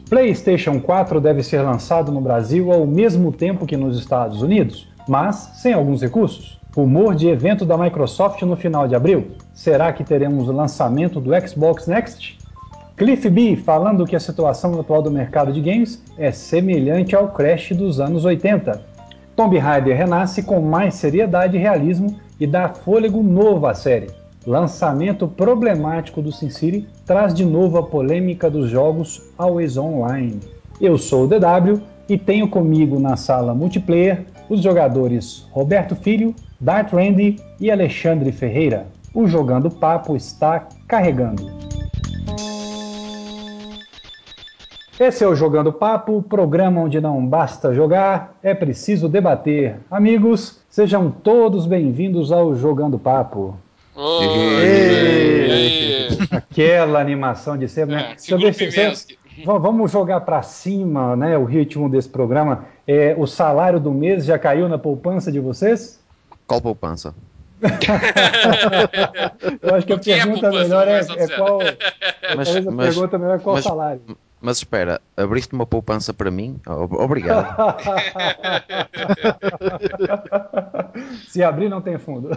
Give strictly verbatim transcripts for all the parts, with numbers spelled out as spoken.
PlayStation quatro deve ser lançado no Brasil ao mesmo tempo que nos Estados Unidos, mas sem alguns recursos. Rumor de evento da Microsoft no final de abril. Será que teremos o lançamento do Xbox Next? Cliff B falando que a situação atual do mercado de games é semelhante ao Crash dos anos oitenta. Tomb Raider renasce com mais seriedade e realismo e dá fôlego novo à série. Lançamento problemático do SimCity traz de novo a polêmica dos jogos Always Online. Eu sou o D W e tenho comigo na sala multiplayer os jogadores Roberto Filho, Dart Randy e Alexandre Ferreira. O Jogando Papo está carregando. Esse é o Jogando Papo, programa onde não basta jogar, é preciso debater. Amigos, sejam todos bem-vindos ao Jogando Papo. Oi! Aquela animação de sempre, né? É, segura o Pimenski. Vamos jogar para cima, né? O ritmo desse programa. É, o salário do mês já caiu na poupança de vocês? Qual poupança? Eu acho que a pergunta é melhor é, é qual. Mas, talvez a mas, pergunta melhor é qual mas, salário. Mas espera, abriste uma poupança para mim? Obrigado. Se abrir, não tem fundo.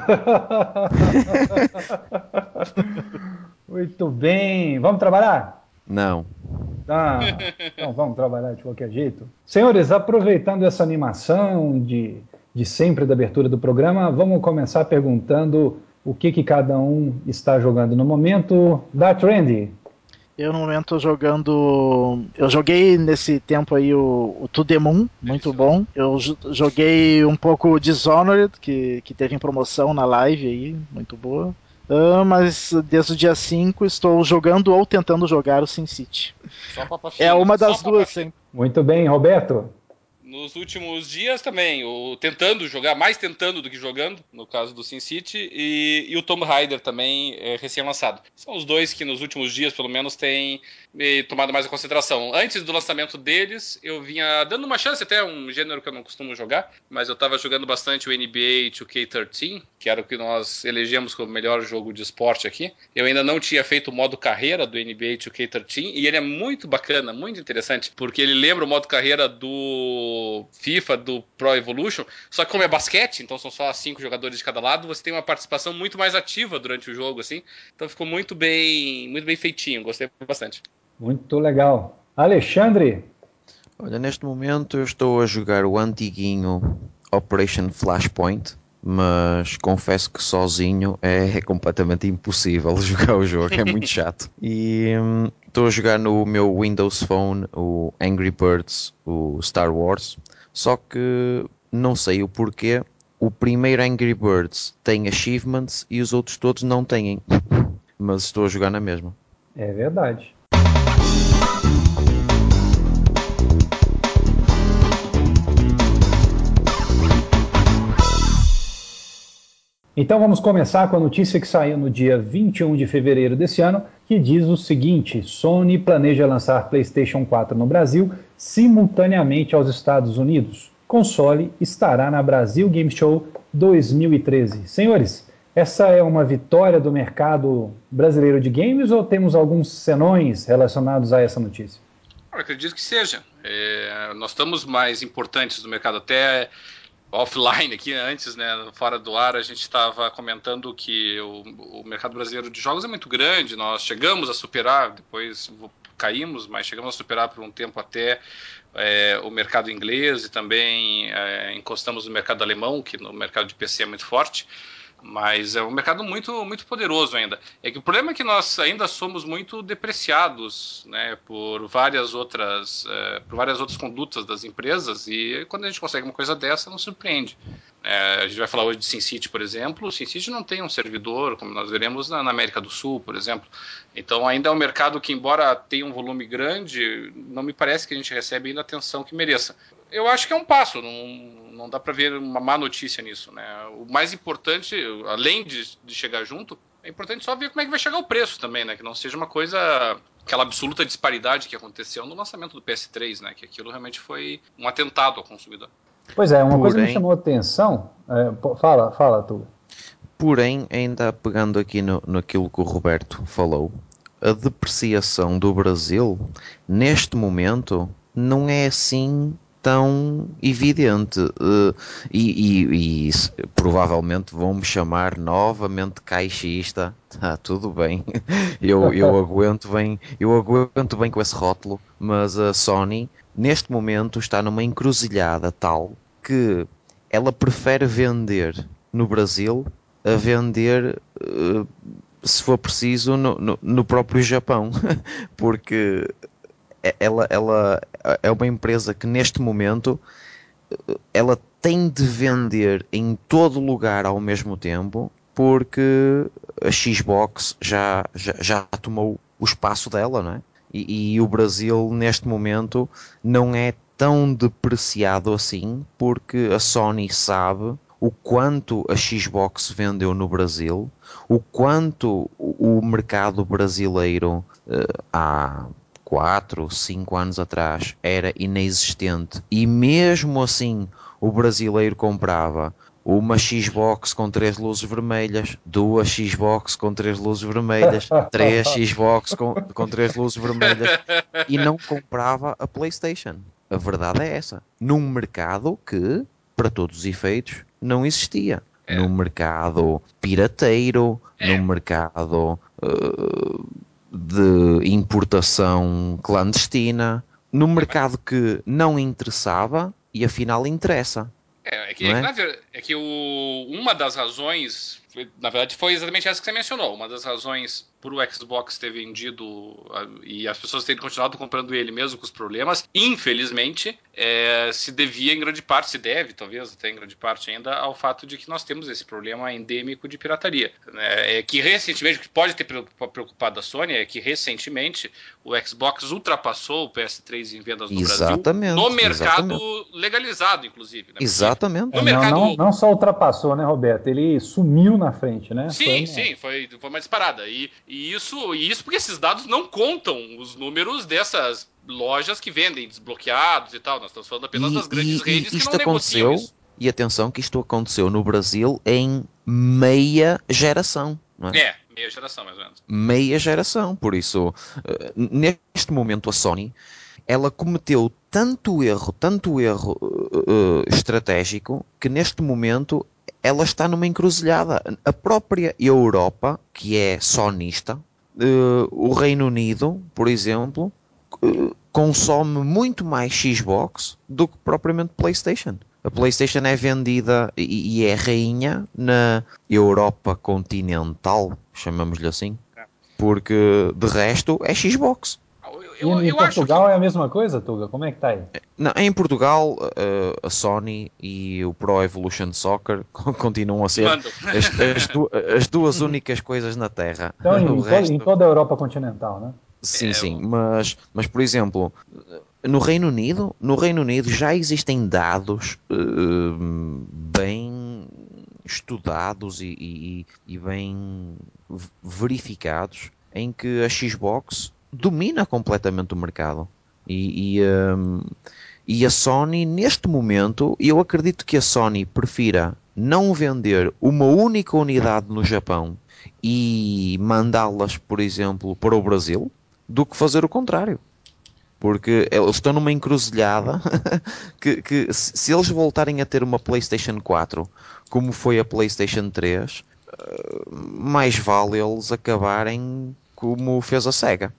Muito bem. Vamos trabalhar? Não. Ah, então vamos trabalhar de qualquer jeito. Senhores, aproveitando essa animação de, de sempre da abertura do programa, vamos começar perguntando o que, que cada um está jogando no momento. Da Trendy. Eu no momento tô jogando. Eu joguei nesse tempo aí o, o To The Moon, muito bom. Eu joguei um pouco Dishonored, que, que teve em promoção na live aí, muito boa. Uh, mas desde o dia cinco estou jogando ou tentando jogar o SimCity. Só Papa Fina. É uma das Só duas, sim. Muito bem, Roberto. Nos últimos dias também, o tentando jogar, mais tentando do que jogando, no caso do SimCity, e, e o Tomb Raider também é, recém-lançado. São os dois que nos últimos dias, pelo menos, têm me tomado mais a consideração. Antes do lançamento deles, eu vinha dando uma chance, até um gênero que eu não costumo jogar, mas eu estava jogando bastante o N B A dois K treze, que era o que nós elegemos como o melhor jogo de esporte aqui. Eu ainda não tinha feito o modo carreira do N B A dois K treze, e ele é muito bacana, muito interessante, porque ele lembra o modo carreira do FIFA, do Pro Evolution, só que como é basquete, então são só cinco jogadores de cada lado, você tem uma participação muito mais ativa durante o jogo, assim, então ficou muito bem, muito bem feitinho, gostei bastante. Muito legal. Alexandre? Olha, neste momento eu estou a jogar o antiguinho Operation Flashpoint, mas confesso que sozinho é, é completamente impossível jogar o jogo, é muito chato. E hum, estou a jogar no meu Windows Phone o Angry Birds, o Star Wars, só que não sei o porquê. O primeiro Angry Birds tem achievements e os outros todos não têm, mas estou a jogar na mesma. É verdade. Então vamos começar com a notícia que saiu no dia vinte e um de fevereiro desse ano, que diz o seguinte: Sony planeja lançar PlayStation quatro no Brasil simultaneamente aos Estados Unidos. Console estará na Brasil Game Show dois mil e treze. Senhores, essa é uma vitória do mercado brasileiro de games ou temos alguns senões relacionados a essa notícia? Eu acredito que seja. É, nós estamos mais importantes do mercado, até offline aqui antes, né, fora do ar, a gente estava comentando que o, o mercado brasileiro de jogos é muito grande, nós chegamos a superar, depois caímos, mas chegamos a superar por um tempo até é, o mercado inglês e também é, encostamos no mercado alemão, que no mercado de P C é muito forte. Mas é um mercado muito, muito poderoso ainda. É que o problema é que nós ainda somos muito depreciados, né, por várias outras, é, por várias outras condutas das empresas, e quando a gente consegue uma coisa dessa, não surpreende. É, a gente vai falar hoje de SimCity, por exemplo. O SimCity não tem um servidor, como nós veremos na, na América do Sul, por exemplo. Então ainda é um mercado que, embora tenha um volume grande, não me parece que a gente recebe ainda a atenção que mereça. Eu acho que é um passo, não, não dá para ver uma má notícia nisso, né? O mais importante, além de, de chegar junto, é importante só ver como é que vai chegar o preço também, né? Que não seja uma coisa, aquela absoluta disparidade que aconteceu no lançamento do P S três, né? Que aquilo realmente foi um atentado ao consumidor. Pois é, uma Porém, coisa que me chamou a atenção, é, fala, fala tu. Porém, ainda pegando aqui no, naquilo que o Roberto falou, a depreciação do Brasil, neste momento, não é assim tão evidente. Uh, e, e, e provavelmente vão-me chamar novamente caixista. Tá, tudo bem. Eu, eu, aguento bem, eu aguento bem com esse rótulo, mas a Sony, neste momento, está numa encruzilhada tal que ela prefere vender no Brasil a vender, uh, se for preciso, no, no, no próprio Japão. Porque ela, ela é uma empresa que neste momento ela tem de vender em todo lugar ao mesmo tempo, porque a Xbox já, já, já tomou o espaço dela, não é? E, e o Brasil neste momento não é tão depreciado assim, porque a Sony sabe o quanto a Xbox vendeu no Brasil, o quanto o mercado brasileiro uh, há quatro, cinco anos atrás era inexistente, e mesmo assim o brasileiro comprava uma Xbox com três luzes vermelhas, duas Xbox com três luzes vermelhas, três Xbox com, com três luzes vermelhas, e não comprava a PlayStation. A verdade é essa. Num mercado que, para todos os efeitos, não existia. É. Num mercado pirateiro, é. Num mercado uh, de importação clandestina, num mercado que não interessava e afinal interessa. É, é que, é? É que, é que o, uma das razões, na verdade, foi exatamente essa que você mencionou. Uma das razões para o Xbox ter vendido e as pessoas terem continuado comprando ele mesmo com os problemas, infelizmente, é, se devia em grande parte, se deve, talvez até em grande parte ainda, ao fato de que nós temos esse problema endêmico de pirataria. É, é que recentemente, o que pode ter preocupado a Sony é que recentemente o Xbox ultrapassou o P S três em vendas no exatamente, Brasil, no mercado exatamente. legalizado, inclusive. Né? Exatamente. No é, mercado... não, não, não só ultrapassou, né, Roberto? Ele sumiu na frente, né? Sim, foi uma... sim, foi, foi uma disparada. E, e, isso, e isso porque esses dados não contam os números dessas lojas que vendem desbloqueados e tal. Nós estamos falando apenas e, das grandes e, redes e que não negociam isso. E atenção que isto aconteceu no Brasil em meia geração. Não é? É, meia geração mais ou menos. Meia geração. Por isso, neste momento a Sony, ela cometeu tanto erro, tanto erro uh, estratégico, que neste momento ela está numa encruzilhada. A própria Europa, que é sonista, uh, o Reino Unido, por exemplo, uh, consome muito mais Xbox do que propriamente PlayStation. A PlayStation é vendida e, e é rainha na Europa continental, chamamos-lhe assim, porque de resto é Xbox. Eu, eu, e em Portugal que... é a mesma coisa, Tuga? Como é que tá aí? Não, em Portugal, uh, a Sony e o Pro Evolution Soccer continuam a ser as, as, du as duas únicas coisas na Terra. Então, em, resto... em toda a Europa continental, né? Sim, é, sim, mas, mas por exemplo, no Reino Unido, no Reino Unido já existem dados uh, bem estudados e, e, e bem verificados em que a Xbox domina completamente o mercado. E, e, um, e a Sony, neste momento, eu acredito que a Sony prefira não vender uma única unidade no Japão e mandá-las, por exemplo, para o Brasil, do que fazer o contrário. Porque eles estão numa encruzilhada que, que se eles voltarem a ter uma PlayStation quatro, como foi a PlayStation três, mais vale eles acabarem como fez a Sega.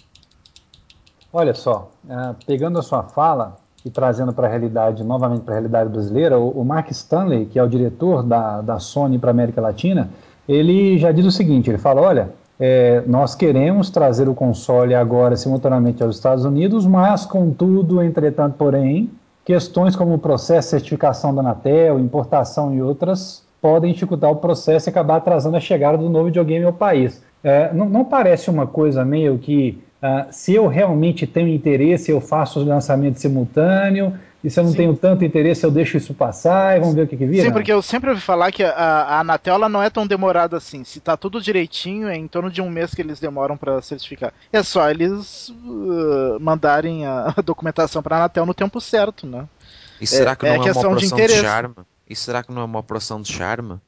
Olha só, uh, pegando a sua fala e trazendo para a realidade, novamente para a realidade brasileira, o, o Mark Stanley, que é o diretor da, da Sony para a América Latina, ele já diz o seguinte, ele fala, olha, é, nós queremos trazer o console agora simultaneamente aos Estados Unidos, mas contudo, entretanto, porém, questões como o processo de certificação da Anatel, importação e outras, podem dificultar o processo e acabar atrasando a chegada do novo videogame ao país. É, não, não parece uma coisa meio que Uh, se eu realmente tenho interesse, eu faço o lançamento simultâneo, e se eu não Sim. tenho tanto interesse, eu deixo isso passar e vamos ver o que, que vira? Sim, porque eu sempre ouvi falar que a, a Anatel ela não é tão demorada assim. Se tá tudo direitinho, é em torno de um mês que eles demoram para certificar. É só eles uh, mandarem a, a documentação para a Anatel no tempo certo, né? E será que é, não é, é uma operação de, de charme? E será que não é uma operação de charme?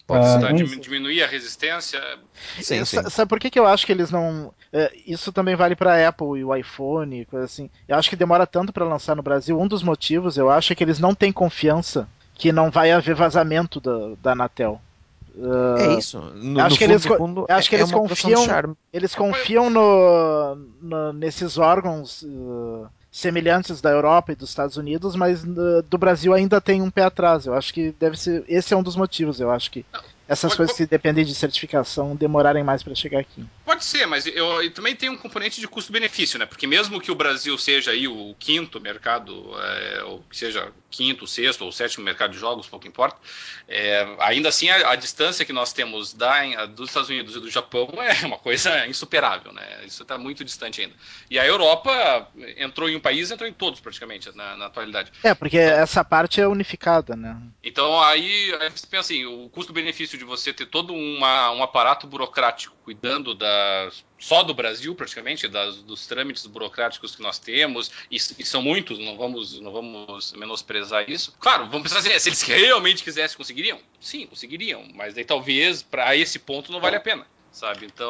Pode Ah, ser. Dim- diminuir a resistência. Sim, sim. Sa- Sabe por que, que eu acho que eles não. é, isso também vale para Apple e o iPhone, coisa assim. Eu acho que demora tanto para lançar no Brasil. Um dos motivos, eu acho, é que eles não têm confiança que não vai haver vazamento da, da Anatel. É isso. No, Acho no que fundo, eles, no co- fundo, acho que é, é eles uma operação de confiam, charme. eles confiam no, no- nesses órgãos uh, semelhantes da Europa e dos Estados Unidos, mas uh, do Brasil ainda tem um pé atrás. Eu acho que deve ser, esse é um dos motivos. Eu acho que essas Pode- coisas pode- que dependem de certificação demorarem mais para chegar aqui. Pode ser, mas eu, eu também tem um componente de custo-benefício, né? Porque mesmo que o Brasil seja aí o quinto mercado, é, ou que seja quinto, sexto ou sétimo mercado de jogos, pouco importa, é, ainda assim a, a distância que nós temos da, dos Estados Unidos e do Japão é uma coisa insuperável, né? Isso está muito distante ainda. E a Europa entrou em um país, entrou em todos praticamente na, na atualidade. É, porque Então, essa parte é unificada, né? Então aí, aí você pensa assim, o custo-benefício de você ter todo uma, um aparato burocrático cuidando da, só do Brasil praticamente, das, dos trâmites burocráticos que nós temos, e, e são muitos, não vamos, não vamos menosprezar isso. Claro, vamos pensar assim, se eles realmente quisessem, conseguiriam? Sim, conseguiriam, mas daí talvez para esse ponto não vale a pena. Sabe? Então,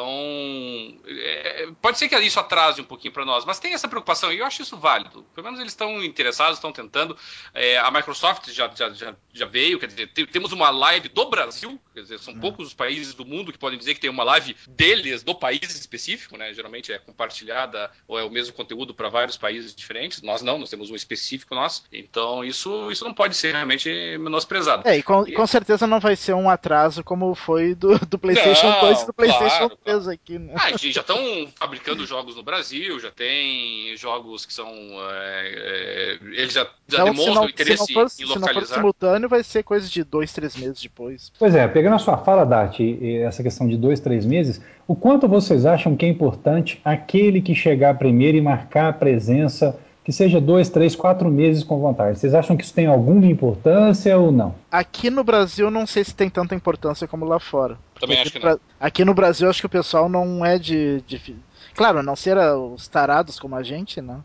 é, pode ser que isso atrase um pouquinho para nós, mas tem essa preocupação e eu acho isso válido. Pelo menos eles estão interessados, estão tentando. É, a Microsoft já, já, já, já veio, quer dizer, tem, temos uma live do Brasil, quer dizer, são poucos os países do mundo que podem dizer que tem uma live deles, do país específico, né? Geralmente é compartilhada ou é o mesmo conteúdo para vários países diferentes. Nós não, nós temos um específico nosso. Então, isso, isso não pode ser realmente menosprezado. É, e com, E... com certeza não vai ser um atraso como foi do, do PlayStation Não, dois e do PlayStation claro, três claro. aqui, né? Ah, já estão fabricando jogos no Brasil, já tem jogos que são. É, é, eles já, já Então, se demonstram não, se, não interesse for, em se não for localizar. simultâneo, vai ser coisa de dois, três meses depois. Pois é, pegando a sua fala, Dati, e essa questão de dois, três meses, o quanto vocês acham que é importante aquele que chegar primeiro e marcar a presença, que seja dois, três, quatro meses com vontade? Vocês acham que isso tem alguma importância ou não? Aqui no Brasil, não sei se tem tanta importância como lá fora. Também Aqui acho que no, não. Bra- aqui no Brasil, acho que o pessoal não é de. de... Claro, não ser os tarados como a gente, né?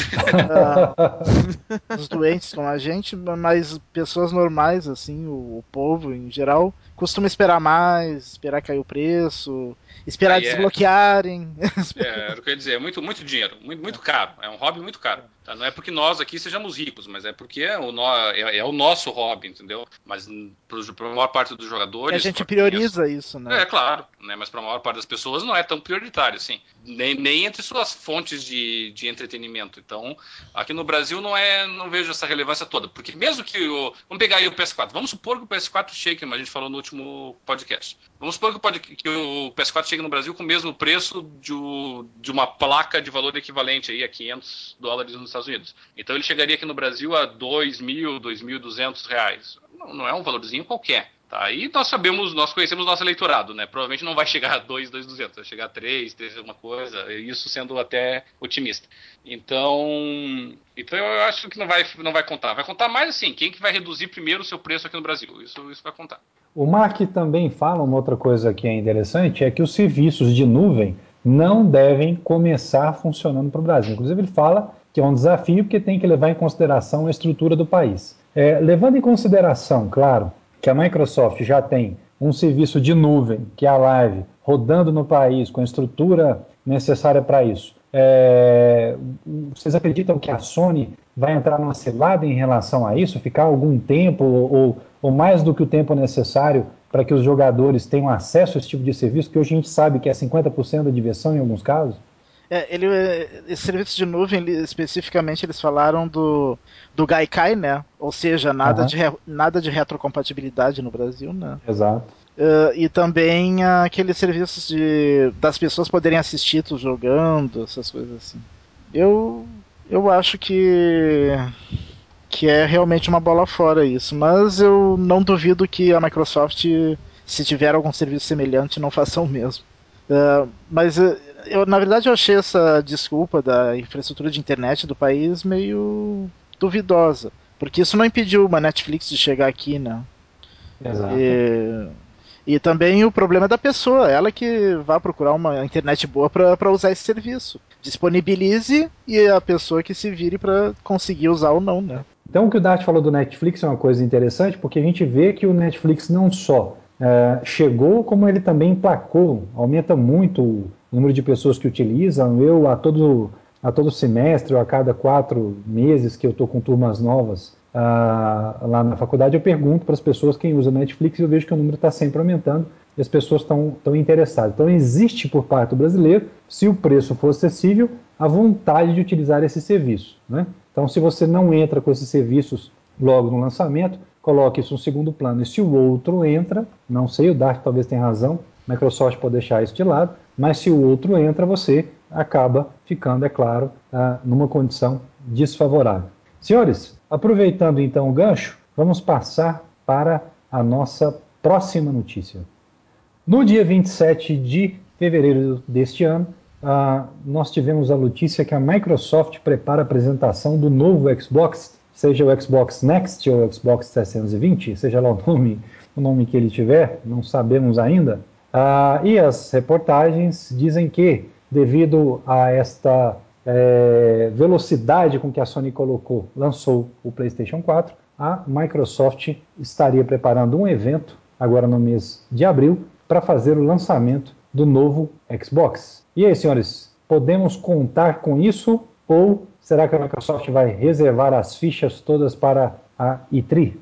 uh, os doentes como a gente, mas pessoas normais, assim, o, o povo em geral, costuma esperar mais, esperar cair o preço, esperar Aí é, desbloquearem. é, era o que eu ia dizer, é muito, muito dinheiro, muito, muito caro. É um hobby muito caro. Tá? Não é porque nós aqui sejamos ricos, mas é porque é o, no, é, é o nosso hobby, entendeu? Mas para a maior parte dos Que jogadores. a gente pra quem é- prioriza isso, né? É, claro, né? Mas para a maior parte das pessoas não é tão prioritário, assim. Nem, nem entre suas fontes de, de entretenimento. Então, aqui no Brasil não é, não vejo essa relevância toda. Porque mesmo que o. Vamos pegar aí o P S quatro. Vamos supor que o P S quatro chegue, como a gente falou no último podcast. Vamos supor que o, pod, que o P S quatro chegue no Brasil com o mesmo preço de, de uma placa de valor equivalente aí a quinhentos dólares nos Estados Unidos. Então ele chegaria aqui no Brasil a dois mil, dois mil e duzentos reais. Não, não é um valorzinho qualquer. Tá, e nós sabemos, nós conhecemos nosso eleitorado, né? Provavelmente não vai chegar a dois, dois mil e duzentos, vai chegar a três, três alguma coisa, isso sendo até otimista. Então, então eu acho que não vai, não vai contar. Vai contar mais assim, quem que vai reduzir primeiro o seu preço aqui no Brasil. Isso, isso vai contar. O Mark também fala uma outra coisa que é interessante, é que os serviços de nuvem não devem começar funcionando para o Brasil. Inclusive ele fala que é um desafio porque tem que levar em consideração a estrutura do país. É, levando em consideração, claro, que a Microsoft já tem um serviço de nuvem, que é a Live, rodando no país com a estrutura necessária para isso. É, vocês acreditam que a Sony vai entrar numa cilada em relação a isso? Ficar algum tempo ou, ou mais do que o tempo necessário para que os jogadores tenham acesso a esse tipo de serviço, que hoje a gente sabe que é cinquenta por cento da diversão em alguns casos? É, ele, esse serviço de nuvem, ele, especificamente, eles falaram do, do Gaikai, né? Ou seja, nada, uhum. de, re, nada de retrocompatibilidade no Brasil, né? Exato. Uh, e também uh, aqueles serviços de, das pessoas poderem assistir tu jogando, essas coisas assim. Eu, eu acho que, que é realmente uma bola fora isso, mas eu não duvido que a Microsoft, se tiver algum serviço semelhante, não faça o mesmo. Uh, mas uh, eu, na verdade, eu achei essa desculpa da infraestrutura de internet do país meio duvidosa, porque isso não impediu uma Netflix de chegar aqui, né? Exato. E, e também o problema é da pessoa, ela que vai procurar uma internet boa para usar esse serviço. Disponibilize e a pessoa que se vire para conseguir usar ou não, né? Então o que o Dart falou do Netflix é uma coisa interessante, porque a gente vê que o Netflix não só uh, chegou, como ele também emplacou, aumenta muito o número de pessoas que utilizam. Eu, a todo, a todo semestre, ou a cada quatro meses que eu estou com turmas novas uh, lá na faculdade, eu pergunto para as pessoas quem usa Netflix e eu vejo que o número está sempre aumentando e as pessoas estão interessadas. Então existe por parte do brasileiro, se o preço for acessível, a vontade de utilizar esse serviço, né? Então, se você não entra com esses serviços logo no lançamento, coloque isso no segundo plano. E se o outro entra, não sei, o Dark talvez tenha razão, a Microsoft pode deixar isso de lado, mas se o outro entra, você acaba ficando, é claro, numa condição desfavorável. Senhores, aproveitando então o gancho, vamos passar para a nossa próxima notícia. No dia vinte e sete de fevereiro deste ano, uh, nós tivemos a notícia que a Microsoft prepara a apresentação do novo Xbox, seja o Xbox Next ou o Xbox trezentos e vinte, seja lá o nome, o nome que ele tiver, não sabemos ainda. Uh, e as reportagens dizem que, devido a esta é, velocidade com que a Sony colocou, lançou o PlayStation quatro, a Microsoft estaria preparando um evento, agora no mês de abril, para fazer o lançamento do novo Xbox. E aí, senhores, podemos contar com isso ou será que a Microsoft vai reservar as fichas todas para a E três?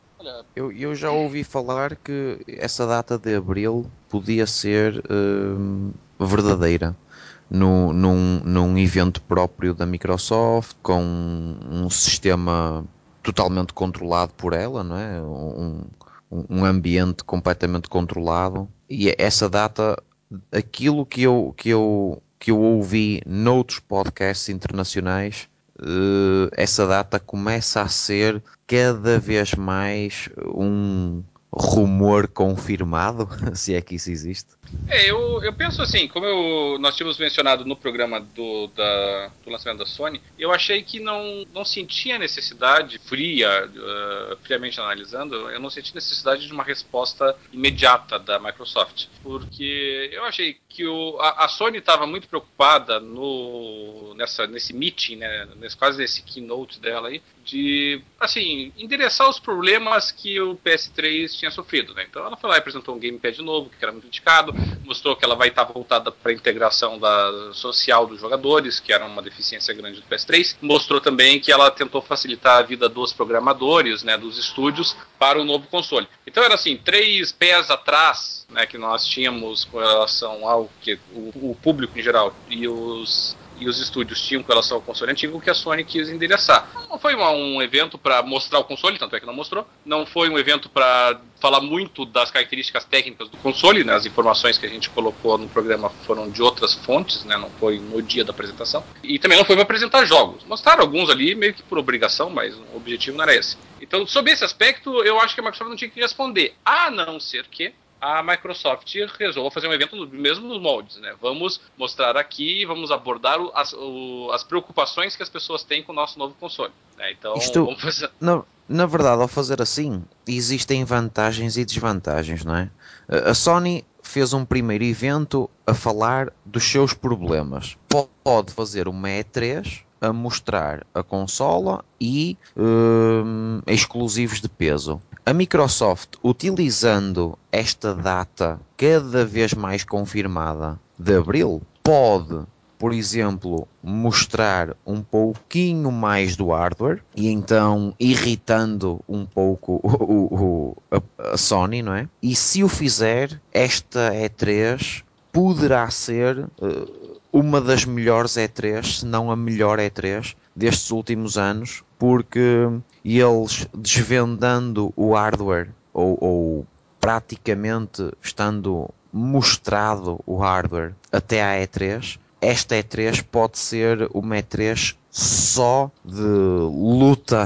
Eu, eu já ouvi falar que essa data de abril podia ser hum, verdadeira. No, num, num evento próprio da Microsoft, com um sistema totalmente controlado por ela, não é? Um, um ambiente completamente controlado. E essa data, aquilo que eu, que eu, que eu ouvi noutros podcasts internacionais, uh, essa data começa a ser cada vez mais um rumor confirmado, se é que isso existe. É, eu, eu penso assim, como eu, nós tínhamos mencionado no programa do, da, do lançamento da Sony, eu achei que não, não sentia necessidade, fria, uh, friamente analisando, eu não senti necessidade de uma resposta imediata da Microsoft, porque eu achei que o, a, a Sony estava muito preocupada no, nessa, nesse meeting, né, nesse, quase nesse keynote dela aí, de, assim, endereçar os problemas que o P S três tinha sofrido, né? Então ela foi lá e apresentou um gamepad novo, que era muito criticado, mostrou que ela vai estar voltada para a integração da, social dos jogadores, que era uma deficiência grande do P S três. Mostrou também que ela tentou facilitar a vida dos programadores, né, dos estúdios, para o novo console. Então era assim, três pés atrás, né, que nós tínhamos com relação ao que o, o público em geral e os e os estúdios tinham com relação ao console antigo, que a Sony quis endereçar. Não foi uma, um evento para mostrar o console, tanto é que não mostrou. Não foi um evento para falar muito das características técnicas do console, né? As informações que a gente colocou no programa foram de outras fontes, né? Não foi no dia da apresentação. E também não foi para apresentar jogos. Mostraram alguns ali meio que por obrigação, mas o objetivo não era esse. Então, sob esse aspecto, eu acho que a Microsoft não tinha que responder, a não ser que a Microsoft resolve fazer um evento mesmo nos moldes, né? Vamos mostrar aqui, vamos abordar o, as, o, as preocupações que as pessoas têm com o nosso novo console, né? Então, Isto, vamos fazer... na, na verdade, ao fazer assim, existem vantagens e desvantagens, não é? A Sony fez um primeiro evento a falar dos seus problemas. Pode fazer uma E três a mostrar a consola e hum, exclusivos de peso. A Microsoft, utilizando esta data cada vez mais confirmada de abril, pode, por exemplo, mostrar um pouquinho mais do hardware e então irritando um pouco o, o, o, a, a Sony, não é? E se o fizer, esta E três poderá ser uh, uma das melhores E três, se não a melhor E três destes últimos anos, porque eles desvendando o hardware ou, ou praticamente estando mostrado o hardware até à E três, esta E três pode ser uma E três só de luta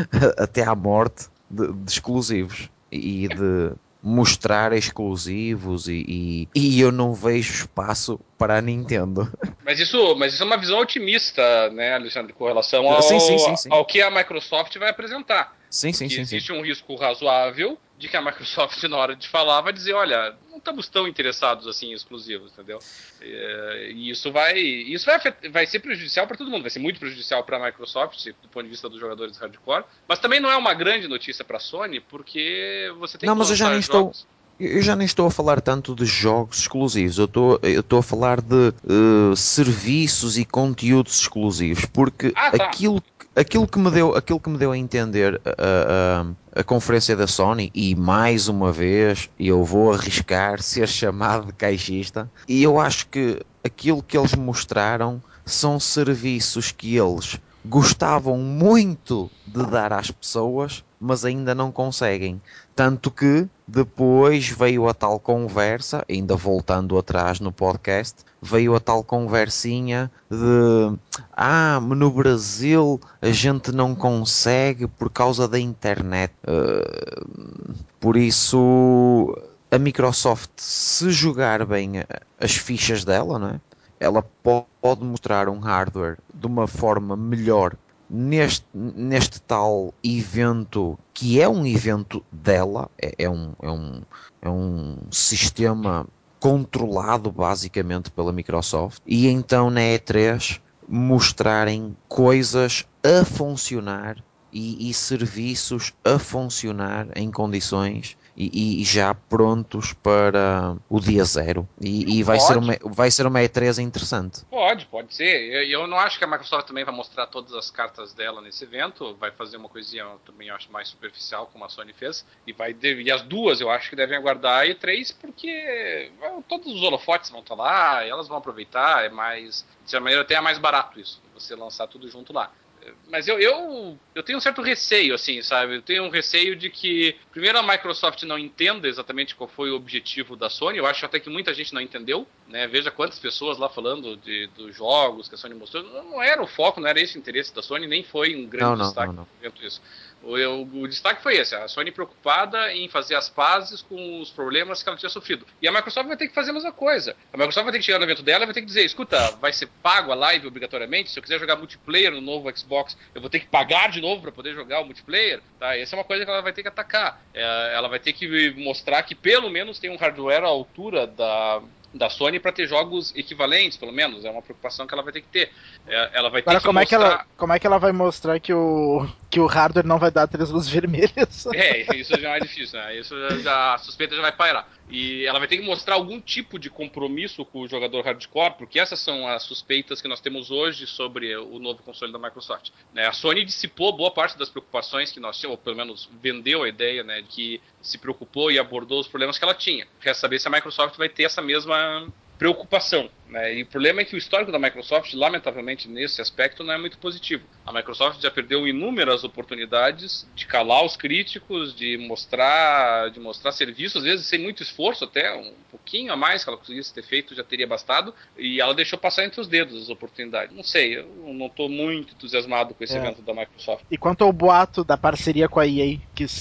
até à morte de, de exclusivos e de mostrar exclusivos e, e, e eu não vejo espaço para a Nintendo. Mas isso, mas isso é uma visão otimista, né, Alexandre, com relação ao, sim, sim, sim, sim. ao que a Microsoft vai apresentar. Sim, Porque sim, sim, existe sim. um risco razoável de que a Microsoft, na hora de falar, vai dizer, olha, não estamos tão interessados assim em exclusivos, entendeu? E isso vai, isso vai, vai ser prejudicial para todo mundo, vai ser muito prejudicial para a Microsoft, do ponto de vista dos jogadores hardcore, mas também não é uma grande notícia para a Sony, porque você tem não, que mas eu já lançar nem estou... jogos... Eu já nem estou a falar tanto de jogos exclusivos, eu estou, eu estou a falar de uh, serviços e conteúdos exclusivos, porque Ah, tá. aquilo, aquilo, que me deu, aquilo que me deu a entender a, a, a conferência da Sony, e mais uma vez eu vou arriscar ser chamado de caixista, e eu acho que aquilo que eles mostraram são serviços que eles gostavam muito de dar às pessoas, mas ainda não conseguem. Tanto que depois veio a tal conversa, ainda voltando atrás no podcast, veio a tal conversinha de ah, no Brasil a gente não consegue por causa da internet. Uh, por isso a Microsoft, se jogar bem as fichas dela, não é? Ela pode mostrar um hardware de uma forma melhor neste, neste tal evento, que é um evento dela, é, é, um, é, um, é um sistema controlado basicamente pela Microsoft, e então na E três mostrarem coisas a funcionar e, e serviços a funcionar em condições e, e já prontos para o dia zero. E, e vai, ser uma, vai ser uma E três interessante. Pode, pode ser. Eu, eu não acho que a Microsoft também vai mostrar todas as cartas dela nesse evento. Vai fazer uma coisinha também, eu acho, mais superficial, como a Sony fez. E, vai, e as duas eu acho que devem aguardar a E três, porque todos os holofotes vão estar lá, elas vão aproveitar. É mais, de certa maneira, até é mais barato isso, você lançar tudo junto lá. Mas eu, eu, eu tenho um certo receio, assim, sabe? Eu tenho um receio de que, primeiro, a Microsoft não entenda exatamente qual foi o objetivo da Sony. Eu acho até que muita gente não entendeu, né? Veja quantas pessoas lá falando de, dos jogos que a Sony mostrou. Não era o foco, não era esse o interesse da Sony, nem foi um grande não, não, destaque não, não. dentro disso. O, o, o destaque foi esse, a Sony preocupada em fazer as pazes com os problemas que ela tinha sofrido. E a Microsoft vai ter que fazer a mesma coisa. A Microsoft vai ter que chegar no evento dela e vai ter que dizer, escuta, vai ser pago a live obrigatoriamente? Se eu quiser jogar multiplayer no novo Xbox, eu vou ter que pagar de novo para poder jogar o multiplayer? Tá? Essa é uma coisa que ela vai ter que atacar. É, ela vai ter que mostrar que pelo menos tem um hardware à altura da... da Sony para ter jogos equivalentes, pelo menos. É uma preocupação que ela vai ter que ter. É, ela vai ter Agora, que como mostrar... É que ela, como é que ela vai mostrar que o, que o hardware não vai dar três luzes vermelhas? É, isso já é difícil, né? Isso já, já, a suspeita já vai pairar. E ela vai ter que mostrar algum tipo de compromisso com o jogador hardcore, porque essas são as suspeitas que nós temos hoje sobre o novo console da Microsoft. Né? A Sony dissipou boa parte das preocupações que nós tínhamos, ou pelo menos vendeu a ideia, né, de que se preocupou e abordou os problemas que ela tinha. Resta saber se a Microsoft vai ter essa mesma preocupação, né? E o problema é que o histórico da Microsoft, lamentavelmente, nesse aspecto, não é muito positivo. A Microsoft já perdeu inúmeras oportunidades de calar os críticos, de mostrar, de mostrar serviço, às vezes sem muito esforço, até um pouquinho a mais que ela conseguisse ter feito já teria bastado, e ela deixou passar entre os dedos as oportunidades. Não sei, eu não estou muito entusiasmado com esse é. evento da Microsoft. E quanto ao boato da parceria com a E A, que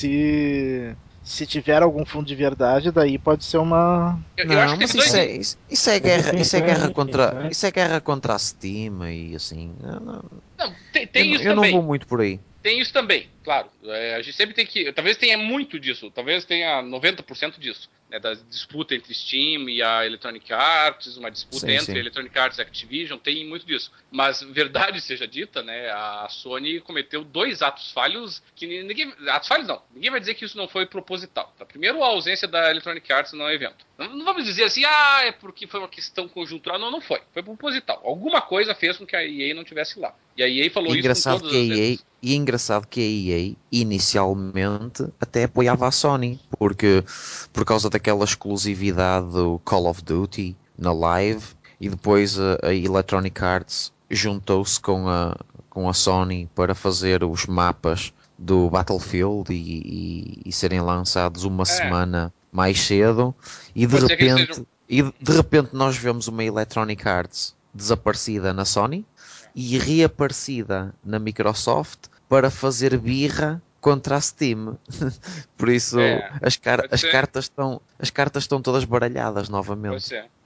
se se tiver algum fundo de verdade, daí pode ser uma... Eu, não, eu acho que mas isso, é, isso, isso é guerra, isso é guerra contra, isso é guerra contra a Steam e assim. Não, não, não tem, tem eu, isso eu também. não vou muito por aí. Tem isso também, claro. É, a gente sempre tem que... Talvez tenha muito disso. Talvez tenha noventa por cento disso. Né, da disputa entre Steam e a Electronic Arts, uma disputa sim, entre sim. a Electronic Arts e a Activision, tem muito disso. Mas, verdade seja dita, né, a Sony cometeu dois atos falhos que ninguém... Atos falhos não. Ninguém vai dizer que isso não foi proposital. Tá? Primeiro, a ausência da Electronic Arts no evento. Não, não vamos dizer assim, ah, é porque foi uma questão conjuntural. Não, não foi. Foi proposital. Alguma coisa fez com que a E A não estivesse lá. E a E A falou engraçado isso com todas que as a E A, vezes. E é engraçado que a E A inicialmente até apoiava a Sony, porque por causa daquela exclusividade do Call of Duty na live, e depois a, a Electronic Arts juntou-se com a, com a Sony para fazer os mapas do Battlefield e, e, e serem lançados uma é. semana mais cedo, e de Pode repente sejam... e de repente nós vemos uma Electronic Arts desaparecida na Sony e reaparecida na Microsoft para fazer birra contra a Steam. Por isso é, as, car as, cartas estão, as cartas estão todas baralhadas novamente. Pode ser.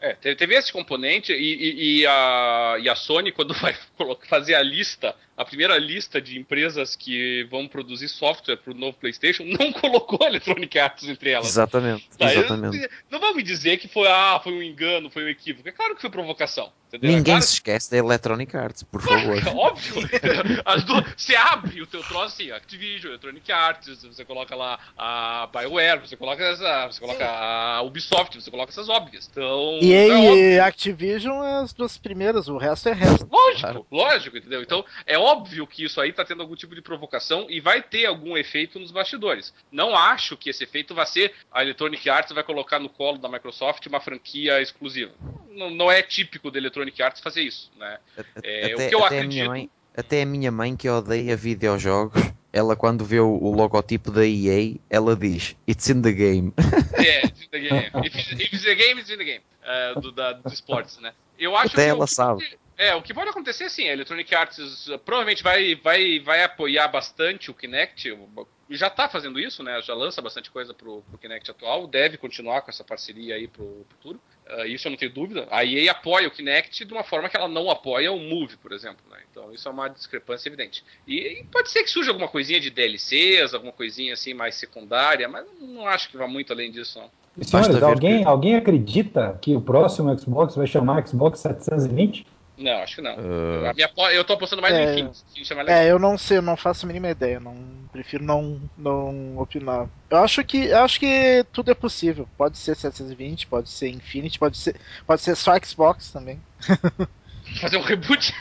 É, teve esse componente e, e, e, a, e a Sony, quando vai fazer a lista, a primeira lista de empresas que vão produzir software para o novo PlayStation, não colocou a Electronic Arts entre elas. Exatamente, tá, exatamente. Não vão me dizer que foi, ah, foi um engano, foi um equívoco. É claro que foi provocação. Entendeu? Ninguém é claro se esquece da Electronic Arts, por favor. Óbvio. As duas, você abre o teu troço assim, Activision, Electronic Arts, você coloca lá a BioWare, você coloca, essa, você coloca a Ubisoft, você coloca essas óbvias. Então, E então é aí, óbvio. Activision é as duas primeiras, o resto é resto. Lógico, Claro. lógico, entendeu? Então, é óbvio que isso aí tá tendo algum tipo de provocação e vai ter algum efeito nos bastidores. Não acho que esse efeito vai ser a Electronic Arts vai colocar no colo da Microsoft uma franquia exclusiva. Não, não é típico da Electronic Arts fazer isso, né? É, Até, o que eu até, a acredito... minha mãe, até a minha mãe, que odeia videojogos, ela quando vê o, o logotipo da E A, ela diz, it's in the game. É, it's in the game. If it's, if it's the game, it's in the game. Uh, do, da, dos esportes, né? Eu acho Até que ela o que sabe. pode, é, o que pode acontecer, sim, a Electronic Arts uh, provavelmente vai, vai, vai apoiar bastante o Kinect, já está fazendo isso, né? Já lança bastante coisa pro, pro Kinect atual, deve continuar com essa parceria aí pro futuro. Uh, isso eu não tenho dúvida. A E A apoia o Kinect de uma forma que ela não apoia o Move, por exemplo, né? Então isso é uma discrepância evidente. E, e pode ser que surja alguma coisinha de D L Cs, alguma coisinha assim mais secundária, mas não acho que vá muito além disso, não. E, senhores, Basta ver alguém, que- alguém acredita que o próximo Xbox vai chamar Xbox setecentos e vinte? Não, acho que não. Uh, A minha, eu tô apostando mais É, no Infinity. Infinity é mais legal. É, eu não sei, eu não faço a mínima ideia, não prefiro não, não opinar. Eu acho que eu acho que tudo é possível. Pode ser setecentos e vinte, pode ser Infinity, pode ser pode ser só Xbox também. Fazer um reboot.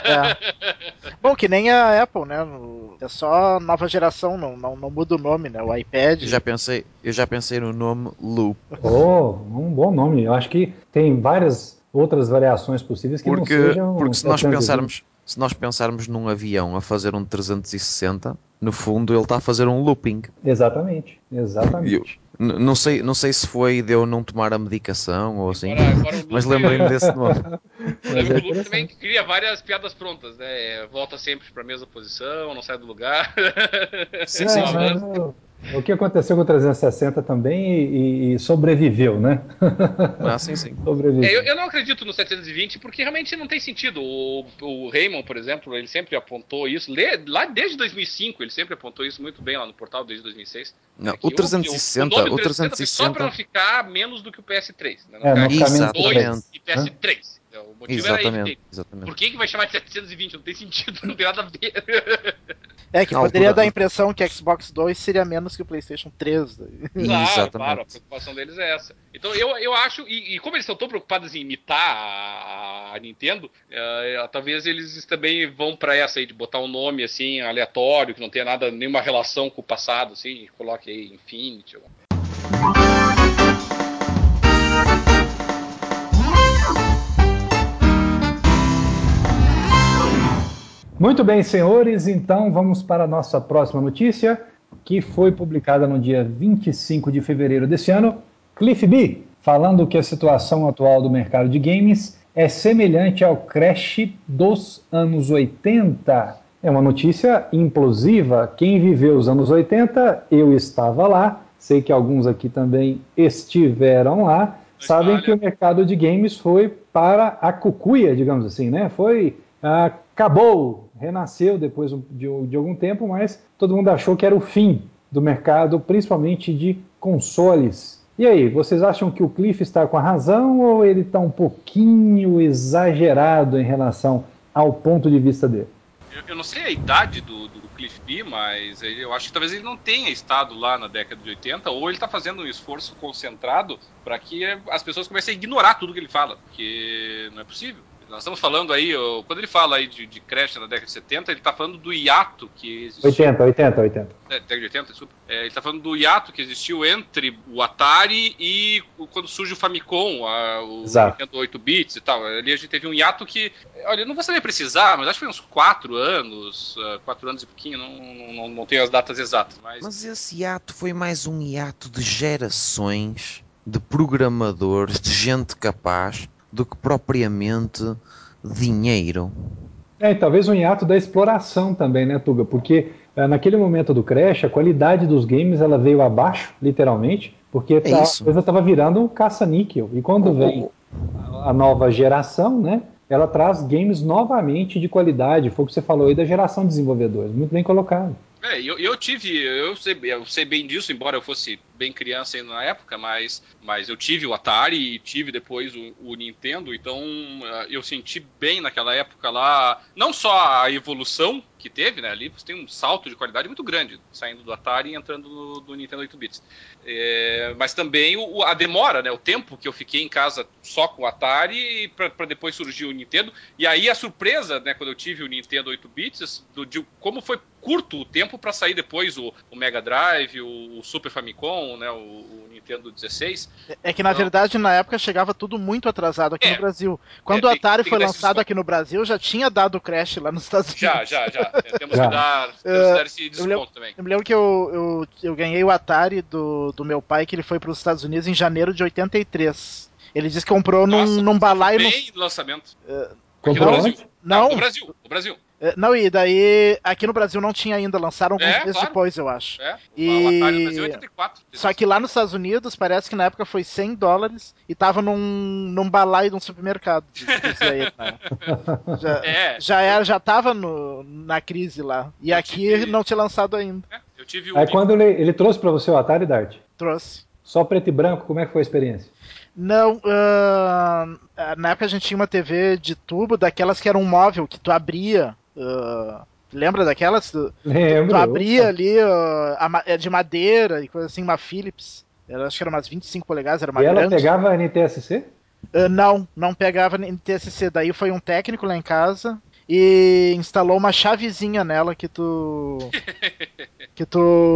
É. Bom, que nem a Apple, né? É só nova geração, não, não, não muda o nome, né? O iPad. eu já pensei, eu já pensei no nome Loop, Oh, um bom nome. Eu acho que tem várias outras variações possíveis que porque, não sejam porque se nós setecentos e vinte. pensarmos, se nós pensarmos num avião a fazer um trezentos e sessenta, no fundo ele está a fazer um looping. Exatamente, exatamente. N- Não sei, não sei se foi de eu não tomar a medicação ou assim, Embora, embora o Loop, mas lembrei-me desse nome. Mas lembra é que o Loop também interessante. cria várias piadas prontas, né? Volta sempre pra mesma posição, não sai do lugar. Sim, É, sim, Não sim. mas avança. o, o que aconteceu com o trezentos e sessenta também e, e sobreviveu, né? Ah, sim, sim. É, eu, Sobreviveu. eu não acredito no setecentos e vinte porque realmente não tem sentido. O, o Raymond, por exemplo, ele sempre apontou isso. Le, lá desde dois mil e cinco, ele sempre apontou isso muito bem lá no portal, desde dois mil e seis. Não, Né, o que o, trezentos e o, o sessenta, nome do o trezentos e sessenta foi só para não trezentos e sessenta, ficar menos do que o P S três. Né, não É, ficar não ficar menos que dois exatamente, e três, né? P S três. Então, o motivo era exatamente, evidente. exatamente. Por que, que vai chamar de setecentos e vinte? Não tem sentido, não tem nada a ver. É, que Na poderia altura, dar a impressão que Xbox dois seria menos que o PlayStation três. Claro, claro, a exatamente. preocupação deles é essa. Então eu, eu acho, e, e como eles estão tão preocupados em imitar a, a Nintendo, é, talvez eles também vão pra essa aí de botar um nome assim, aleatório, que não tenha nada, nenhuma relação com o passado, assim, e coloque aí Infinity. Ou... Muito bem, senhores, então vamos para a nossa próxima notícia, que foi publicada no dia vinte e cinco de fevereiro desse ano. Cliff B, falando que a situação atual do mercado de games é semelhante ao crash dos anos oitenta. É uma notícia implosiva. Quem viveu os anos oitenta, eu estava lá, sei que alguns aqui também estiveram lá, sabem que o mercado de games foi para a cucuia, digamos assim, né? Foi... acabou, renasceu depois de, de algum tempo, mas todo mundo achou que era o fim do mercado, principalmente de consoles. E aí, vocês acham que o Cliff está com a razão ou ele está um pouquinho exagerado em relação ao ponto de vista dele? Eu, eu não sei a idade do, do Cliff B, mas eu acho que talvez ele não tenha estado lá na década de oitenta, ou ele está fazendo um esforço concentrado para que as pessoas comecem a ignorar tudo que ele fala, porque não é possível. Nós estamos falando aí, quando ele fala aí de, de crash na década de setenta, ele está falando do hiato que existiu. oitenta, oitenta, oitenta. É, década de oitenta, desculpa. É, ele está falando do hiato que existiu entre o Atari e quando surge o Famicom, a, o Exato. Nintendo oito bits e tal. Ali a gente teve um hiato que, olha, eu não vou saber precisar, mas acho que foi uns quatro anos, quatro anos e pouquinho, não, não, não tenho as datas exatas. Mas... mas esse hiato foi mais um hiato de gerações, de programadores, de gente capaz, do que propriamente dinheiro. É, e talvez um hiato da exploração também, né, Tuga? Porque é, naquele momento do crash, a qualidade dos games ela veio abaixo, literalmente, porque É tá, a isso. coisa estava virando um caça-níquel. E quando O, vem... a nova geração, né? Ela traz games novamente de qualidade. Foi o que você falou aí da geração de desenvolvedores. Muito bem colocado. É, eu, eu tive, eu sei, eu sei bem disso, embora eu fosse bem criança ainda na época, mas, mas eu tive o Atari e tive depois o, o Nintendo, então uh, eu senti bem naquela época lá, não só a evolução que teve, né, ali você tem um salto de qualidade muito grande, saindo do Atari e entrando no, do Nintendo oito bits, é, mas também o, a demora, né, o tempo que eu fiquei em casa só com o Atari para depois surgir o Nintendo, e aí a surpresa, né, quando eu tive o Nintendo oito bits, do, de como foi curto o tempo para sair depois o, o Mega Drive, o, o Super Famicom, né, o, o Nintendo dezesseis. É que na então, verdade na época chegava tudo muito atrasado aqui é, no Brasil. Quando é, o Atari tem, tem foi lançado aqui no Brasil, já tinha dado crash lá nos Estados Unidos. Já, já, já. É, temos, já. Que dar, temos que dar esse desconto eu lembro, também. Eu me lembro que eu, eu, eu ganhei o Atari do, do meu pai, que ele foi para os Estados Unidos em janeiro de oitenta e três. Ele disse que comprou Nossa, num, num balaio. Bem no lançamento. Uh, aqui no Brasil. Não, não, no Brasil. No Brasil. Não, e daí aqui no Brasil não tinha ainda, lançaram alguns é, meses claro. depois, eu acho. É, e... o Atari no Brasil é oitenta e quatro. Só que lá nos Estados Unidos parece que na época foi cem dólares e tava num, num balaio de um supermercado. Aí, tá? já, é. já, era, já tava no, na crise lá. E eu aqui tive... não tinha lançado ainda. É, eu tive um... Aí quando ele, ele trouxe pra você o Atari, Dart? Trouxe. Só preto e branco, como é que foi a experiência? Não, uh, na época a gente tinha uma T V de tubo, daquelas que era um móvel, que tu abria. Uh, lembra daquelas? Tu, Lembro. Tu, tu abria ali, uh, a, de madeira e coisa assim, uma Philips. Era, acho que era umas vinte e cinco polegadas, era uma e grande. ela pegava N T S C? Uh, não, não pegava N T S C. Daí foi um técnico lá em casa e instalou uma chavezinha nela que tu... que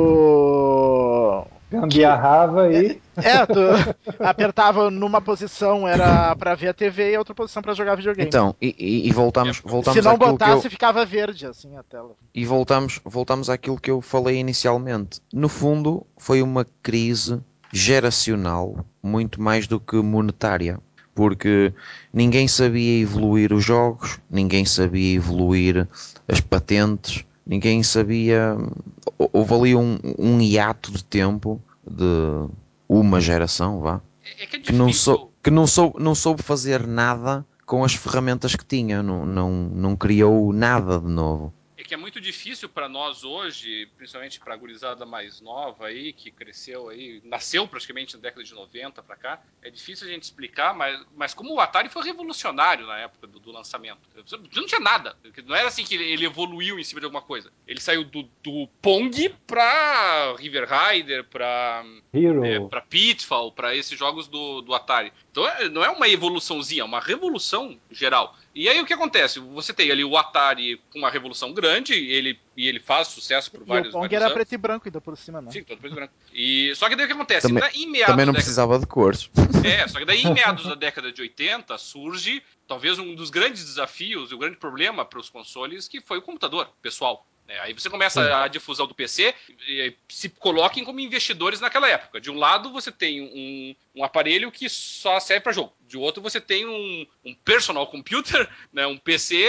tu... Gambiarrava e... É, tu apertava numa posição era pra ver a T V e outra posição pra jogar videogame. Então, e, e, e voltamos, voltamos Se não àquilo botasse, que eu... ficava verde assim a tela. E voltamos, voltamos àquilo que eu falei inicialmente. No fundo, foi uma crise geracional, muito mais do que monetária. Porque ninguém sabia evoluir os jogos, ninguém sabia evoluir as patentes, ninguém sabia... Houve ali um, um hiato de tempo de uma geração, vá, é que, é que, não, sou, que não, sou, não soube fazer nada com as ferramentas que tinha, não, não, não criou nada de novo. É que é muito difícil para nós hoje, principalmente para a gurizada mais nova aí, que cresceu aí, nasceu praticamente na década de noventa para cá, é difícil a gente explicar, mas, mas como o Atari foi revolucionário na época do, do lançamento. Não tinha nada, não era assim que ele evoluiu em cima de alguma coisa. Ele saiu do, do Pong para River Rider, para é, para Pitfall, para esses jogos do, do Atari. Então não é uma evoluçãozinha, é uma revolução geral. E aí o que acontece? Você tem ali o Atari com uma revolução grande, ele, e ele faz sucesso por e vários, o Pong vários era anos. preto e branco ainda por cima, né? Sim, todo preto e branco. E, só que daí o que acontece? Também, Na, em meados também não da década... precisava de cores. É, só que daí em meados da década de oitenta surge talvez um dos grandes desafios, o grande problema para os consoles, que foi o computador pessoal. É, aí você começa Sim. a difusão do P C, e se coloquem como investidores naquela época. De um lado você tem um, um aparelho que só serve para jogo. De outro você tem um, um personal computer, né, um P C,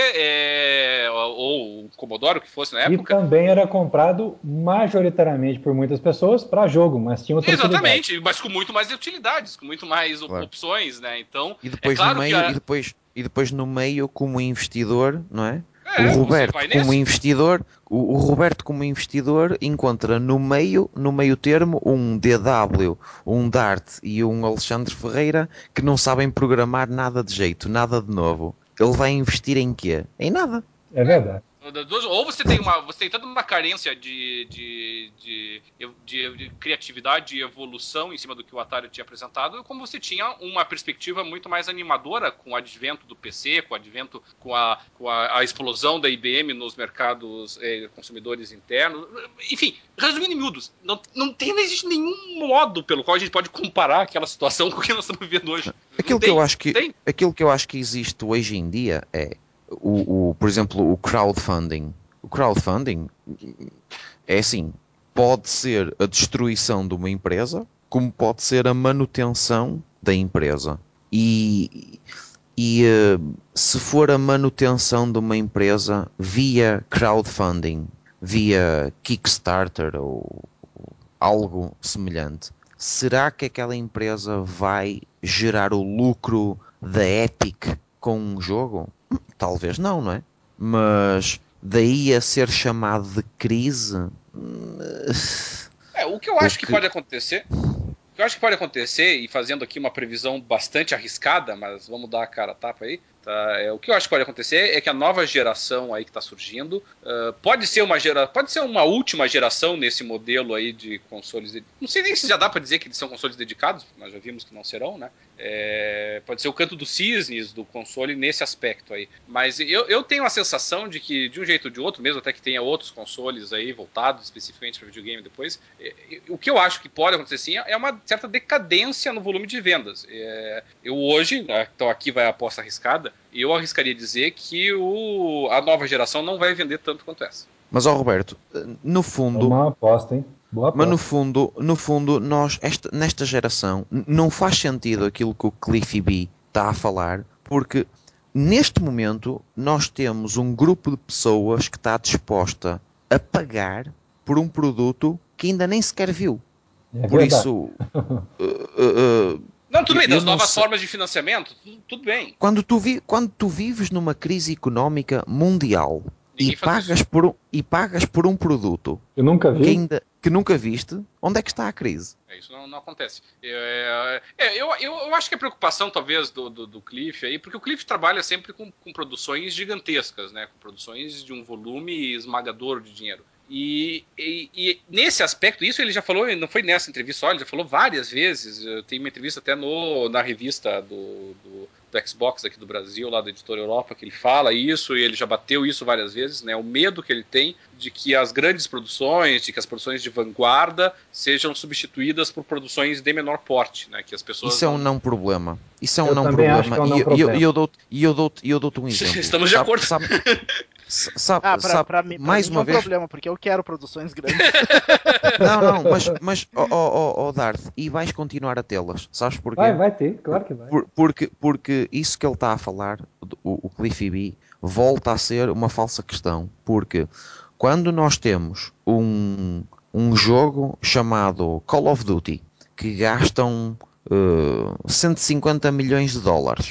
é, ou um Commodore, o que fosse na época. E também era comprado majoritariamente por muitas pessoas para jogo, mas tinha outra Exatamente, utilidade. mas com muito mais utilidades, com muito mais claro. opções, né? Então, e depois, é claro no meio, que a... e, depois, e depois no meio, como investidor, não é? É, o Roberto como nesse. investidor, o, o Roberto como investidor encontra no meio, no meio termo, um D W, um Dart e um Alexandre Ferreira que não sabem programar nada de jeito, nada de novo. Ele vai investir em quê? Em nada. É verdade. Ou você tem uma, você tem toda uma carência de, de, de, de, de criatividade e evolução em cima do que o Atari tinha apresentado, como você tinha uma perspectiva muito mais animadora com o advento do P C, com o advento, com a, com a, a explosão da I B M nos mercados eh, consumidores internos. Enfim, resumindo em miúdos, não, não, tem, não existe nenhum modo pelo qual a gente pode comparar aquela situação com o que nós estamos vivendo hoje. Aquilo, que eu, acho que, aquilo que eu acho que existe hoje em dia é O, o, por exemplo, o crowdfunding. O crowdfunding é assim, pode ser a destruição de uma empresa, como pode ser a manutenção da empresa. E, e se for a manutenção de uma empresa via crowdfunding, via Kickstarter ou algo semelhante, será que aquela empresa vai gerar o lucro da Epic com um jogo? Hum, talvez não, não é? Mas daí a ser chamado de crise... É, o que eu acho o que... que pode acontecer... O que eu acho que pode acontecer, e fazendo aqui uma previsão bastante arriscada, mas vamos dar a cara a tapa aí, tá? É, o que eu acho que pode acontecer é que a nova geração aí que está surgindo uh, pode ser uma gera, pode ser uma última geração nesse modelo aí de consoles. De, não sei nem se já dá para dizer que eles são consoles dedicados, nós já vimos que não serão, né? É, pode ser o canto dos cisnes do console nesse aspecto aí. Mas eu, eu tenho a sensação de que, de um jeito ou de outro, mesmo até que tenha outros consoles aí voltados especificamente para videogame depois, é, o que eu acho que pode acontecer sim é uma certa decadência no volume de vendas. É, eu hoje, então aqui vai a aposta arriscada, eu arriscaria dizer que o, a nova geração não vai vender tanto quanto essa. Mas, ó Roberto, no fundo... Uma aposta, hein? Boa aposta. Mas no fundo, no fundo nós, esta, nesta geração, não faz sentido aquilo que o Cliffy B está a falar, porque neste momento nós temos um grupo de pessoas que está disposta a pagar por um produto que ainda nem sequer viu. É Por verdade. isso... Uh, uh, uh, Não, tudo bem, das novas sei. formas de financiamento, tudo, tudo bem. Quando tu, vi, quando tu vives numa crise económica mundial e pagas, por, e pagas por um produto Eu nunca vi. que, ainda, que nunca viste, onde é que está a crise? É, isso não, não acontece. É, é, eu, eu, eu acho que a preocupação, talvez, do, do, do Cliff aí, porque o Cliff trabalha sempre com, com produções gigantescas, né? Com produções de um volume esmagador de dinheiro. E, e, e nesse aspecto, isso ele já falou, não foi nessa entrevista só, ele já falou várias vezes. Eu tenho uma entrevista até no, na revista do, do, do Xbox aqui do Brasil, lá da Editora Europa, que ele fala isso, e ele já bateu isso várias vezes, né? O medo que ele tem de que as grandes produções, de que as produções de vanguarda sejam substituídas por produções de menor porte, né? Que as pessoas Isso é um não... não problema. Isso é um Eu não também problema. acho que é um e não eu, problema. eu, eu dou-te eu dou eu dou um exemplo. Estamos de sabe, acordo. Sabe, sabe, Ah, pra, sabe, pra mim, pra mais mim uma é um vez. problema, porque eu quero produções grandes. Não, não, mas, mas oh, oh, oh, Darth, e vais continuar a tê-las. Sabes porquê? Vai, vai ter, claro que vai. Por, porque, porque isso que ele está a falar, o, o Cliffy B, volta a ser uma falsa questão. Porque quando nós temos um, um jogo chamado Call of Duty, que gastam uh, cento e cinquenta milhões de dólares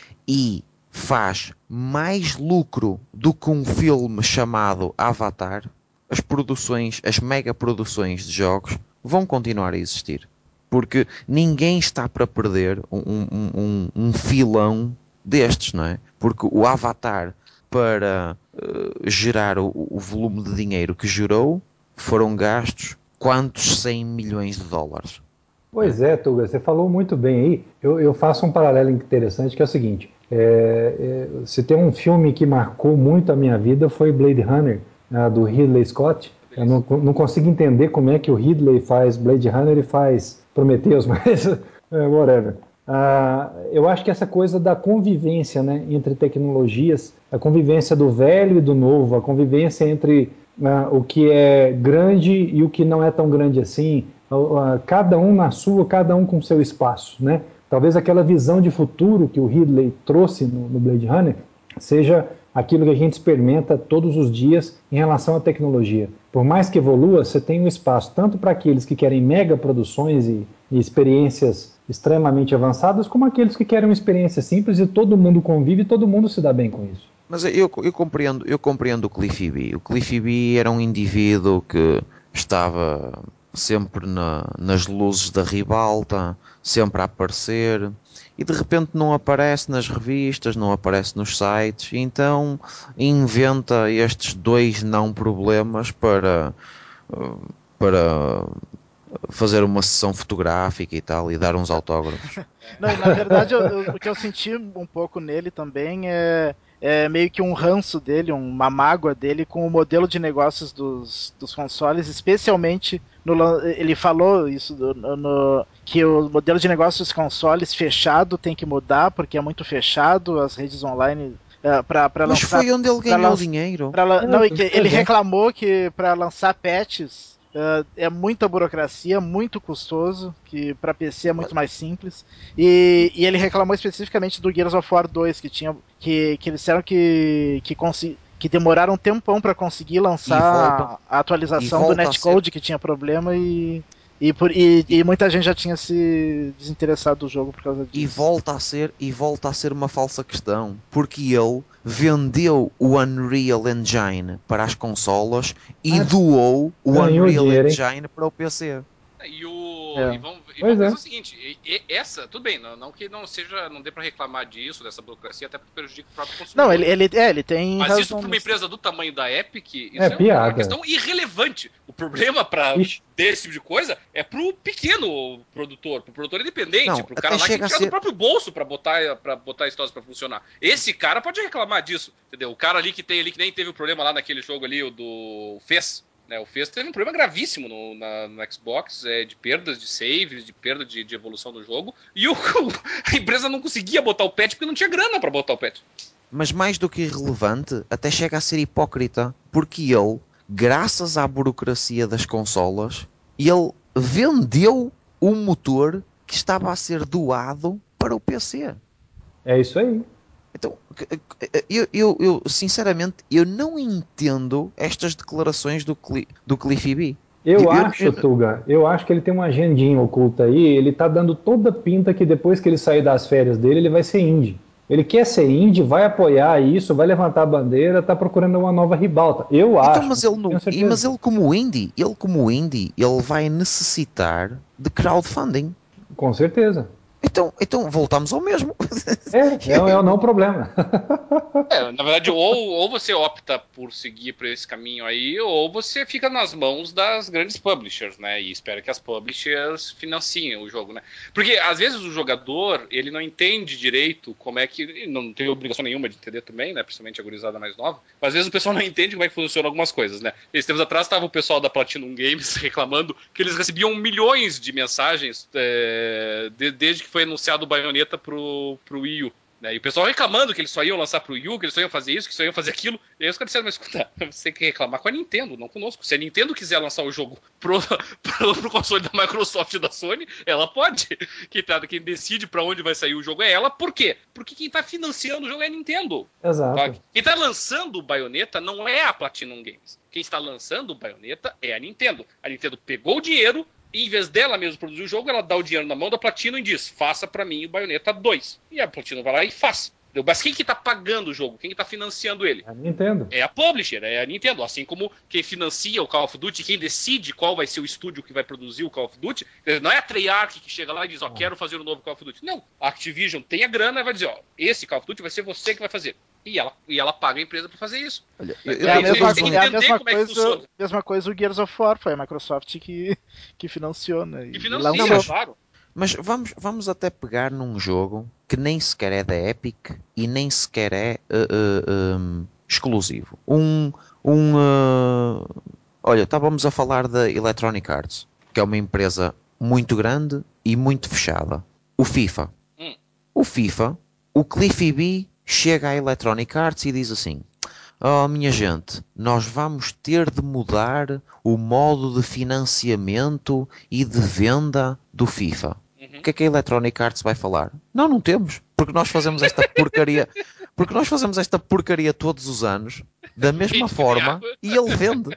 e faz mais lucro do que um filme chamado Avatar, as produções, as mega produções de jogos vão continuar a existir. Porque ninguém está para perder um, um, um, um filão destes, não é? Porque o Avatar, para uh, gerar o, o volume de dinheiro que gerou, foram gastos quantos cem milhões de dólares? Pois é, Tuga, você falou muito bem aí. Eu, eu faço um paralelo interessante que é o seguinte: é, é, se tem um filme que marcou muito a minha vida foi Blade Runner, né, do Ridley Scott. Eu não, não consigo entender como é que o Ridley faz Blade Runner e faz Prometheus, mas é, whatever. Ah, eu acho que essa coisa da convivência, né, entre tecnologias, a convivência do velho e do novo, a convivência entre ah, o que é grande e o que não é tão grande assim, cada um na sua, cada um com seu espaço, né? Talvez aquela visão de futuro que o Ridley trouxe no, no Blade Runner seja aquilo que a gente experimenta todos os dias em relação à tecnologia. Por mais que evolua, você tem um espaço tanto para aqueles que querem mega produções e, e experiências extremamente avançadas, como aqueles que querem uma experiência simples e todo mundo convive e todo mundo se dá bem com isso. Mas eu, eu, compreendo, eu compreendo o Cliffy B. O Cliffy B era um indivíduo que estava sempre na, nas luzes da ribalta, sempre a aparecer, e de repente não aparece nas revistas, não aparece nos sites, e então inventa estes dois não problemas para, para fazer uma sessão fotográfica e tal, e dar uns autógrafos. Não, e na verdade, eu, eu, o que eu senti um pouco nele também é, é meio que um ranço dele, uma mágoa dele com o modelo de negócios dos, dos consoles, especialmente no, ele falou isso no, no, que o modelo de negócios dos consoles fechado tem que mudar porque é muito fechado, as redes online uh, para lançar. Mas foi onde ele ganhou lança, dinheiro. Pra, não, ele reclamou que para lançar patches Uh, é muita burocracia, muito custoso, que para P C é muito mais simples. E, e ele reclamou especificamente do Gears of War dois, que tinha que, que eles disseram que que, consegui, que demoraram um tempão para conseguir lançar volta, a atualização do netcode que tinha problema e E, por, e, e muita gente já tinha se desinteressado do jogo por causa disso. E volta a ser, e volta a ser uma falsa questão, porque ele vendeu o Unreal Engine para as consolas e Ah, doou o ganhou Unreal dinheiro, hein? Engine para o P C. E, o, É. e vamos, e Pois vamos pensar é. o seguinte, e, e, essa, tudo bem, não, não que não seja, não dê pra reclamar disso, dessa burocracia, até porque prejudica o próprio consumidor. Não, ele, ele, é, ele tem Mas razão isso para uma nisso. empresa do tamanho da Epic, isso É é, piada. uma questão irrelevante. O problema para Ixi. desse tipo de coisa é pro pequeno produtor, pro produtor independente, Não, pro cara até lá que chega a tira ser- do próprio bolso para botar para botar esse troço para funcionar. Esse cara pode reclamar disso, entendeu? O cara ali que tem ali que nem teve o problema lá naquele jogo ali, o do Fez. Né, o Fez teve um problema gravíssimo no, na, no Xbox, é, de perdas de saves, de perda de, de evolução do jogo, e o, a empresa não conseguia botar o patch porque não tinha grana para botar o patch. Mas mais do que irrelevante, até chega a ser hipócrita, porque ele, graças à burocracia das consolas, ele vendeu o motor que estava a ser doado para o P C. É isso aí. Então, eu, eu, eu, sinceramente, eu não entendo estas declarações do, Cli, do Cliffy B. Eu, Eu, acho, eu, Tuga, eu acho que ele tem uma agendinha oculta aí, ele tá dando toda pinta que depois que ele sair das férias dele, ele vai ser indie. Ele quer ser indie, vai apoiar isso, vai levantar a bandeira, tá procurando uma nova ribalta. Eu então, acho, mas não ele, tenho não, certeza. mas ele como indie, ele como indie, ele vai necessitar de crowdfunding. Com certeza. Então, então voltamos ao mesmo. É, é, é o não problema. É, na verdade, ou, ou você opta por seguir por esse caminho aí, ou você fica nas mãos das grandes publishers, né? E espera que as publishers financiem o jogo, né? Porque às vezes o jogador, ele não entende direito como é que. Ele não tem obrigação nenhuma de entender também, né? Principalmente a gurizada mais nova. Mas às vezes o pessoal não entende como é que funcionam algumas coisas, né? Esses tempos atrás estava o pessoal da Platinum Games reclamando que eles recebiam milhões de mensagens é, de, desde que foi anunciado o Bayonetta pro, pro Wii U. Né? E o pessoal reclamando que eles só iam lançar pro Wii U, que eles só iam fazer isso, que só iam fazer aquilo. E aí os caras disseram, mas escuta, você tem que reclamar com a Nintendo, não conosco. Se a Nintendo quiser lançar o jogo pro, pro, pro console da Microsoft e da Sony, ela pode. Quem, tá, quem decide pra onde vai sair o jogo é ela. Por quê? Porque quem tá financiando o jogo é a Nintendo. Exato. Tá? Quem tá lançando o Bayonetta não é a Platinum Games. Quem está lançando o Bayonetta é a Nintendo. A Nintendo pegou o dinheiro e, em vez dela mesmo produzir o jogo, ela dá o dinheiro na mão da Platinum e diz, faça pra mim o Bayonetta dois. E a Platinum vai lá e faz. Mas quem que tá pagando o jogo? Quem que tá financiando ele? É a Nintendo. É a publisher, é a Nintendo. Assim como quem financia o Call of Duty, quem decide qual vai ser o estúdio que vai produzir o Call of Duty, não é a Treyarch que chega lá e diz, ó, oh, quero fazer um novo Call of Duty. Não, a Activision tem a grana e vai dizer, ó, esse Call of Duty vai ser você que vai fazer. E ela, e ela paga a empresa para fazer isso. Olha, eu, eu É a tenho- eu mesma, tenho- é a entender mesma como é que coisa, funciona. mesma coisa o Gears of War, foi a Microsoft que, que financiona. E E financia, Não, mas- claro. Mas vamos, vamos até pegar num jogo que nem sequer é da Epic e nem sequer é uh, uh, um, exclusivo. Um. um uh... Olha, estávamos a falar da Electronic Arts, que é uma empresa muito grande e muito fechada. O FIFA. Hum. O FIFA, o Cliffy B chega à Electronic Arts e diz assim: oh, minha gente, nós vamos ter de mudar o modo de financiamento e de venda do FIFA. Uhum. O que é que a Electronic Arts vai falar? Não, não temos, porque nós fazemos esta porcaria, porque nós fazemos esta porcaria todos os anos, da mesma forma, e ele vende.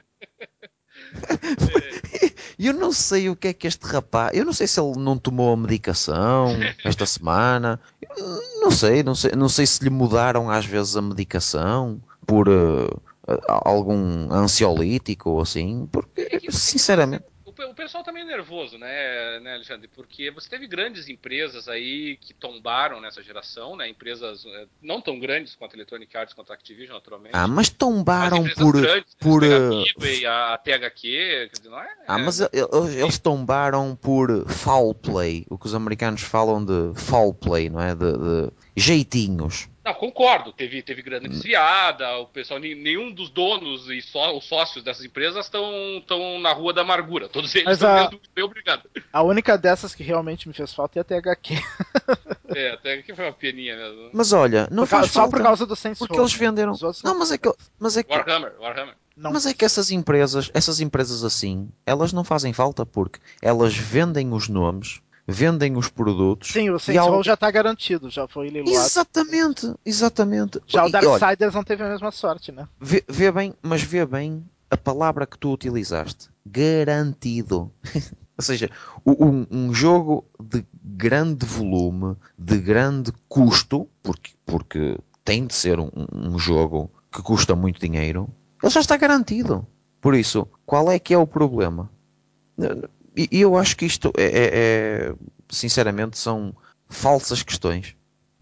Eu não sei o que é que este rapaz, eu não sei se ele não tomou a medicação esta semana, não sei, não sei, não sei se lhe mudaram às vezes a medicação por uh, algum ansiolítico ou assim, porque sinceramente O pessoal tá meio nervoso, né, né, Alexandre? Porque você teve grandes empresas aí que tombaram nessa geração, né? Empresas não tão grandes quanto a Electronic Arts, quanto a Activision, naturalmente. Ah, mas tombaram mas por grandes, por né? uh, A Midway, a T H Q, quer dizer, não é, ah, mas é, eles, eles tombaram por foul play, o que os americanos falam de foul play, não é? De, de jeitinhos. Não, concordo. Teve, teve grana desviada, o pessoal, nenhum dos donos e só, os sócios dessas empresas estão na rua da amargura. Todos eles estão a, dizendo bem obrigado. A única dessas que realmente me fez falta é a T H Q. É, até que foi uma peninha mesmo. Mas olha, não por faz só falta por causa do Saints porque Row. eles venderam. Não, Não, mas é que, mas é que, Warhammer, Warhammer. Não. mas é que essas empresas, essas empresas assim, elas não fazem falta porque elas vendem os nomes, vendem os produtos. Sim, o Saints Row já está garantido, já foi leiloado. Exatamente, exatamente. Já e, o Darksiders não teve a mesma sorte, né? Vê, vê bem, mas vê bem a palavra que tu utilizaste. Garantido. Ou seja, um, um jogo de grande volume, de grande custo, porque, porque tem de ser um, um jogo que custa muito dinheiro, ele já está garantido. Por isso, qual é que é o problema? E eu acho que isto, é, é, é, sinceramente, são falsas questões.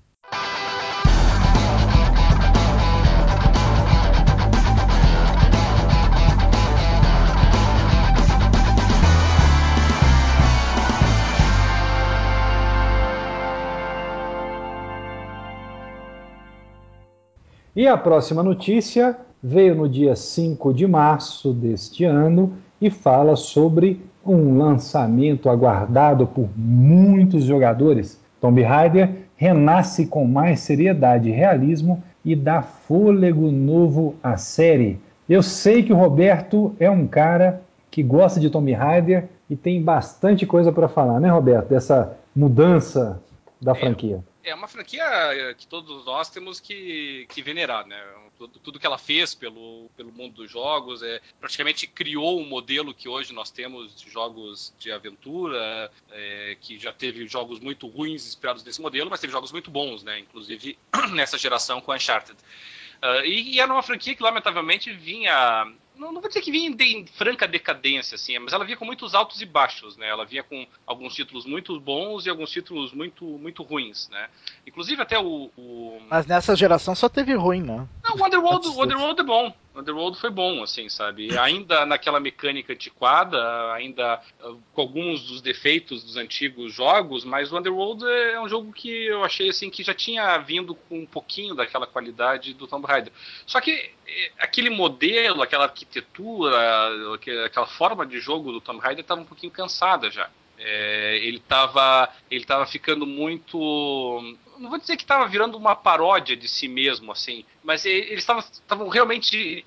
E a próxima notícia veio no dia cinco de março deste ano e fala sobre um lançamento aguardado por muitos jogadores. Tomb Raider renasce com mais seriedade e realismo e dá fôlego novo à série. Eu sei que o Roberto é um cara que gosta de Tomb Raider e tem bastante coisa para falar, né, Roberto? Dessa mudança da franquia. É uma franquia que todos nós temos que, que venerar, né? Tudo, tudo que ela fez pelo, pelo mundo dos jogos, é, praticamente criou um modelo que hoje nós temos de jogos de aventura, é, que já teve jogos muito ruins inspirados nesse modelo, mas teve jogos muito bons, né? Inclusive nessa geração com Uncharted. Uh, e, e era uma franquia que, lamentavelmente, vinha... Não, não vou dizer que vinha em, de, em franca decadência, assim, mas ela vinha com muitos altos e baixos, né? Ela vinha com alguns títulos muito bons e alguns títulos muito, muito ruins, né? Inclusive até o... o... Mas nessa geração só teve ruim, né? Não, o Underworld, o Underworld é bom. O Underworld foi bom, assim, sabe? Ainda naquela mecânica antiquada, ainda uh, com alguns dos defeitos dos antigos jogos, mas o Underworld é um jogo que eu achei, assim, que já tinha vindo com um pouquinho daquela qualidade do Tomb Raider. Só que aquele modelo, aquela arquitetura, aquela forma de jogo do Tomb Raider estava um pouquinho cansada já. É, ele estava ele tava ficando muito... Não vou dizer que estava virando uma paródia de si mesmo, assim, mas eles estavam realmente...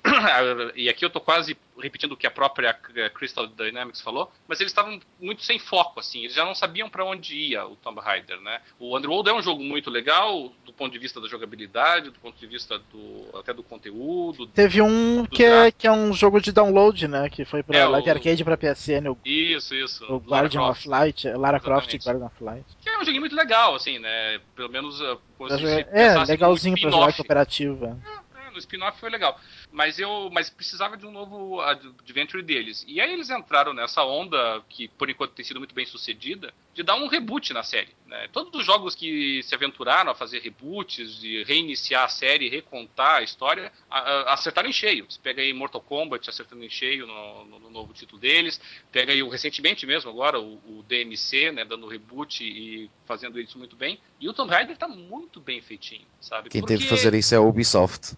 E aqui eu estou quase repetindo o que a própria Crystal Dynamics falou, mas eles estavam muito sem foco, assim, eles já não sabiam para onde ia o Tomb Raider, né? O Underworld é um jogo muito legal do ponto de vista da jogabilidade, do ponto de vista do, até do conteúdo. Teve um que é, que é um jogo de download, né? Que foi para é, Live o... Arcade para P S N. O... Isso, isso. O Guardian of Light, Lara Croft e Guardian of Light. Que é um joguinho muito legal, assim, né? Pelo menos se, se é, legalzinho pra jogar cooperativo. É, no spin-off foi legal. Mas eu mas precisava de um novo adventure deles. E aí eles entraram nessa onda, que por enquanto tem sido muito bem sucedida, de dar um reboot na série. Né? Todos os jogos que se aventuraram a fazer reboots, de reiniciar a série, recontar a história, a, a, acertaram em cheio. Você pega aí Mortal Kombat acertando em cheio no, no, no novo título deles, pega aí o, recentemente mesmo agora, o, o D M C, né, dando reboot e fazendo isso muito bem. E o Tomb Raider tá muito bem feitinho, sabe? Quem Porque... teve de fazer isso é a Ubisoft.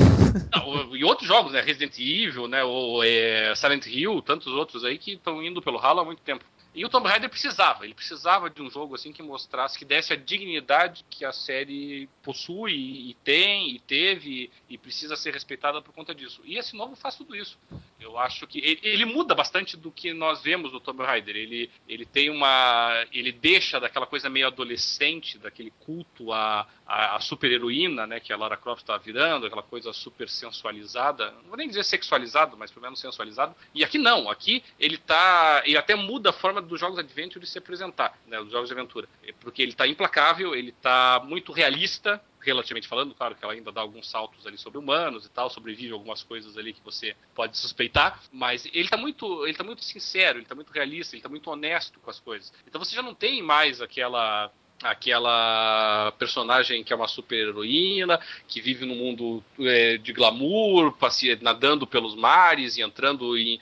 Não, e outros jogos, né? Resident Evil, né? Ou é, Silent Hill, tantos outros aí que estão indo pelo ralo há muito tempo. E o Tomb Raider precisava, ele precisava de um jogo assim que mostrasse, que desse a dignidade que a série possui e tem e teve e precisa ser respeitada por conta disso. E esse novo faz tudo isso. Eu acho que ele, ele muda bastante do que nós vemos no Tomb Raider. Ele, ele tem uma, ele deixa daquela coisa meio adolescente, daquele culto à, à, à super heroína, né, que a Lara Croft está virando, aquela coisa super sensualizada. Não vou nem dizer sexualizado, mas pelo menos sensualizado. E aqui não, aqui ele tá, ele até muda a forma dos jogos Adventure se apresentar, né, dos jogos de aventura, porque ele está implacável, ele está muito realista, relativamente falando, claro que ela ainda dá alguns saltos ali sobre humanos e tal, sobrevive algumas coisas ali que você pode suspeitar, mas ele está muito, ele tá muito sincero, ele está muito realista, ele está muito honesto com as coisas. Então você já não tem mais aquela aquela personagem que é uma super heroína, que vive num mundo é, de glamour, passe... nadando pelos mares e entrando em,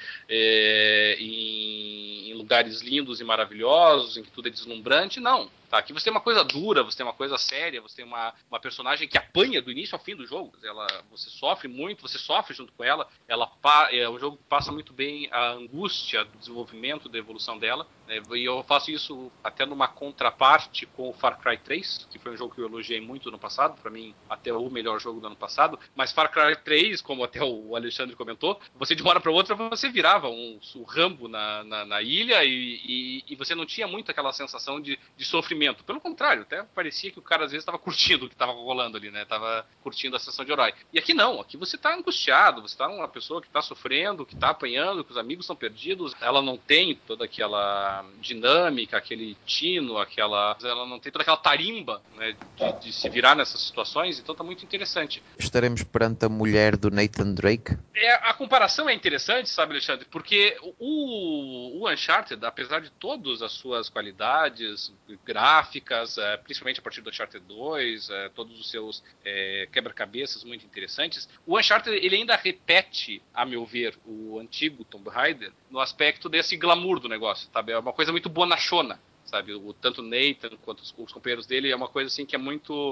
é, em, em lugares lindos e maravilhosos, em que tudo é deslumbrante. Não. Tá, aqui você tem uma coisa dura, você tem uma coisa séria, você tem uma, uma personagem que apanha do início ao fim do jogo. Ela, você sofre muito, você sofre junto com ela. ela é, o jogo passa muito bem a angústia do desenvolvimento, da evolução dela. Né, e eu faço isso até numa contraparte com o Far Cry três, que foi um jogo que eu elogiei muito no passado, para mim até o melhor jogo do ano passado. Mas Far Cry três, como até o Alexandre comentou, você de uma hora para outra você virava um, um Rambo na, na, na ilha e, e, e você não tinha muito aquela sensação de, de sofrimento sofrimento. Pelo contrário, até parecia que o cara às vezes estava curtindo o que estava rolando ali, né? Tava curtindo a sessão de herói. E aqui não, aqui você tá angustiado, você tá uma pessoa que tá sofrendo, que tá apanhando, que os amigos estão perdidos, ela não tem toda aquela dinâmica, aquele tino, aquela... ela não tem toda aquela tarimba, né, de, de se virar nessas situações, então tá muito interessante. Estaremos perante a mulher do Nathan Drake? É, a comparação é interessante, sabe, Alexandre? Porque o, o Uncharted, apesar de todas as suas qualidades gráficas, é, principalmente a partir do Uncharted dois, é, todos os seus é, quebra-cabeças muito interessantes, o Uncharted ele ainda repete, a meu ver, o antigo Tomb Raider no aspecto desse glamour do negócio, sabe? É uma coisa muito bonachona. Sabe, o, tanto o Nathan quanto os, os companheiros dele é uma coisa assim que é muito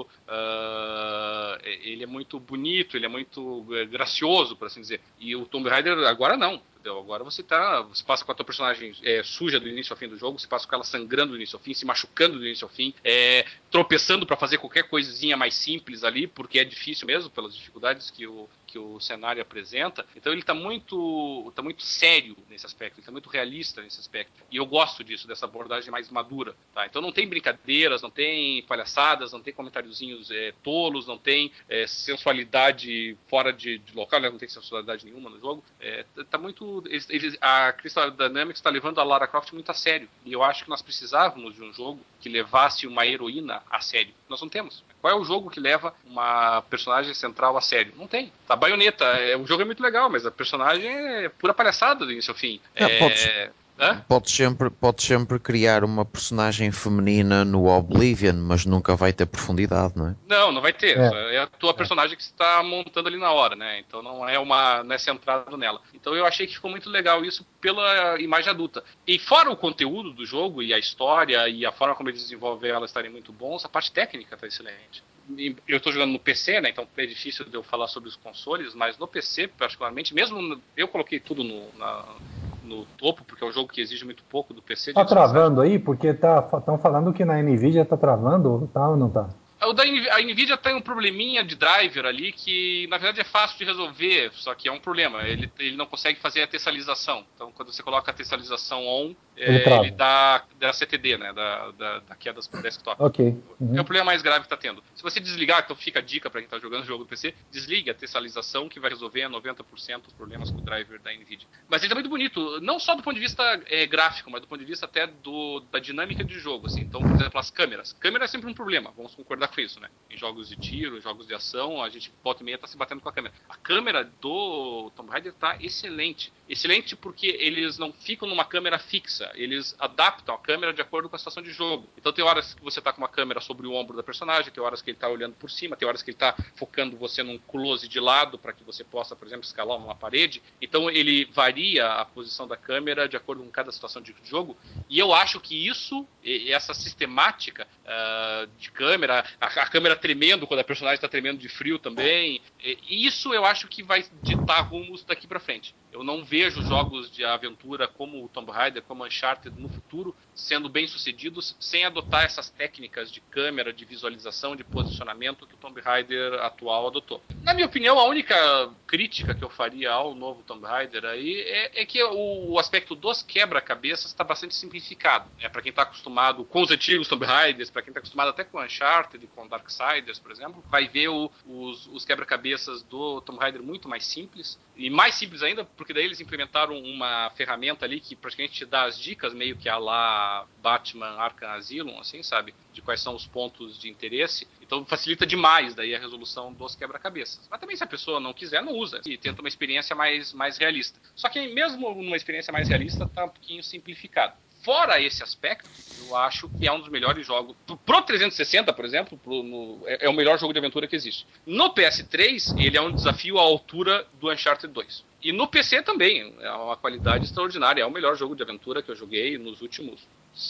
uh, ele é muito bonito, ele é muito uh, gracioso, por assim dizer. E o Tomb Raider agora não, entendeu? Agora você tá, você passa com a tua personagem é, suja do início ao fim do jogo, você passa com ela sangrando do início ao fim, se machucando do início ao fim, é, tropeçando para fazer qualquer coisinha mais simples ali, porque é difícil mesmo pelas dificuldades que o que o cenário apresenta. Então ele está muito, tá muito sério nesse aspecto, ele está muito realista nesse aspecto. E eu gosto disso, dessa abordagem mais madura. Tá? Então não tem brincadeiras, não tem palhaçadas, não tem comentáriozinhos é, tolos, não tem é, sensualidade fora de, de local, não tem sensualidade nenhuma no jogo. É, tá muito, eles, eles, a Crystal Dynamics está levando a Lara Croft muito a sério. E eu acho que nós precisávamos de um jogo que levasse uma heroína a sério. Nós não temos. Qual é o jogo que leva uma personagem central a sério? Não tem. Tá, Bayonetta, é, o jogo é muito legal, mas a personagem é pura palhaçada do início ao fim. Não, é... podes, podes, sempre, podes sempre criar uma personagem feminina no Oblivion, mas nunca vai ter profundidade, não é? Não, não vai ter. É. É a tua personagem que você está montando ali na hora, né? Então não é uma, não é centrado nela. Então eu achei que ficou muito legal isso pela imagem adulta. E fora o conteúdo do jogo e a história e a forma como eles desenvolvem ela estarem muito bons, a parte técnica está excelente. Eu estou jogando no P C, né? Então é difícil de eu falar sobre os consoles, mas no P C, particularmente, mesmo eu coloquei tudo no, na, no topo, porque é um jogo que exige muito pouco do P C. Tá travando aí? Porque estão tá, falando que na Nvidia tá travando, tá ou não tá? O da a Nvidia tem um probleminha de driver ali que, na verdade, é fácil de resolver, só que é um problema. Ele, ele não consegue fazer a tessalização. Então, quando você coloca a tessalização on, Ele, é, ele dá, dá C T D, né? Da, da, da quedas pro desktop. Ok. Uhum. É o problema mais grave que tá tendo. Se você desligar, então fica a dica para quem tá jogando o jogo do P C, desligue a tessalização que vai resolver noventa por cento dos problemas com o driver da Nvidia. Mas ele tá muito bonito, não só do ponto de vista é, gráfico, mas do ponto de vista até do, da dinâmica de jogo. Assim. Então, por exemplo, as câmeras. Câmera é sempre um problema, vamos concordar com isso, né? Em jogos de tiro, em jogos de ação, a gente volta e meia tá se batendo com a câmera. A câmera do Tomb Raider tá excelente. Excelente porque eles não ficam numa câmera fixa, eles adaptam a câmera de acordo com a situação de jogo. Então tem horas que você tá com uma câmera sobre o ombro da personagem, tem horas que ele tá olhando por cima, tem horas que ele tá focando você num close de lado para que você possa, por exemplo, escalar uma parede. Então ele varia a posição da câmera de acordo com cada situação de jogo. E eu acho que isso, essa sistemática uh, de câmera, a, a câmera tremendo quando a personagem está tremendo de frio também, isso eu acho que vai ditar rumos daqui para frente. Eu não vejo jogos de aventura como o Tomb Raider, como Uncharted no futuro, sendo bem sucedidos sem adotar essas técnicas de câmera, de visualização, de posicionamento que o Tomb Raider atual adotou. Na minha opinião, a única crítica que eu faria ao novo Tomb Raider aí é, é que o, o aspecto dos quebra-cabeças está bastante simplificado. É, para quem está acostumado com os antigos Tomb Raiders, para quem está acostumado até com Uncharted, com Darksiders, por exemplo, vai ver o, os, os quebra-cabeças do Tomb Raider muito mais simples, e mais simples ainda, porque daí eles implementaram uma ferramenta ali que praticamente te dá as dicas, meio que a lá Batman Arkham Asylum, assim, sabe? De quais são os pontos de interesse. Então facilita demais daí a resolução dos quebra-cabeças. Mas também se a pessoa não quiser, não usa. E tenta uma experiência mais, mais realista. Só que mesmo numa experiência mais realista, tá um pouquinho simplificado. Fora esse aspecto, eu acho que é um dos melhores jogos. Pro trezentos e sessenta, por exemplo, pro, no, é, é o melhor jogo de aventura que existe. No P S três, ele é um desafio à altura do Uncharted dois. E no P C também, é uma qualidade extraordinária. É o melhor jogo de aventura que eu joguei nos últimos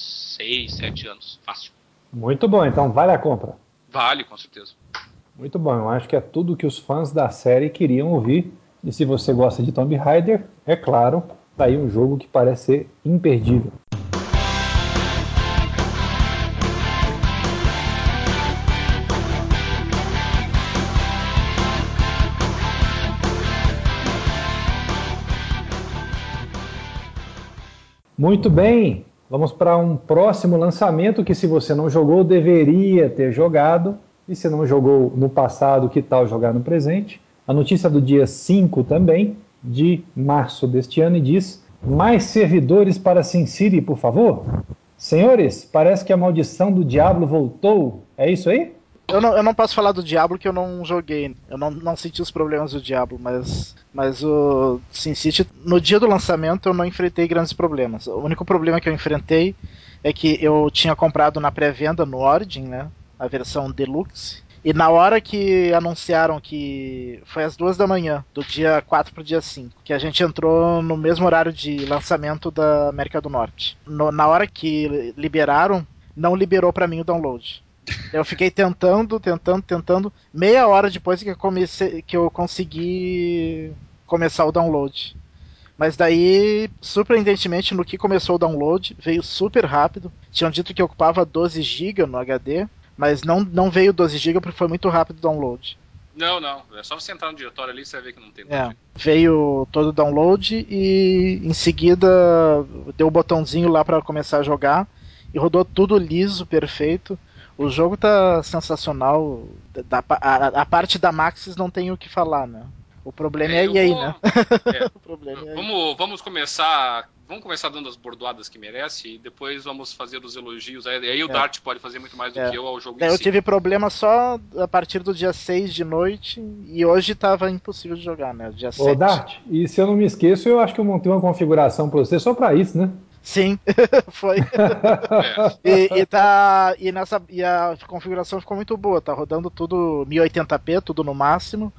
seis, sete anos. Fácil. Muito bom, então vale a compra. Vale, com certeza. Muito bom, eu acho que é tudo que os fãs da série queriam ouvir. E se você gosta de Tomb Raider, é claro, tá aí um jogo que parece ser imperdível. Muito bem, Vamos para um próximo lançamento que, se você não jogou, deveria ter jogado. E se não jogou no passado, que tal jogar no presente? A notícia do dia cinco também, de março deste ano, e diz: mais servidores para SimCity, por favor? Senhores, parece que a maldição do Diablo voltou. É isso aí? Eu não, eu não posso falar do Diablo que eu não joguei. Eu não, não senti os problemas do Diablo, mas, mas o SimCity, no dia do lançamento, eu não enfrentei grandes problemas. O único problema que eu enfrentei é que eu tinha comprado na pré-venda no Origin, né? A versão Deluxe. E na hora que anunciaram que foi às duas da manhã, do dia quatro pro dia cinco, que a gente entrou no mesmo horário de lançamento da América do Norte. No, na hora que liberaram, não liberou pra mim o download. Eu fiquei tentando, tentando, tentando. Meia hora depois que eu, comecei, que eu consegui começar o download. Mas daí, surpreendentemente, no que começou o download, veio super rápido. Tinham dito que ocupava doze gigas no H D, mas não, não veio doze gigas porque foi muito rápido o download. Não, não. É só você entrar no diretório ali e você vai ver que não tem. É, veio todo o download e em seguida deu o botãozinho lá para começar a jogar e rodou tudo liso, perfeito. O jogo tá sensacional. Da, a, a parte da Maxis não tem o que falar, né? O problema é, é a E A, vou... né? É. o problema é vamos, vamos começar. Vamos começar dando as bordoadas que merece e depois vamos fazer os elogios. Aí o é. Dart pode fazer muito mais do é. que eu ao jogo é, em Eu si. tive problema só a partir do dia seis de noite e hoje tava impossível de jogar, né? Dia Ô, sete. Dart, e se eu não me esqueço, eu acho que eu montei uma configuração para você só para isso, né? Sim, foi. é. e, e, tá, e, nessa, e a configuração ficou muito boa, tá rodando tudo mil e oitenta p, tudo no máximo,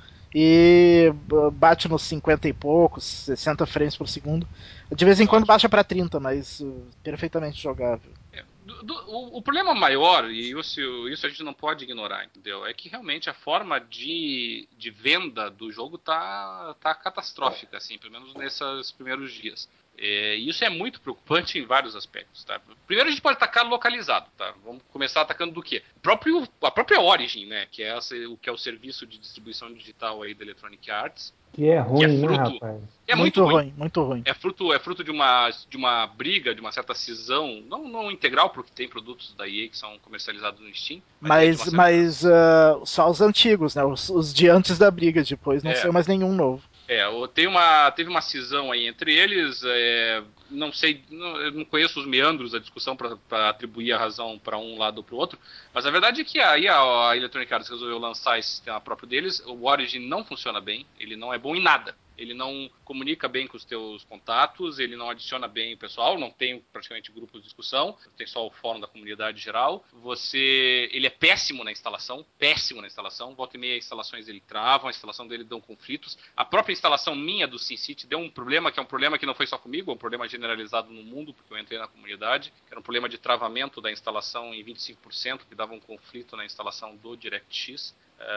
e bate nos cinquenta e poucos, sessenta frames por segundo. De vez em quando baixa para trinta, mas uh, perfeitamente jogável. É, do, do, o, o problema maior, e isso, isso a gente não pode ignorar, entendeu? É que realmente a forma de, de venda do jogo tá, tá catastrófica, assim, pelo menos nesses primeiros dias. É, e isso é muito preocupante em vários aspectos, tá? Primeiro a gente pode atacar localizado, tá? Vamos começar atacando do quê? O próprio, a própria Origin, né? Que é, essa, o, que é o serviço de distribuição digital aí da Electronic Arts. Que é ruim, que é fruto, né, rapaz? É muito, muito ruim, ruim, muito ruim. É fruto, é fruto de, uma, de uma briga, de uma certa cisão, não, não integral, porque tem produtos da E A que são comercializados no Steam. Mas, mas, é certa... mas uh, só os antigos, né? Os, os de antes da briga, depois não é. saiu mais nenhum novo. É, tem uma, teve uma cisão aí entre eles, é, não sei, não, eu não conheço os meandros da discussão para atribuir a razão para um lado ou para o outro, mas a verdade é que aí a, a Electronic Arts resolveu lançar esse sistema próprio deles, o Origin não funciona bem, ele não é bom em nada. Ele não comunica bem com os teus contatos, ele não adiciona bem o pessoal, não tem praticamente grupos de discussão, tem só o fórum da comunidade geral. Você, ele é péssimo na instalação, péssimo na instalação. Volta e meia, as instalações dele travam, a instalação dele dão conflitos. A própria instalação minha do SimCity deu um problema, que é um problema que não foi só comigo, é um problema generalizado no mundo, porque eu entrei na comunidade, que era um problema de travamento da instalação em vinte e cinco por cento, que dava um conflito na instalação do DirectX.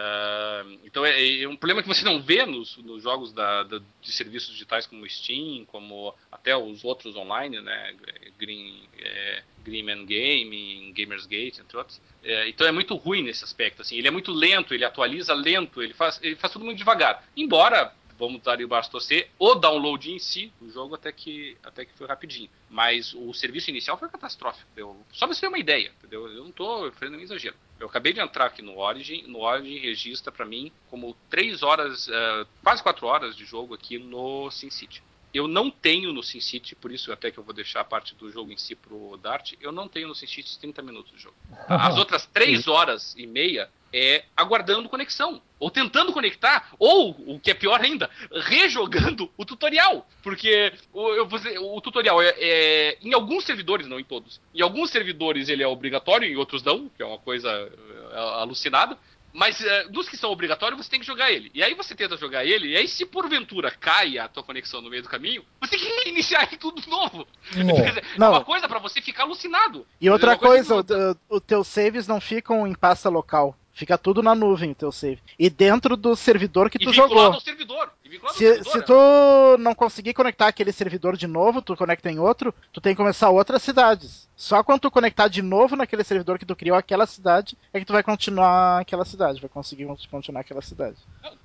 Uh, então é, é um problema que você não vê nos, nos jogos da, da, de serviços digitais como o Steam, como até os outros online, né? Green, é, Greenman Gaming, Gamersgate, entre outros. É, então é muito ruim nesse aspecto. Assim, ele é muito lento, ele atualiza lento, ele faz, ele faz tudo muito devagar. Embora, vamos dar o braço torcer, o download em si do jogo até que, até que foi rapidinho. Mas o serviço inicial foi catastrófico. Entendeu? Só pra você ter uma ideia, entendeu? Eu não estou fazendo nenhum exagero. Eu acabei de entrar aqui no Origin, no Origin registra para mim como três horas, uh, quase quatro horas de jogo aqui no SimCity. Eu não tenho no SimCity, por isso até que eu vou deixar a parte do jogo em si pro Dart, eu não tenho no SimCity trinta minutos de jogo. As outras três horas e meia é aguardando conexão, ou tentando conectar, ou, o que é pior ainda, rejogando o tutorial. Porque o, eu, o tutorial é, é, em alguns servidores, não em todos, em alguns servidores ele é obrigatório, em outros não, que é uma coisa é, alucinada. Mas uh, dos que são obrigatórios, você tem que jogar ele. E aí você tenta jogar ele, e aí se porventura cai a tua conexão no meio do caminho, você tem que iniciar tudo de novo. Não. Quer dizer, não. É uma coisa pra você ficar alucinado. E outra coisa, coisa os teus saves não ficam em pasta local. Fica tudo na nuvem o teu save. E dentro do servidor que e tu jogou. Ao servidor. E vinculado se, ao servidor. Se tu não conseguir conectar aquele servidor de novo, tu conecta em outro, tu tem que começar outras cidades. Só quando tu conectar de novo naquele servidor que tu criou aquela cidade, é que tu vai continuar aquela cidade, vai conseguir continuar aquela cidade.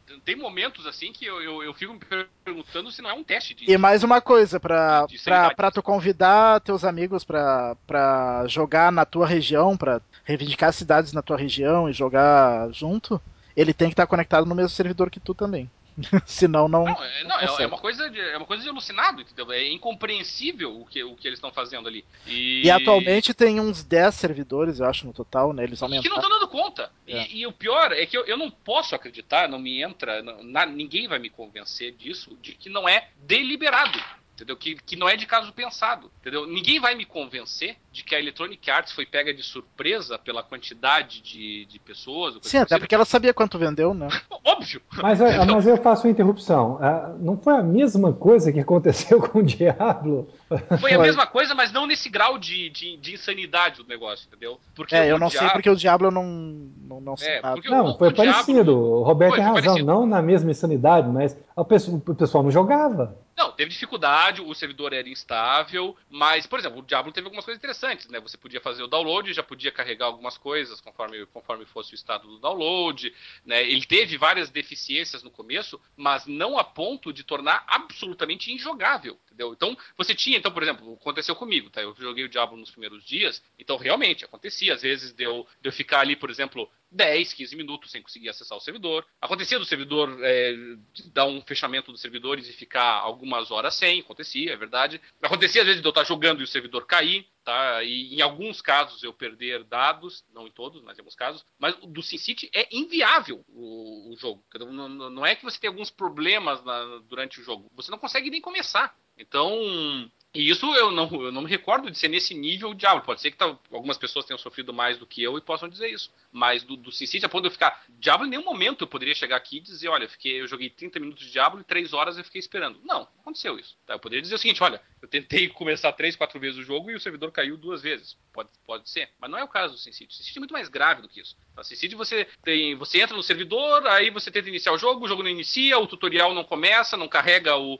tem momentos assim que eu, eu, eu fico me perguntando se não é um teste de... E mais uma coisa, pra, de, de pra, pra tu convidar teus amigos pra, pra jogar na tua região, pra reivindicar cidades na tua região e jogar junto, ele tem que estar conectado no mesmo servidor que tu também. Senão não. Não, é, não, é, é, uma coisa de, é uma coisa de alucinado, entendeu? É incompreensível o que, o que eles estão fazendo ali. E... e atualmente tem uns dez servidores, eu acho, no total, né? Eles aumentaram. Que não estão dando conta. É. E, e o pior é que eu, eu não posso acreditar, não me entra, não, na, ninguém vai me convencer disso, de que não é deliberado. Entendeu? Que, que não é de caso pensado, entendeu? Ninguém vai me convencer de que a Electronic Arts foi pega de surpresa pela quantidade de, de pessoas. Sim, até porque ela sabia quanto vendeu, né? Óbvio. Mas, mas eu faço uma interrupção. Não foi a mesma coisa que aconteceu com o Diablo? Foi a mesma coisa, mas não nesse grau de, de, de insanidade do negócio, entendeu? Porque é, eu não Diablo... sei porque o Diablo não não, não é, porque Não, o, foi o parecido. Diablo... O Roberto foi, tem razão, parecido. não na mesma insanidade, mas o pessoal não jogava. Não, teve dificuldade, o servidor era instável, mas, por exemplo, o Diablo teve algumas coisas interessantes, né? Você podia fazer o download, já podia carregar algumas coisas conforme, conforme fosse o estado do download, né? Ele teve várias deficiências no começo, mas não a ponto de tornar absolutamente injogável, entendeu? Então, você tinha, então, por exemplo, aconteceu comigo, tá? Eu joguei o Diablo nos primeiros dias, então realmente acontecia, às vezes deu de eu ficar ali, por exemplo, dez, quinze minutos sem conseguir acessar o servidor. Acontecia do servidor é, dar um fechamento dos servidores e ficar algumas horas sem, acontecia, é verdade. Acontecia às vezes de eu estar jogando e o servidor cair, tá? E em alguns casos eu perder dados, não em todos, mas em alguns casos. Mas do SimCity é inviável o, o jogo. Não, não é que você tem alguns problemas na, durante o jogo, você não consegue nem começar. Então, e isso eu não, eu não me recordo de ser nesse nível de Diablo. Pode ser que tá, algumas pessoas tenham sofrido mais do que eu e possam dizer isso. Mas do, do SimCity, a ponto de eu ficar... Diablo, em nenhum momento eu poderia chegar aqui e dizer, olha, eu, fiquei, eu joguei trinta minutos de Diablo e três horas eu fiquei esperando. Não, não aconteceu isso. Tá? Eu poderia dizer o seguinte, olha, eu tentei começar três, quatro vezes o jogo e o servidor caiu duas vezes. Pode, pode ser, mas não é o caso do SimCity. O SimCity é muito mais grave do que isso. No SimCity você, tem, você entra no servidor, aí você tenta iniciar o jogo, o jogo não inicia, o tutorial não começa, não carrega, o,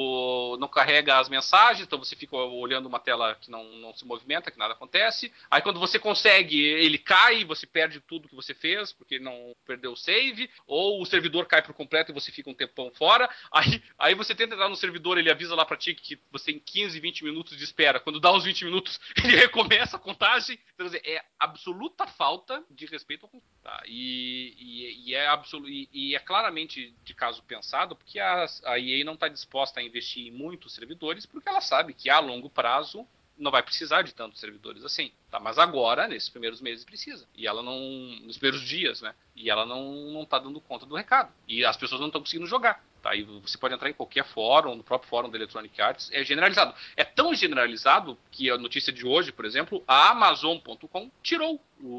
o, não carrega as mensagens, então você fica olhando uma tela que não, não se movimenta, que nada acontece. Aí quando você consegue, ele cai, você perde tudo que você fez, porque não perdeu o save, ou o servidor cai por completo e você fica um tempão fora. Aí, aí você tenta entrar no servidor, ele avisa lá pra ti que você tem quinze, vinte minutos de espera. Quando dá os vinte minutos, ele recomeça a contagem. Então, é absoluta falta de respeito ao computador. Tá? E, e, e, é absolu, e, e é claramente de caso pensado, porque a, a E A não está disposta a investir em muitos servidores, porque ela sabe que a longo prazo não vai precisar de tantos servidores assim, tá? Mas agora, nesses primeiros meses, precisa. E ela não... Nos primeiros dias, né? E ela não, não tá dando conta do recado. E as pessoas não estão conseguindo jogar. Tá? E você pode entrar em qualquer fórum, no próprio fórum da Electronic Arts. É generalizado. É tão generalizado que a notícia de hoje, por exemplo, a Amazon ponto com tirou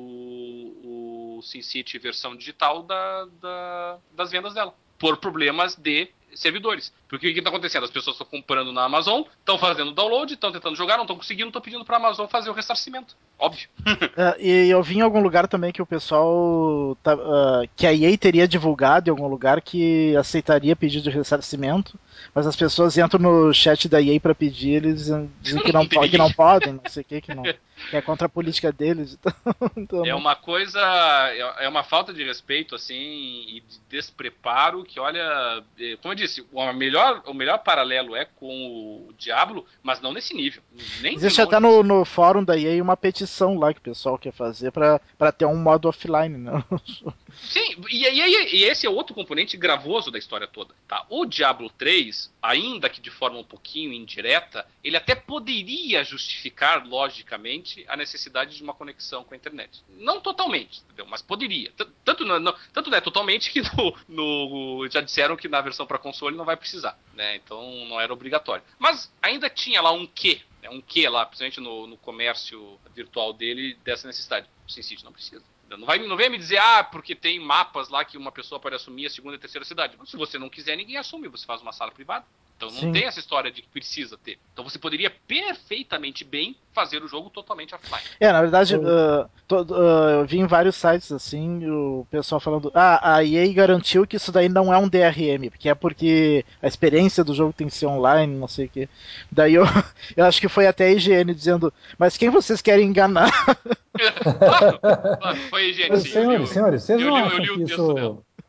o, o SimCity versão digital da, da, das vendas dela. Por problemas de servidores. Porque o que está acontecendo? As pessoas estão comprando na Amazon, estão fazendo download, estão tentando jogar, não estão conseguindo, estão pedindo para a Amazon fazer o ressarcimento. Óbvio. É, e eu vi em algum lugar também que o pessoal tá, uh, que a E A teria divulgado em algum lugar que aceitaria pedido de ressarcimento, mas as pessoas entram no chat da E A para pedir, eles dizem que não, que não podem, não sei o que, que não, que é contra a política deles. Então, então, é uma coisa, é uma falta de respeito assim e de despreparo que, olha, como eu disse, o melhor, o melhor paralelo é com o Diablo, mas não nesse nível. Nem existe até no, no fórum da E A uma petição lá que o pessoal quer fazer para ter um modo offline, né? Sim, e, e, e esse é outro componente gravoso da história toda. Tá? O Diablo três, ainda que de forma um pouquinho indireta, ele até poderia justificar logicamente a necessidade de uma conexão com a internet. Não totalmente, entendeu? Mas poderia. Tanto não, não, tanto não é totalmente que no, no, já disseram que na versão para console não vai precisar, né? Então não era obrigatório. Mas ainda tinha lá um quê, né? Um quê lá, principalmente no, no comércio virtual dele, dessa necessidade. O SimCity não precisa. Não, vai, não venha me dizer, ah, porque tem mapas lá que uma pessoa pode assumir a segunda e a terceira cidade. Mas se você não quiser, ninguém assume, você faz uma sala privada. Então não Sim. tem essa história de que precisa ter. Então você poderia perfeitamente bem fazer o jogo totalmente offline. É, na verdade, uh, to, uh, eu vi em vários sites assim, o pessoal falando, ah, a E A garantiu que isso daí não é um D R M, porque é porque a experiência do jogo tem que ser online, não sei o que. Daí eu, eu acho que foi até a I G N dizendo, mas quem vocês querem enganar? claro, claro, foi a I G N, sim. Senhores, li, senhores, vocês eu não li, acham eu li que isso...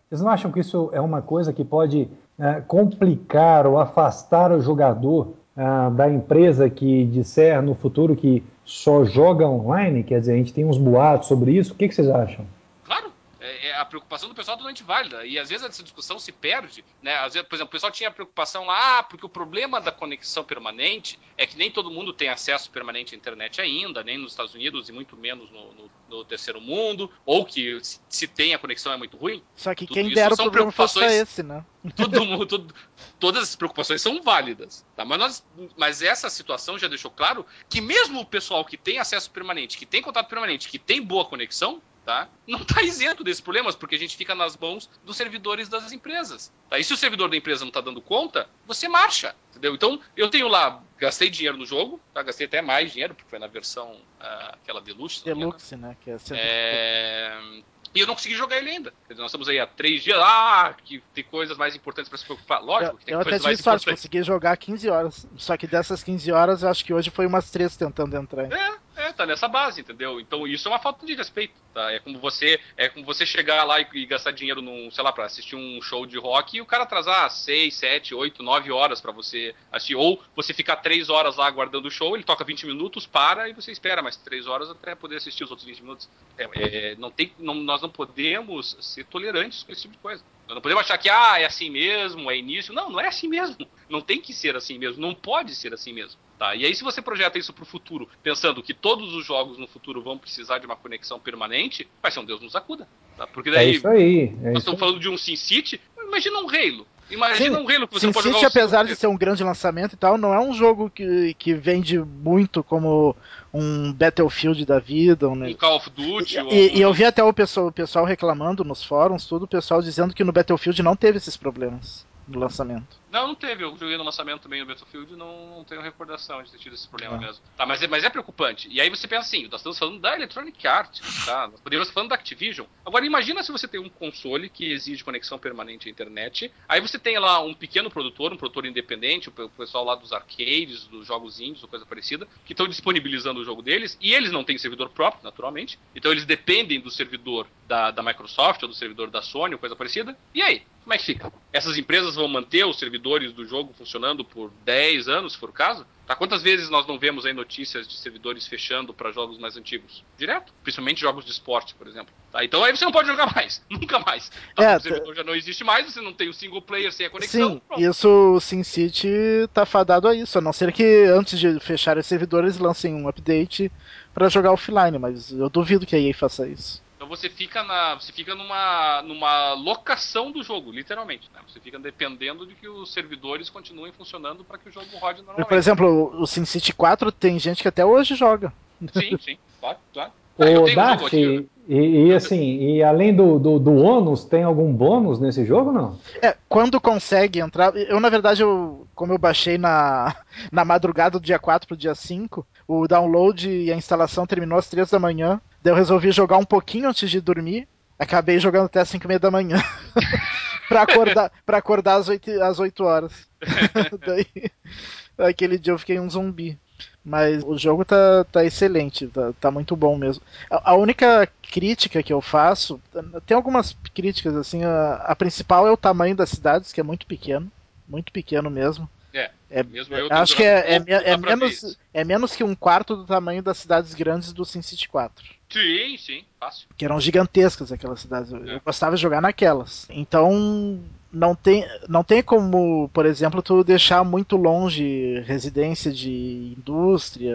Vocês não acham que isso é uma coisa que pode é, complicar ou afastar o jogador é, da empresa que disser no futuro que só joga online? Quer dizer, a gente tem uns boatos sobre isso. O que, que vocês acham? Claro. É, a preocupação do pessoal é totalmente válida. E às vezes essa discussão se perde, né? Às vezes, por exemplo, o pessoal tinha a preocupação lá, ah, porque o problema da conexão permanente é que nem todo mundo tem acesso permanente à internet ainda, nem nos Estados Unidos e muito menos no, no, no terceiro mundo, ou que se, se tem a conexão é muito ruim. Só que Tudo quem isso dera o são problema fosse só preocupações. esse, né? Todo mundo, todo, todas as preocupações são válidas, tá? Mas, nós, mas essa situação já deixou claro que mesmo o pessoal que tem acesso permanente, que tem contato permanente, que tem boa conexão, tá? Não está isento desses problemas, porque a gente fica nas mãos dos servidores das empresas. Tá? E se o servidor da empresa não está dando conta, você marcha, entendeu? Então, eu tenho lá, gastei dinheiro no jogo, tá? Gastei até mais dinheiro, porque foi na versão uh, aquela Deluxe. Deluxe, né? Que é, é... E eu não consegui jogar ele ainda. Quer dizer, nós estamos aí há três dias. Ah, que tem coisas mais importantes para se preocupar. Lógico eu, que tem eu coisas até mais tive sorte, importantes. consegui jogar quinze horas. Só que dessas quinze horas, eu acho que hoje foi umas três tentando entrar. É, é, tá nessa base, entendeu? Então isso é uma falta de respeito, tá? É como você, é como você chegar lá e, e gastar dinheiro num, sei lá, pra assistir um show de rock e o cara atrasar seis, sete, oito, nove horas pra você assistir. Ou você ficar três horas lá aguardando o show, ele toca vinte minutos, para e você espera mais três horas até poder assistir os outros vinte minutos. É, é, não tem, não, nós não podemos ser tolerantes com esse tipo de coisa. Nós não podemos achar que, ah, é assim mesmo, é início. Não, não é assim mesmo. Não tem que ser assim mesmo. Não pode ser assim mesmo. Tá? E aí, se você projeta isso para o futuro, pensando que todos os jogos no futuro vão precisar de uma conexão permanente, vai ser um Deus nos acuda. Tá? Porque daí, é isso aí. É nós isso estamos aí. falando de um SimCity, imagina um Halo. Imagina Sim, um Halo que você Sin pode City, jogar o apesar de ser um grande lançamento e tal, não é um jogo que, que vende muito como um Battlefield da vida. Um, um Call of Duty. E, ou e, e eu jogo... vi até o pessoal, o pessoal reclamando nos fóruns, tudo, o pessoal dizendo que no Battlefield não teve esses problemas no lançamento. Não, não teve. Eu joguei no lançamento também no Battlefield e não, não tenho recordação de ter tido esse problema Ah. mesmo. Tá, mas é, mas é preocupante. E aí você pensa assim, nós estamos falando da Electronic Arts, tá? Nós poderíamos estar falando da Activision. Agora imagina se você tem um console que exige conexão permanente à internet, aí você tem lá um pequeno produtor, um produtor independente, o pessoal lá dos arcades, dos jogos indies ou coisa parecida, que estão disponibilizando o jogo deles, e eles não têm servidor próprio, naturalmente, então eles dependem do servidor da, da Microsoft ou do servidor da Sony ou coisa parecida. E aí? Como é que fica? Essas empresas vão manter os servidores do jogo funcionando por dez anos, se for o caso? Tá? Quantas vezes nós não vemos aí notícias de servidores fechando para jogos mais antigos? Direto. Principalmente jogos de esporte, por exemplo. Tá? Então aí você não pode jogar mais. Nunca mais. Tá? É, o servidor já não existe mais, você não tem o single player sem a conexão. Sim, pronto. isso o SimCity tá fadado a isso, a não ser que antes de fechar os servidores lancem um update para jogar offline, mas eu duvido que a E A faça isso. Então você fica na, você fica numa, numa locação do jogo, literalmente. Né? Você fica dependendo de que os servidores continuem funcionando para que o jogo rode normalmente. Por exemplo, o SimCity quatro tem gente que até hoje joga. Sim, sim, claro, claro. O eu tenho um Daft, jogo aqui. e, e assim, e além do, do, do ônus, tem algum bônus nesse jogo, não? É, quando consegue entrar. Eu, na verdade, eu, como eu baixei na, na madrugada do dia quatro pro dia cinco, o download e a instalação terminou às três da manhã. Daí eu resolvi jogar um pouquinho antes de dormir. Acabei jogando até às cinco e meia da manhã. pra acordar, pra acordar às oito, às oito horas. Daí, aquele dia eu fiquei um zumbi. Mas o jogo tá, tá excelente, tá, tá muito bom mesmo. A, a única crítica que eu faço, tem algumas críticas assim, a, a principal é o tamanho das cidades, que é muito pequeno, muito pequeno mesmo. É, É, mesmo eu acho que é, é, pouco, é, menos, é menos que um quarto do tamanho das cidades grandes do SimCity quatro. Sim, sim, fácil. Que eram gigantescas aquelas cidades. Eu, É. eu gostava de jogar naquelas. Então, não tem, não tem como, por exemplo, tu deixar muito longe residência de indústria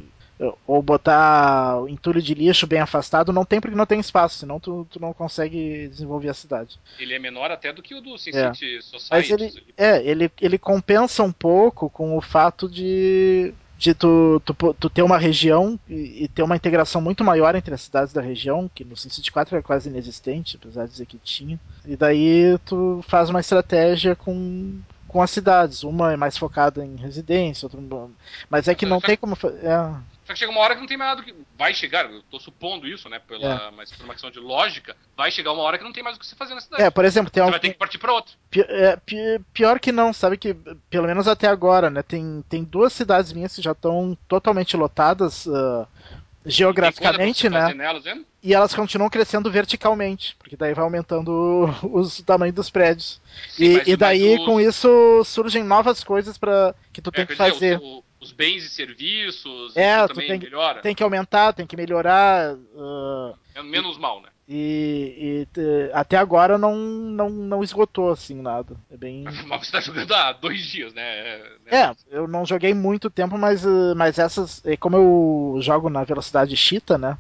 ou botar entulho de lixo bem afastado. Não tem porque não tem espaço, senão tu, tu não consegue desenvolver a cidade. Ele é menor até do que o do É. SimCity Society. Mas ele, é, ele, ele compensa um pouco com o fato de de tu, tu, tu ter uma região e, e ter uma integração muito maior entre as cidades da região, que no SimCity quatro era quase inexistente, apesar de dizer que tinha. E daí tu faz uma estratégia com, com as cidades. Uma é mais focada em residência, outra... mas é que não tem como... É... Só que chega uma hora que não tem mais nada do que... Vai chegar, eu tô supondo isso, né, pela... É. mas por uma questão de lógica, vai chegar uma hora que não tem mais o que se fazer na cidade. É, por exemplo, tem Você algum... vai ter que partir pra outra. Pior, é, pior que não, sabe que, pelo menos até agora, né, tem, tem duas cidades minhas que já estão totalmente lotadas, uh, geograficamente, né? Nelas, né? E elas continuam crescendo verticalmente, porque daí vai aumentando o, o tamanho dos prédios. Sim, e, mas, e daí, os... com isso, surgem novas coisas para que tu é, tem que fazer. Dizer, os, os bens e serviços, é, isso tu também tem, melhora? Tem que aumentar, tem que melhorar. Uh, Menos e, mal, né? E, e te, até agora não, não, não esgotou assim nada. É bem. Mas você tá jogando há dois dias, né? É, é, eu não joguei muito tempo, mas, mas essas. Como eu jogo na velocidade cheetah, né?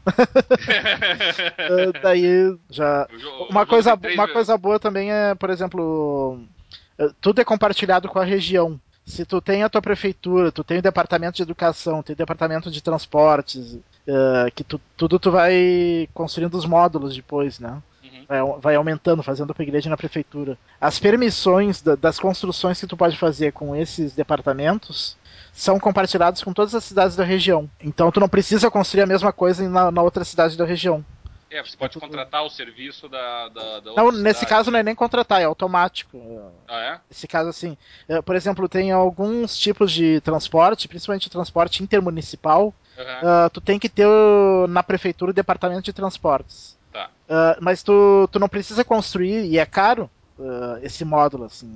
Daí já. Uma coisa, uma coisa boa também é, por exemplo, tudo é compartilhado com a região. Se tu tem a tua prefeitura, tu tem o departamento de educação, tem o departamento de transportes, uh, que tu, tudo tu vai construindo os módulos depois, né? Uhum. Vai, vai aumentando, fazendo upgrade na prefeitura. As permissões da, das construções que tu pode fazer com esses departamentos são compartilhadas com todas as cidades da região. Então tu não precisa construir a mesma coisa na, na outra cidade da região. É, você pode contratar o serviço da, da, da outra Não, cidade. Nesse caso não é nem contratar, é automático. Ah, é? Nesse caso, assim, por exemplo, tem alguns tipos de transporte, principalmente transporte intermunicipal, uhum. uh, tu tem que ter na prefeitura o departamento de transportes. Tá. Uh, mas tu, tu não precisa construir, e é caro, uh, esse módulo, assim.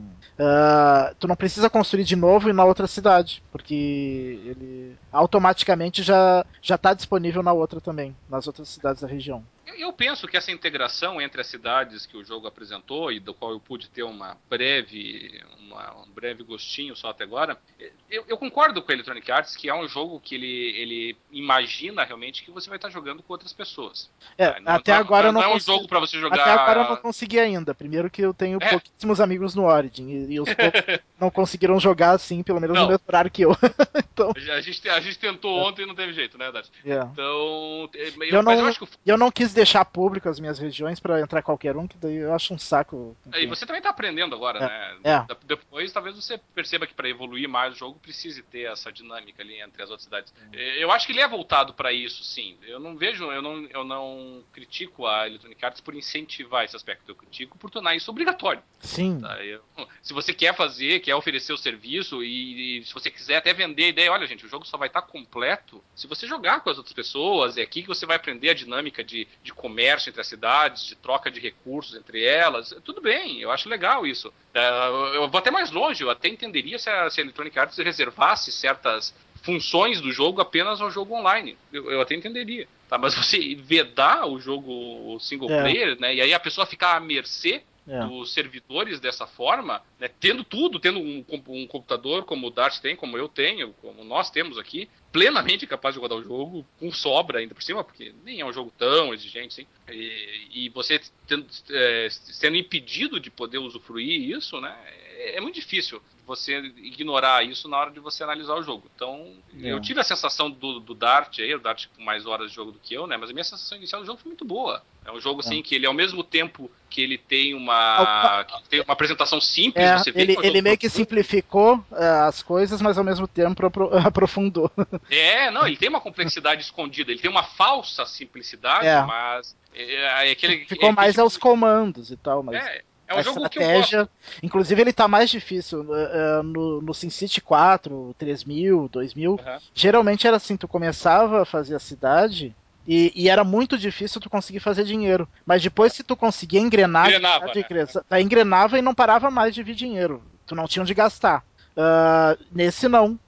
Uh, tu não precisa construir de novo na outra cidade, porque ele automaticamente já já está disponível na outra também, nas outras cidades da região. Eu penso que essa integração entre as cidades que o jogo apresentou e do qual eu pude ter uma breve, uma, um breve gostinho só até agora, eu, eu concordo com a Electronic Arts que é um jogo que ele, ele imagina realmente que você vai estar jogando com outras pessoas. É, não, até não, agora não, não eu não é um consegui, jogo para você jogar. Até agora eu não consegui ainda. Primeiro que eu tenho é. pouquíssimos amigos no Origin e, e os poucos não conseguiram jogar assim, pelo menos não. no mesmo horário que eu. Então... a, gente, a gente tentou é. ontem e não teve jeito, né, Dart? É. Então, eu, eu não, mas eu acho que eu não quis deixar público as minhas regiões para entrar qualquer um, que daí eu acho um saco. E você também tá aprendendo agora, é. né? É. Depois, talvez você perceba que para evoluir mais o jogo precise ter essa dinâmica ali entre as outras cidades. É. Eu acho que ele é voltado para isso, sim. Eu não vejo, eu não, eu não critico a Electronic Arts por incentivar esse aspecto. Eu critico por tornar isso obrigatório. Sim. Tá? Eu, se você quer fazer, quer oferecer o serviço e, e se você quiser até vender a ideia, olha, gente, o jogo só vai estar completo se você jogar com as outras pessoas. É aqui que você vai aprender a dinâmica de, de comércio entre as cidades, de troca de recursos entre elas. Tudo bem, eu acho legal isso. Eu vou até mais longe, eu até entenderia se a, se a Electronic Arts reservasse certas funções do jogo apenas ao jogo online. Eu, eu até entenderia. Tá? Mas você vedar o jogo single é. player, né? E aí a pessoa ficar à mercê É. dos servidores dessa forma, né, tendo tudo, tendo um, um computador como o Dart tem, como eu tenho, como nós temos aqui, plenamente capaz de rodar o jogo, com sobra ainda por cima, porque nem é um jogo tão exigente, assim, e, e você tendo, é, sendo impedido de poder usufruir isso, né, é, é muito difícil você ignorar isso na hora de você analisar o jogo. Então, é. eu tive a sensação do, do Dart, aí, o Dart com mais horas de jogo do que eu, né, mas a minha sensação inicial do jogo foi muito boa. É um jogo, assim, é. que ele, ao mesmo tempo que ele tem uma, que tem uma apresentação simples, é, você vê ele, que é um ele meio profundo. que simplificou uh, as coisas, mas ao mesmo tempo aprofundou. É, não, ele tem uma complexidade escondida, ele tem uma falsa simplicidade, é. mas é, é aquele, ficou é, mais tipo, aos comandos e tal, mas é, é um a jogo estratégia, que eu gosto. Inclusive ele tá mais difícil uh, no, no SimCity quatro, três mil, dois mil, uhum. Geralmente era assim, tu começava a fazer a cidade e, e era muito difícil tu conseguir fazer dinheiro, mas depois é. que tu conseguia engrenar, engrenava, de, né? tá, engrenava e não parava mais de vir dinheiro, tu não tinha onde gastar. Uh, nesse não.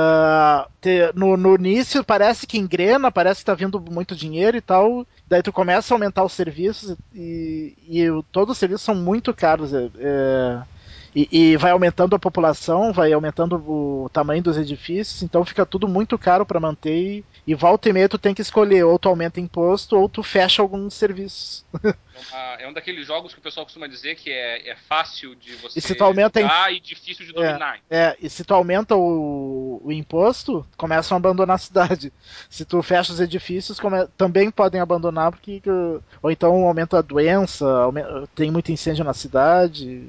Uh, te, no, no início parece que engrena, parece que tá vindo muito dinheiro e tal, daí tu começa a aumentar os serviços e, e, e todos os serviços são muito caros, é, é, e, e vai aumentando a população, vai aumentando o tamanho dos edifícios, então fica tudo muito caro para manter e, e volta e meia tu tem que escolher, ou tu aumenta imposto ou tu fecha alguns serviços. É um daqueles jogos que o pessoal costuma dizer que é, é fácil de você e se tu aumenta jogar em... e difícil de dominar. É, é, e se tu aumenta o, o imposto, começam a abandonar a cidade. Se tu fecha os edifícios, come... também podem abandonar, porque ou então aumenta a doença, aumenta... tem muito incêndio na cidade.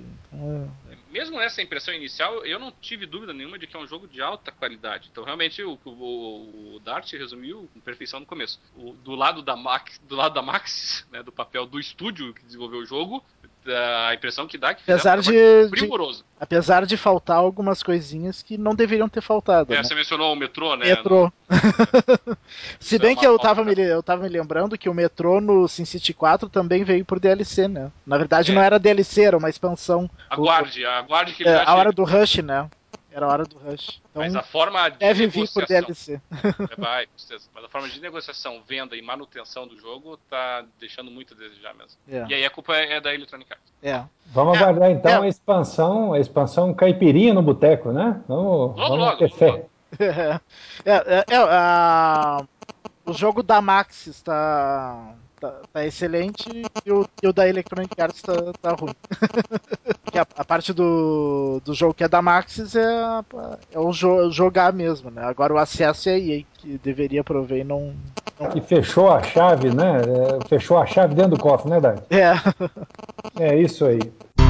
É. Mesmo nessa impressão inicial, eu não tive dúvida nenhuma de que é um jogo de alta qualidade. Então, realmente, o, o, o Dart resumiu com perfeição no começo. O, do lado da Max, do lado da Maxis, né, do papel do estúdio que desenvolveu o jogo, a impressão que dá que apesar um de, primoroso. De, apesar de faltar algumas coisinhas que não deveriam ter faltado. É, né? Você mencionou o metrô, né? Metrô. No... Se bem é que eu tava, me, eu tava me lembrando que o metrô no SimCity quatro também veio por D L C, né? Na verdade é. não era D L C, era uma expansão. Aguarde, o, aguarde que ele é, já A chega. hora do Rush, né? Era a hora do Rush. Então, mas a forma de deve negociação, vir por D L C. Vai, mas a forma de negociação, venda e manutenção do jogo tá deixando muito a desejar mesmo. É. E aí a culpa é da Electronic Arts. É. Vamos é. aguardar então é. a expansão, a expansão caipirinha no boteco, né? Vamos, logo, vamos logo, ter logo, fé. logo. É, é, é, a... O jogo da Maxis está tá, tá excelente e o, e o da Electronic Arts tá, tá ruim. a, a parte do, do jogo que é da Maxis é, é o jo, jogar mesmo, né? Agora o acesso é a E A, que deveria prover e não, não... E fechou a chave, né? Fechou a chave dentro do cofre, né, Dart? É. É isso aí.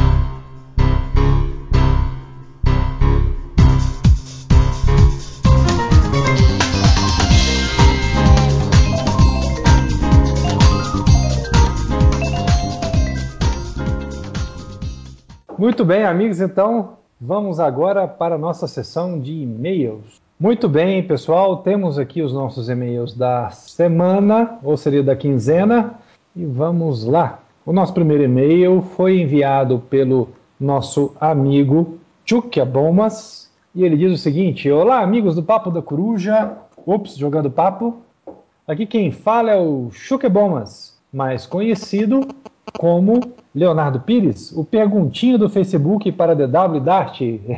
Muito bem, amigos, então vamos agora para a nossa sessão de e-mails. Muito bem, pessoal, temos aqui os nossos e-mails da semana, ou seria da quinzena, e vamos lá. O nosso primeiro e-mail foi enviado pelo nosso amigo Chukia Bomas, e ele diz o seguinte: olá, amigos do Papo da Coruja, ops, jogando papo, aqui quem fala é o Chukia Bomas, mais conhecido como Leonardo Pires, o perguntinho do Facebook para D W Dart,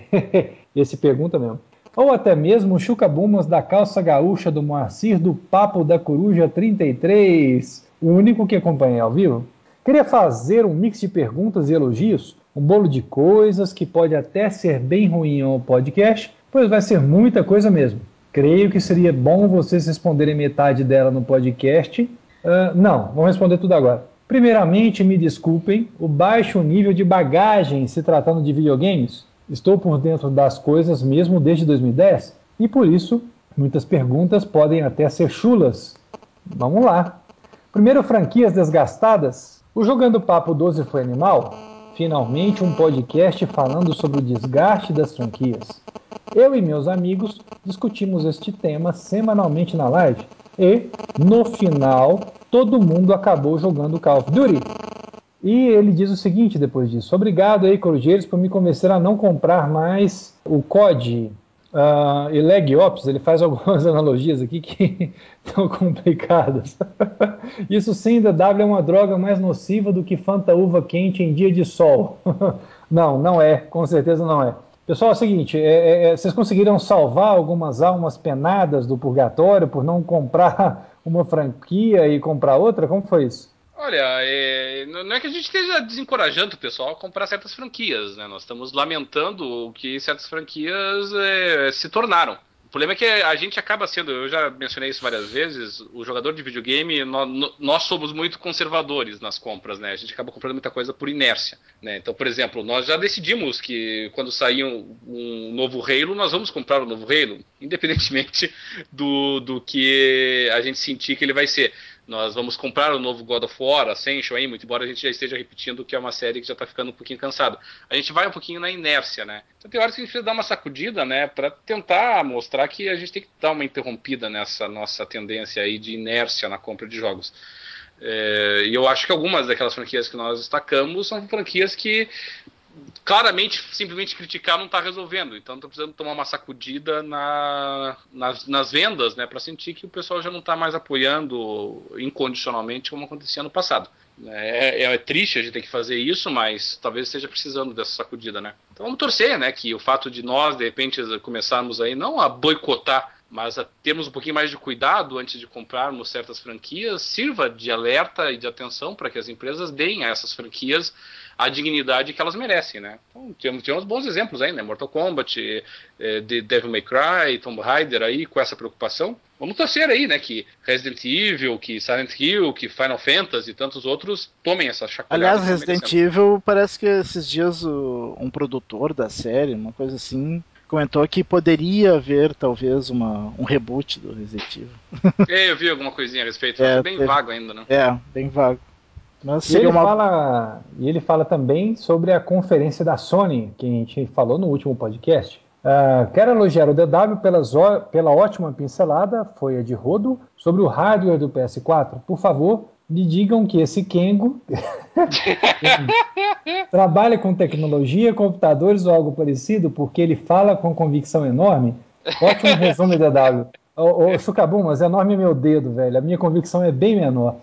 esse pergunta mesmo, ou até mesmo o Chucabumas da calça gaúcha do Moacir do Papo da Coruja trinta e três, o único que acompanha ao vivo. Queria fazer um mix de perguntas e elogios, um bolo de coisas que pode até ser bem ruim ao podcast, pois vai ser muita coisa mesmo. Creio que seria bom vocês responderem metade dela no podcast. Uh, não, vamos responder tudo agora. Primeiramente, me desculpem o baixo nível de bagagem se tratando de videogames. Estou por dentro das coisas mesmo desde dois mil e dez e por isso muitas perguntas podem até ser chulas. Vamos lá. Primeiro, franquias desgastadas. O Jogando Papo doze foi animal? Finalmente um podcast falando sobre o desgaste das franquias. Eu e meus amigos discutimos este tema semanalmente na live e, no final, todo mundo acabou jogando Call of Duty. E ele diz o seguinte depois disso: obrigado aí, Corujeiros, por me convencer a não comprar mais o C O D uh, e Leg Ops. Ele faz algumas analogias aqui que estão complicadas. Isso sim, D W é uma droga mais nociva do que Fanta uva quente em dia de sol. Não, não é, com certeza não é. Pessoal, é o seguinte, é, é, vocês conseguiram salvar algumas almas penadas do purgatório por não comprar uma franquia e comprar outra? Como foi isso? Olha, é, não é que a gente esteja desencorajando o pessoal a comprar certas franquias, né? Nós estamos lamentando o que certas franquias é, se tornaram. O problema é que a gente acaba sendo, eu já mencionei isso várias vezes, o jogador de videogame, nós, nós somos muito conservadores nas compras, né? A gente acaba comprando muita coisa por inércia, né? Então, por exemplo, nós já decidimos que quando sair um, um novo Halo, nós vamos comprar o um novo Halo, independentemente do, do que a gente sentir que ele vai ser. Nós vamos comprar o novo God of War, Ascension aí, muito embora a gente já esteja repetindo que é uma série que já está ficando um pouquinho cansada. A gente vai um pouquinho na inércia, né? Então tem horas que a gente precisa dar uma sacudida, né? Para tentar mostrar que a gente tem que dar uma interrompida nessa nossa tendência aí de inércia na compra de jogos. É, e eu acho que algumas daquelas franquias que nós destacamos são franquias que claramente, simplesmente criticar não está resolvendo. Então, estou precisando tomar uma sacudida na, nas, nas vendas, né, para sentir que o pessoal já não está mais apoiando incondicionalmente como acontecia no passado. É, é, é triste a gente ter que fazer isso, mas talvez esteja precisando dessa sacudida, né? Então, vamos torcer, né, que o fato de nós, de repente, começarmos aí, não a boicotar, mas a termos um pouquinho mais de cuidado antes de comprarmos certas franquias, sirva de alerta e de atenção para que as empresas deem a essas franquias a dignidade que elas merecem, né? Então, temos, temos bons exemplos aí, né? Mortal Kombat, eh, de Devil May Cry, Tomb Raider aí, com essa preocupação. Vamos torcer aí, né? Que Resident Evil, que Silent Hill, que Final Fantasy e tantos outros tomem essa chacoalhada. Aliás, Resident Evil, parece que esses dias o, um produtor da série, uma coisa assim, comentou que poderia haver, talvez, uma, um reboot do Resident Evil. É, eu vi alguma coisinha a respeito, é, mas é bem teve, vago ainda, né? É, bem vago. Mas E ele, uma... fala, e ele fala também sobre a conferência da Sony, que a gente falou no último podcast. Uh, quero elogiar o D W pelas, pela ótima pincelada, foi a de rodo, sobre o hardware do P S quatro. Por favor, me digam que esse Kengo trabalha com tecnologia, computadores ou algo parecido, porque ele fala com convicção enorme. Ótimo resumo, D W. Ô, ô Chucabum, mas enorme é meu dedo, velho. A minha convicção é bem menor.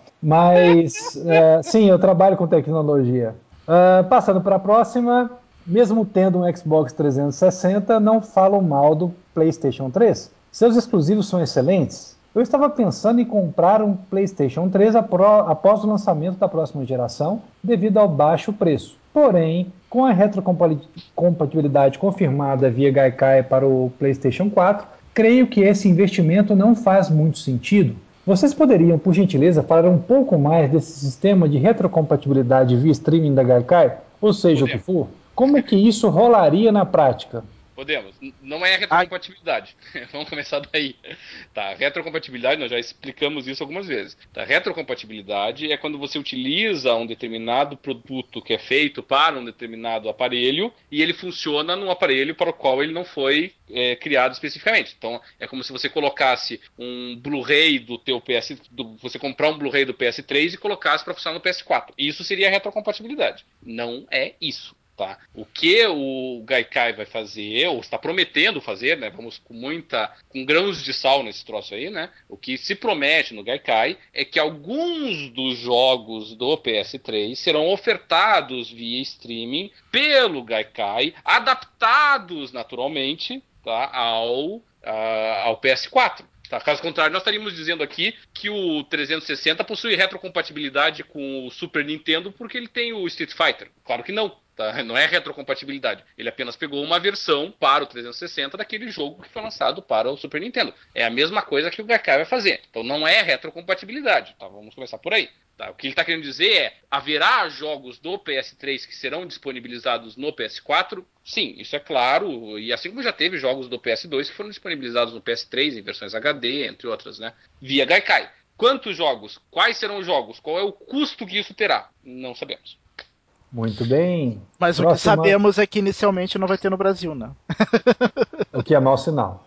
Mas, uh, sim, eu trabalho com tecnologia. Uh, passando para a próxima, mesmo tendo um Xbox trezentos e sessenta, não falam mal do PlayStation três. Seus exclusivos são excelentes. Eu estava pensando em comprar um PlayStation três após o lançamento da próxima geração, devido ao baixo preço. Porém, com a retrocompatibilidade confirmada via Gaikai para o PlayStation quatro, creio que esse investimento não faz muito sentido. Vocês poderiam, por gentileza, falar um pouco mais desse sistema de retrocompatibilidade via streaming da Gaikai? Ou seja, Podemos. O que for? Como que isso rolaria na prática? Podemos. Não é retrocompatibilidade. Ah. Vamos começar daí. Tá, retrocompatibilidade, nós já explicamos isso algumas vezes. Tá, retrocompatibilidade é quando você utiliza um determinado produto que é feito para um determinado aparelho e ele funciona num aparelho para o qual ele não foi é, criado especificamente. Então, é como se você colocasse um Blu-ray do teu P S... Do, você comprar um Blu-ray do P S três e colocasse para funcionar no P S quatro. Isso seria retrocompatibilidade. Não é isso. Tá? O que o Gaikai vai fazer, ou está prometendo fazer, né? Vamos com muita, com grãos de sal nesse troço aí, né? O que se promete no Gaikai é que alguns dos jogos do P S três serão ofertados via streaming pelo Gaikai, adaptados naturalmente, tá? ao, uh, ao P S quatro. Tá, caso contrário, nós estaríamos dizendo aqui que o trezentos e sessenta possui retrocompatibilidade com o Super Nintendo porque ele tem o Street Fighter. Claro que não. Tá? Não é retrocompatibilidade. Ele apenas pegou uma versão para o trezentos e sessenta daquele jogo que foi lançado para o Super Nintendo. É a mesma coisa que o Gaikai vai fazer. Então não é retrocompatibilidade. Tá? Vamos começar por aí. Tá? O que ele está querendo dizer é: haverá jogos do P S três que serão disponibilizados no P S quatro? Sim, isso é claro. E assim como já teve jogos do P S dois que foram disponibilizados no P S três em versões H D, entre outras, né? Via Gaikai. Quantos jogos? Quais serão os jogos? Qual é o custo que isso terá? Não sabemos. Muito bem. Mas Próxima... o que sabemos é que inicialmente não vai ter no Brasil, né? O que é mau sinal.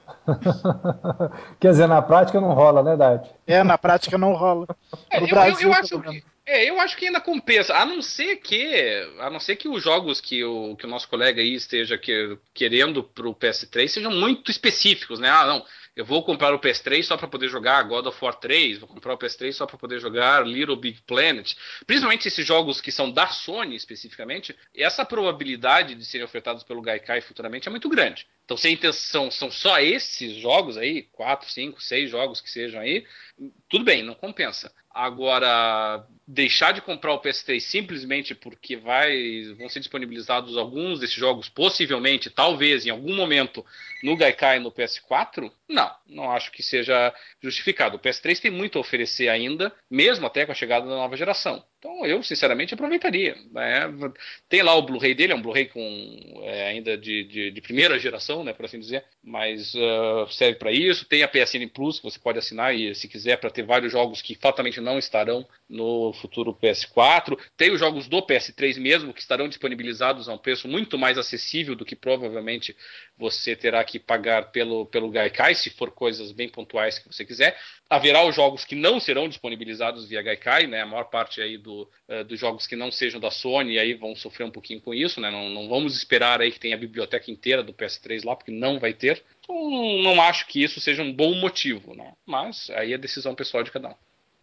Quer dizer, na prática não rola, né, Dart? É, na prática não rola. É, eu, Brasil, eu, eu, acho que, é, eu acho que ainda compensa, a não ser que, a não ser que os jogos que o, que o nosso colega aí esteja que, querendo para o P S três sejam muito específicos, né? Ah, não, eu vou comprar o P S três só para poder jogar God of War três, vou comprar o P S três só para poder jogar Little Big Planet. Principalmente esses jogos que são da Sony especificamente, essa probabilidade de serem ofertados pelo Gaikai futuramente é muito grande. Então, se a intenção são só esses jogos aí, quatro, cinco, seis jogos que sejam aí, tudo bem, não compensa. Agora, deixar de comprar o P S três simplesmente porque vai, vão ser disponibilizados alguns desses jogos, possivelmente, talvez, em algum momento, no Gaikai e no P S quatro, não, não acho que seja justificado. O P S três tem muito a oferecer ainda, mesmo até com a chegada da nova geração. Então, eu, sinceramente, aproveitaria. Né? Tem lá o Blu-ray dele, é um Blu-ray com, é, ainda de, de, de primeira geração, né, por assim dizer, mas uh, serve para isso. Tem a P S N Plus, que você pode assinar, e se quiser, para ter vários jogos que fatalmente não estarão no futuro P S quatro. Tem os jogos do P S três mesmo, que estarão disponibilizados a um preço muito mais acessível do que provavelmente você terá que pagar pelo, pelo Gaikai, se for coisas bem pontuais que você quiser. Haverá os jogos que não serão disponibilizados via Gaikai, né? A maior parte aí do, uh, dos jogos que não sejam da Sony aí vão sofrer um pouquinho com isso, né? Não, não vamos esperar aí que tenha a biblioteca inteira do P S três lá, porque não vai ter. Então, não acho que isso seja um bom motivo, né? Mas aí é decisão pessoal de cada um.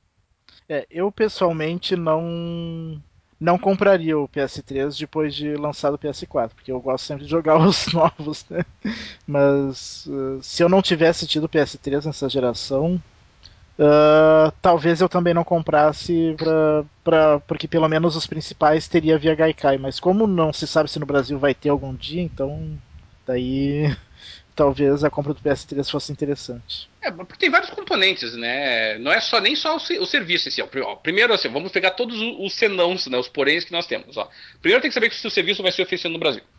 É, eu pessoalmente não não compraria o P S três depois de lançado o P S quatro, porque eu gosto sempre de jogar os novos, né? Mas uh, se eu não tivesse tido o P S três nessa geração, uh, talvez eu também não comprasse pra, pra, porque pelo menos os principais teria via Gaikai, mas como não se sabe se no Brasil vai ter algum dia, então daí talvez a compra do P S três fosse interessante. É, porque tem vários componentes, né? Não é só nem só o, o serviço em si. Ó, primeiro, assim, vamos pegar todos os senãos, né, os poréns que nós temos. Ó. Primeiro tem que saber que se o serviço vai ser oferecido no Brasil.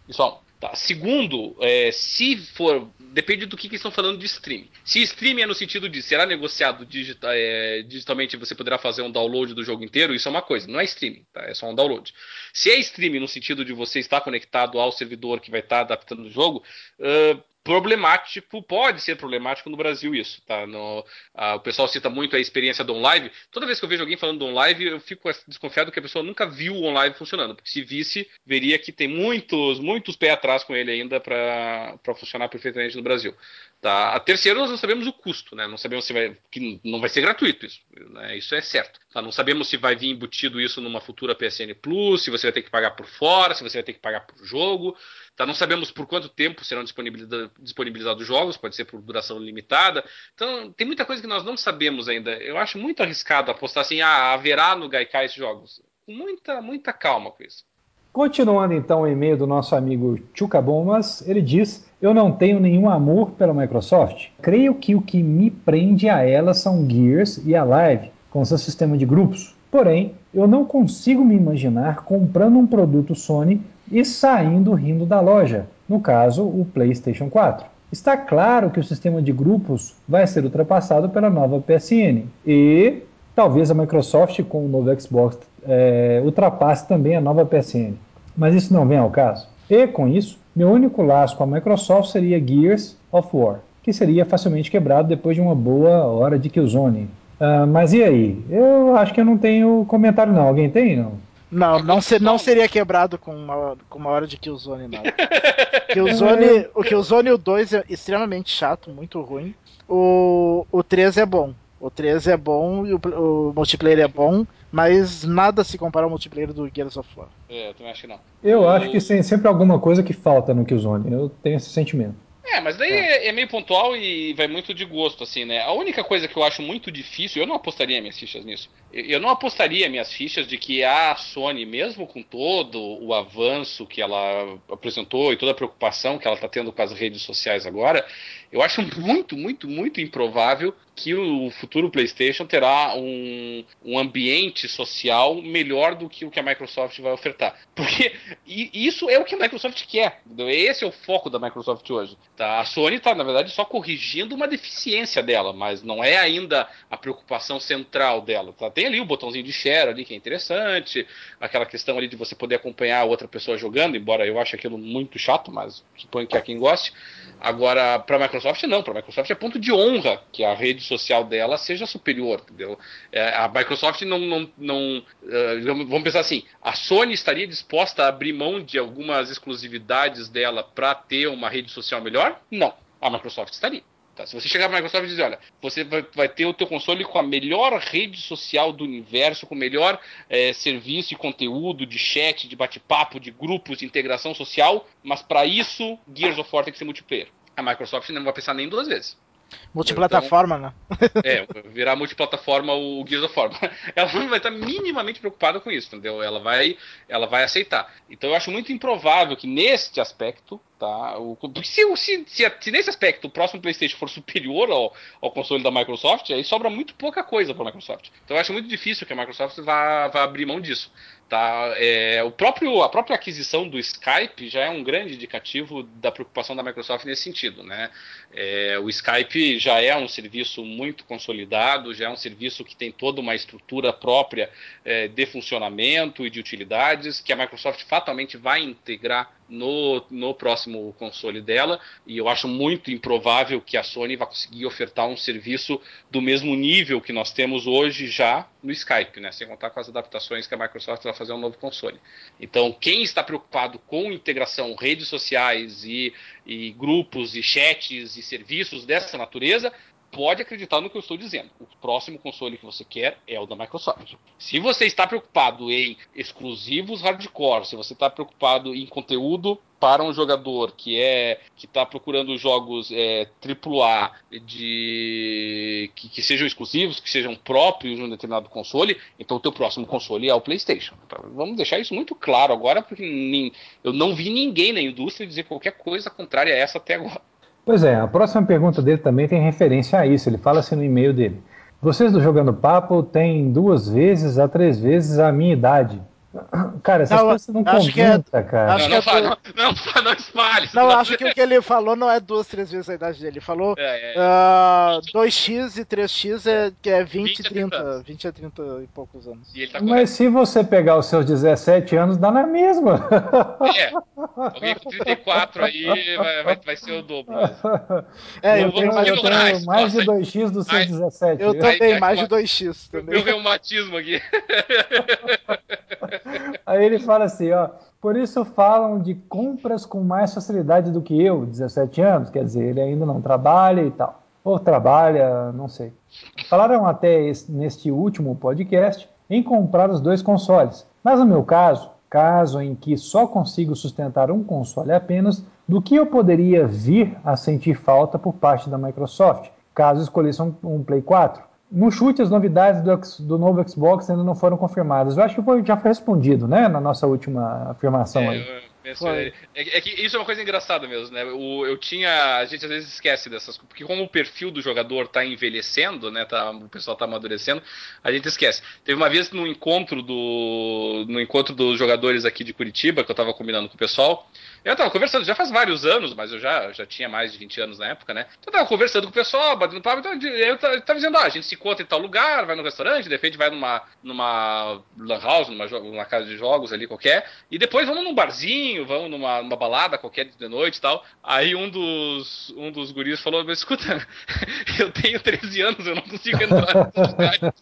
Isso é um. Tá. Segundo, é, se for. Depende do que, que estão falando de streaming. Se streaming é no sentido de será negociado digita, é, digitalmente, você poderá fazer um download do jogo inteiro, isso é uma coisa. Não é streaming, tá? É só um download. Se é streaming no sentido de você estar conectado ao servidor que vai estar adaptando o jogo, uh, problemático, pode ser problemático no Brasil isso, tá? No, ah, o pessoal cita muito a experiência do OnLive. Toda vez que eu vejo alguém falando do OnLive, eu fico desconfiado que a pessoa nunca viu o OnLive funcionando, porque se visse, veria que tem muitos, muitos pés atrás com ele ainda para funcionar perfeitamente no Brasil. Tá? A terceira, nós não sabemos o custo, né? Não sabemos se vai, que não vai ser gratuito isso, né? Isso é certo. Tá? Não sabemos se vai vir embutido isso numa futura P S N Plus, se você vai ter que pagar por fora, se você vai ter que pagar por jogo. Tá? Não sabemos por quanto tempo serão disponibilizados os jogos, pode ser por duração limitada. Então, tem muita coisa que nós não sabemos ainda. Eu acho muito arriscado apostar assim, ah, haverá no Gaikai esses jogos. Com muita, muita calma com isso. Continuando então o e-mail do nosso amigo Chuca Bomas, ele diz: eu não tenho nenhum amor pela Microsoft. Creio que o que me prende a ela são Gears e a Live, com seu sistema de grupos. Porém, eu não consigo me imaginar comprando um produto Sony e saindo rindo da loja, no caso, o PlayStation quatro. Está claro que o sistema de grupos vai ser ultrapassado pela nova P S N e talvez a Microsoft com o novo Xbox é, ultrapasse também a nova P S N. Mas isso não vem ao caso. E, com isso, meu único laço com a Microsoft seria Gears of War, que seria facilmente quebrado depois de uma boa hora de Killzone. Uh, mas e aí? Eu acho que eu não tenho comentário não. Alguém tem? Não, não, não, ser, não seria quebrado com uma, com uma hora de Killzone, não. Killzone, o Killzone o dois é extremamente chato, muito ruim. O, o três é bom. O três é bom e o, o multiplayer é bom, mas nada se compara ao multiplayer do Gears of War. É, eu também acho que não. Eu o... acho que tem sempre alguma coisa que falta no Killzone. Eu tenho esse sentimento. É, mas daí é. é meio pontual e vai muito de gosto, assim, né? A única coisa que eu acho muito difícil, eu não apostaria minhas fichas nisso. Eu não apostaria minhas fichas de que a Sony, mesmo com todo o avanço que ela apresentou e toda a preocupação que ela está tendo com as redes sociais agora, eu acho muito, muito, muito improvável que o futuro PlayStation terá um, um ambiente social melhor do que o que a Microsoft vai ofertar. Porque isso é o que a Microsoft quer. Entendeu? Esse é o foco da Microsoft hoje. Tá? A Sony está, na verdade, só corrigindo uma deficiência dela, mas não é ainda a preocupação central dela. Tá? Tem ali o botãozinho de share ali que é interessante, aquela questão ali de você poder acompanhar a outra pessoa jogando, embora eu ache aquilo muito chato, mas suponho que há quem goste. Agora, para a Microsoft, não. Para a Microsoft é ponto de honra que a rede social dela seja superior, entendeu? É, a Microsoft não, não, não uh, vamos pensar assim, a Sony estaria disposta a abrir mão de algumas exclusividades dela para ter uma rede social melhor? Não, a Microsoft estaria. Tá, se você chegar para a Microsoft e dizer, olha, você vai, vai ter o teu console com a melhor rede social do universo, com o melhor é, serviço e conteúdo de chat, de bate-papo, de grupos, de integração social, mas para isso, Gears of War tem que ser multiplayer. A Microsoft não vai pensar nem duas vezes. Multiplataforma, então, né? É, virar multiplataforma o Gears of War. Ela não vai estar minimamente preocupada com isso, entendeu? Ela vai, ela vai aceitar. Então eu acho muito improvável que neste aspecto, tá? O, porque se, se, se, se nesse aspecto o próximo PlayStation for superior ao, ao console da Microsoft, aí sobra muito pouca coisa para a Microsoft. Então eu acho muito difícil que a Microsoft vá, vá abrir mão disso. Tá? É, o próprio, a própria aquisição do Skype já é um grande indicativo da preocupação da Microsoft nesse sentido, né? É, o Skype já é um serviço muito consolidado, já é um serviço que tem toda uma estrutura própria é, de funcionamento e de utilidades que a Microsoft fatalmente vai integrar no, no próximo console dela, e eu acho muito improvável que a Sony vá conseguir ofertar um serviço do mesmo nível que nós temos hoje já no Skype, né? Sem contar com as adaptações que a Microsoft vai fazer ao novo console. Então, quem está preocupado com integração, redes sociais e, e grupos e chats e serviços dessa natureza, pode acreditar no que eu estou dizendo. O próximo console que você quer é o da Microsoft. Se você está preocupado em exclusivos hardcore, se você está preocupado em conteúdo para um jogador que é que está procurando jogos é, triplo A de que, que sejam exclusivos, que sejam próprios de um determinado console, então o teu próximo console é o PlayStation. Então, vamos deixar isso muito claro agora, porque nem, eu não vi ninguém na indústria dizer qualquer coisa contrária a essa até agora. Pois é, a próxima pergunta dele também tem referência a isso. Ele fala assim no e-mail dele: vocês do Jogando Papo têm duas vezes a três vezes a minha idade. Cara, essas Não, coisas você não acho que é- comenta, cara. acho Não, que não, é fale, do- não, não, não espalhe. Não, eu acho que o que ele falou não é duas, três vezes a idade dele. Ele falou É, é, ah, dois x e três x é, que é vinte, vinte a trinta trinta. anos. vinte a trinta e poucos anos. E ele tá Mas correto. se você pegar os seus dezessete anos, dá na mesma. É, alguém com trinta e quatro aí vai, vai, vai ser o dobro mesmo. É, eu eu tenho tenho, mais, eu ignorar tenho isso, mais nossa, de dois x dos seus ai, dezessete. eu Aí, também, aí, mais de meu, dois x meu, também. meu reumatismo aqui. Aí ele fala assim, ó, por isso falam de compras com mais facilidade do que eu, dezessete anos, quer dizer, ele ainda não trabalha e tal. Ou trabalha, não sei. Falaram até esse, neste último podcast em comprar os dois consoles. Mas no meu caso, caso em que só consigo sustentar um console apenas, do que eu poderia vir a sentir falta por parte da Microsoft, caso escolhesse um, um Play quatro? No chute, as novidades do, do novo Xbox ainda não foram confirmadas. Eu acho que foi, já foi respondido, né, na nossa última afirmação aí. É, eu mencionei. É, é que isso é uma coisa engraçada mesmo, né? O, eu tinha. A gente às vezes esquece dessas coisas, porque como o perfil do jogador tá envelhecendo, né? Tá, o pessoal tá amadurecendo, a gente esquece. Teve uma vez no encontro do. No encontro dos jogadores aqui de Curitiba, que eu tava combinando com o pessoal. Eu tava conversando, já faz vários anos, mas eu já, já tinha mais de vinte anos na época, né? Então eu tava conversando com o pessoal, batendo papo, então eu tava, tava dizendo, ah, a gente se encontra em tal lugar, vai no restaurante, de repente vai numa, numa lan house, numa, numa casa de jogos ali qualquer, e depois vamos num barzinho, vamos numa, numa balada qualquer de noite e tal. Aí um dos, um dos guris falou, mas escuta, eu tenho treze anos, eu não consigo entrar nesses lugares.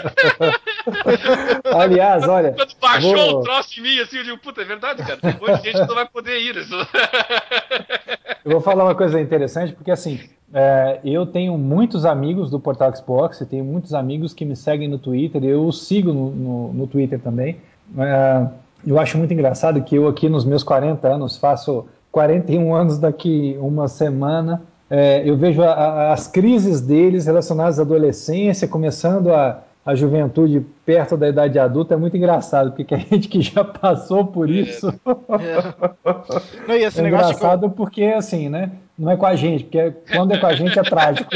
Aliás, olha, Quando baixou o vou, troço em mim, assim, eu digo, puta, é verdade, cara, tem um monte de gente que não vai poder ir. Isso. eu vou falar uma coisa interessante, porque assim, é, eu tenho muitos amigos do Portal Xbox, eu tenho muitos amigos que me seguem no Twitter, eu os sigo no, no, no Twitter também. É, eu acho muito engraçado que eu aqui nos meus quarenta anos, faço quarenta e um anos daqui uma semana, é, eu vejo a, a, as crises deles relacionadas à adolescência, começando a, a juventude perto da idade adulta, é muito engraçado, porque a gente que já passou por isso... É. Não, e esse É negócio de engraçado porque, assim, né? Não é com a gente, porque quando é com a gente é trágico.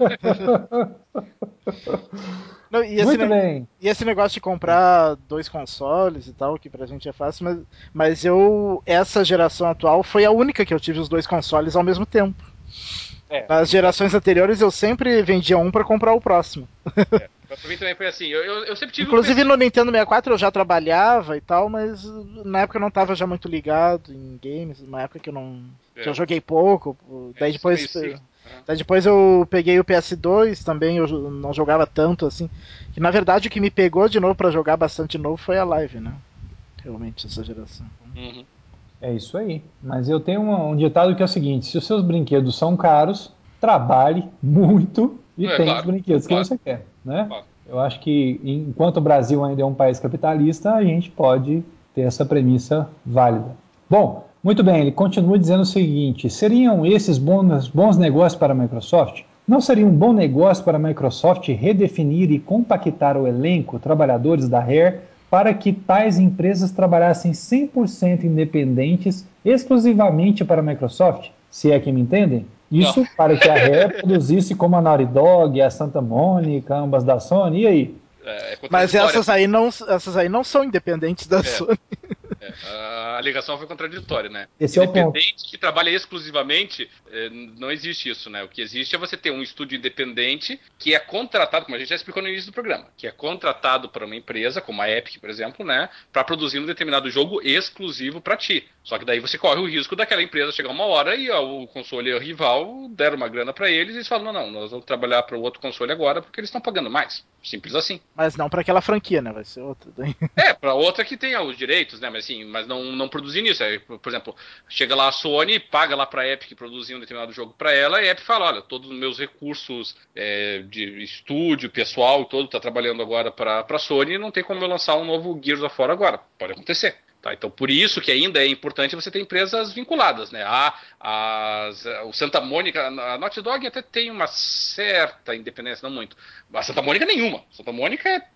Não, e, esse Muito ne- bem. e esse negócio de comprar dois consoles e tal, que pra gente é fácil, mas, mas eu, essa geração atual foi a única que eu tive os dois consoles ao mesmo tempo. É, Nas gerações anteriores eu sempre vendia um pra comprar o próximo. é. Pra mim também foi assim. Eu, eu, eu sempre tive um Inclusive P C. no Nintendo sessenta e quatro eu já trabalhava e tal, mas na época eu não tava já muito ligado em games, uma época que eu não. Que É, eu joguei pouco. é, Daí isso é meio depois. ciclo. Uhum. Daí depois eu peguei o P S dois também, eu não jogava tanto assim. Que na verdade o que me pegou de novo pra jogar bastante de novo foi a live, né? Realmente, essa geração. Uhum. É isso aí. Mas eu tenho um, um ditado que é o seguinte: se os seus brinquedos são caros, trabalhe muito e É tenha os claro, brinquedos que claro, você quer, né? claro. Eu acho que enquanto o Brasil ainda é um país capitalista, a gente pode ter essa premissa válida. Bom, muito bem, ele continua dizendo o seguinte: seriam esses bons, bons negócios para a Microsoft? Não seria um bom negócio para a Microsoft redefinir e compactar o elenco, trabalhadores da Rare, para que tais empresas trabalhassem cem por cento independentes, exclusivamente para a Microsoft? Se é que me entendem? Não. Isso para que a Rare produzisse como a Naughty Dog, a Santa Mônica, ambas da Sony, e aí? É, é Mas contraditório. essas aí não, essas aí não são independentes da É. Sony. É, a alegação foi contraditória, né? Esse é o ponto. Independente que trabalha exclusivamente, é, não existe isso, né? O que existe é você ter um estúdio independente que é contratado, como a gente já explicou no início do programa, que é contratado para uma empresa, como a Epic, por exemplo, né? Para produzir um determinado jogo exclusivo para ti. Só que daí você corre o risco daquela empresa chegar uma hora e ó, o console rival der uma grana para eles e eles falam: não, não, nós vamos trabalhar para o outro console agora porque eles estão pagando mais. Simples assim. Mas não pra aquela franquia, né? Vai ser outra. Daí. É, para outra que tenha os direitos, né? Mas assim, mas não, não produzir nisso. É, por exemplo, chega lá a Sony, paga lá pra Epic produzir um determinado jogo para ela, e a Epic fala: olha, todos os meus recursos é, de estúdio, pessoal, todo tá trabalhando agora para pra Sony, não tem como eu lançar um novo Gears of War agora. Pode acontecer. Tá, então, por isso que ainda é importante você ter empresas vinculadas, né? A, as, o Santa Mônica, a Naughty Dog até tem uma certa independência, não muito. A Santa Mônica nenhuma. Santa Mônica é,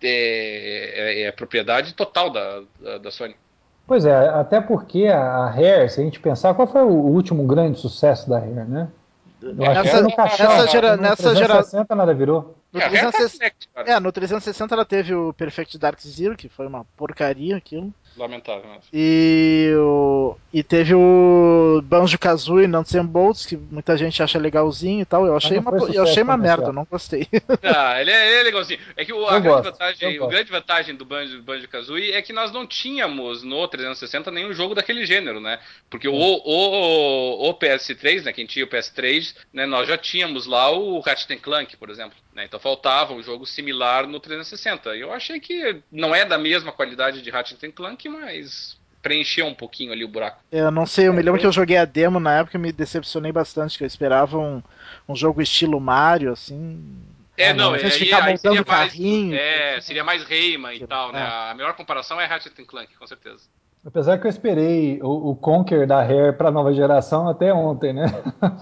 é, é propriedade total da, da, da Sony. Pois é, até porque a Rare, se a gente pensar, qual foi o último grande sucesso da Rare, né? Eu acho que Nessa, foi no caixão, nessa, porque gera, no nessa, gera, trezentos e sessenta nada virou. No É, a Rare tá trezentos e sessenta, Select, cara. é, no trezentos e sessenta ela teve o Perfect Dark Zero, que foi uma porcaria aquilo. Lamentável, mas... E, o, e teve o Banjo-Kazooie Nuts and Bolts, que muita gente acha legalzinho e tal. Eu achei não uma, foi eu sucesso achei uma comercial. merda, eu não gostei. Ah, ele é, ele é legalzinho. É que o, a Eu grande gosto, vantagem, eu o gosto. grande vantagem do Banjo, Banjo-Kazooie é que nós não tínhamos no trezentos e sessenta nenhum jogo daquele gênero, né? Porque o, o, o P S três, né, quem tinha o P S três, né, nós já tínhamos lá o Ratchet and Clank, por exemplo, né? Então faltava um jogo similar no trezentos e sessenta. E eu achei que não é da mesma qualidade de Ratchet and Clank, mas preencheu um pouquinho ali o buraco. Eu não sei, eu me É, lembro eu- que eu joguei a demo na época e me decepcionei bastante, que eu esperava um, um jogo estilo Mario, assim. É, Ah, não, não. A é, gente aí, ficar aí seria montando mais, carrinho. é, seria mais Rayman e tal, né? É. A melhor comparação é Ratchet and Clank, com certeza. Apesar que eu esperei o, o Conker da Rare para a nova geração até ontem, né?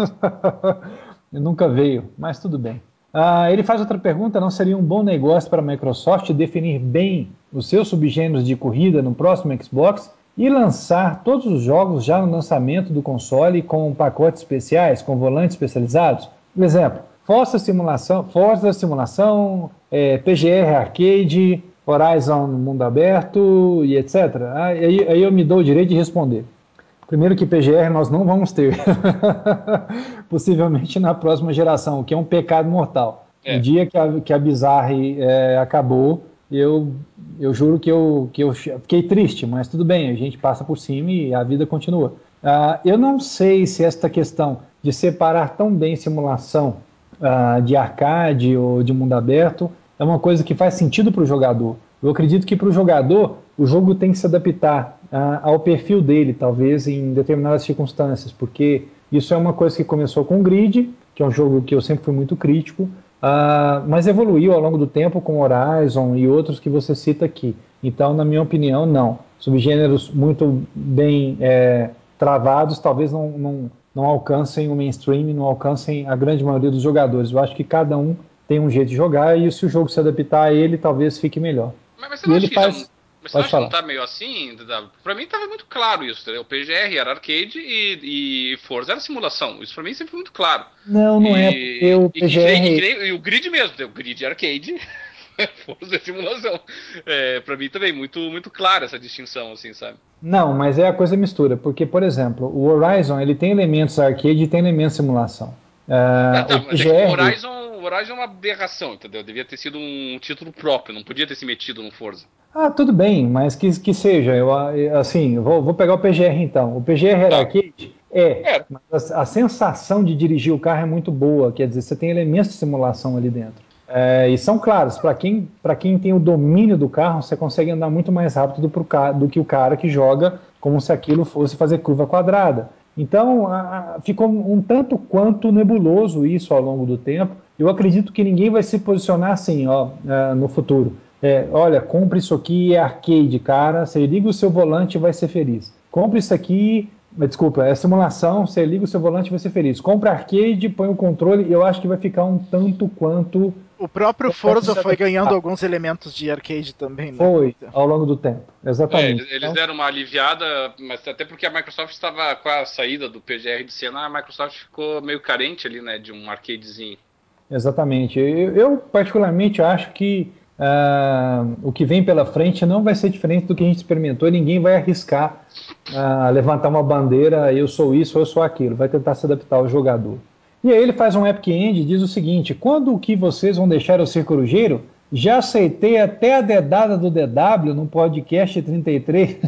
E nunca veio, mas tudo bem. Ah, ele faz outra pergunta: não seria um bom negócio para a Microsoft definir bem os seus subgêneros de corrida no próximo Xbox e lançar todos os jogos já no lançamento do console com pacotes especiais, com volantes especializados? Por exemplo, Forza Simulação, Forza Simulação, é, P G R Arcade, Horizon Mundo Aberto e etcétera. Aí, aí eu me dou o direito de responder. Primeiro que P G R nós não vamos ter, possivelmente na próxima geração, o que é um pecado mortal. É. O dia que a, que a Bizarre é, acabou, eu, eu juro que eu, que eu fiquei triste, mas tudo bem, a gente passa por cima e a vida continua. Uh, eu não sei se esta questão de separar tão bem simulação uh, de arcade ou de mundo aberto é uma coisa que faz sentido para o jogador. Eu acredito que para o jogador o jogo tem que se adaptar uh, ao perfil dele, talvez em determinadas circunstâncias, porque isso é uma coisa que começou com o Grid, que é um jogo que eu sempre fui muito crítico, uh, mas evoluiu ao longo do tempo com Horizon e outros que você cita aqui. Então, na minha opinião, não. Subgêneros muito bem é, travados talvez não, não, não alcancem o mainstream, não alcancem a grande maioria dos jogadores. Eu acho que cada um tem um jeito de jogar e se o jogo se adaptar a ele, talvez fique melhor. Mas, mas você E não ele acha que já faz... não, mas você não Pode acha que falar. não tá meio assim? Pra mim tava muito claro isso, entendeu? O P G R era arcade e, e Forza era simulação. Isso pra mim sempre foi muito claro. Não, não é, porque E, o e, que, nem, e, que P G R... nem- e o grid mesmo, o grid é arcade, Forza é simulação. É, pra mim também, muito, muito clara essa distinção, assim, sabe? Não, mas é a coisa mistura, porque, por exemplo, o Horizon ele tem elementos arcade e tem elementos simulação. Tá, Uh, tá, o mas é que o P G R... Horizon, o Horizon é uma aberração, entendeu? Devia ter sido um título próprio, não podia ter se metido no Forza. Ah, tudo bem, mas que, que seja. Eu, assim, eu vou, vou pegar o P G R então. O P G R era Tá. arcade? É, É, mas a, a sensação de dirigir o carro é muito boa, quer dizer, você tem elementos de simulação ali dentro. É, e são claros, para quem, para quem tem o domínio do carro, você consegue andar muito mais rápido do, pro, do que o cara que joga como se aquilo fosse fazer curva quadrada. Então, a, a, ficou um tanto quanto nebuloso isso ao longo do tempo. Eu acredito que ninguém vai se posicionar assim, ó, é, no futuro. É, olha, compre isso aqui, é arcade, cara. Você liga o seu volante e vai ser feliz. Compre isso aqui, desculpa, é simulação. Você liga o seu volante e vai ser feliz. Compre arcade, põe o controle. Eu acho que vai ficar um tanto quanto. O próprio Forza foi ganhando alguns elementos de arcade também, né? Foi ao longo do tempo, É, exatamente. eles, eles Então, deram uma aliviada, mas até porque a Microsoft estava com a saída do P G R de cena, a Microsoft ficou meio carente ali, né, de um arcadezinho. exatamente. Eu, eu particularmente acho que uh, o que vem pela frente não vai ser diferente do que a gente experimentou e ninguém vai arriscar uh, levantar uma bandeira, eu sou isso, eu sou aquilo. Vai tentar se adaptar ao jogador. E aí ele faz um Epic End e diz o seguinte: quando que vocês vão deixar eu ser corujeiro? Já aceitei até a dedada do D W no podcast trinta e três.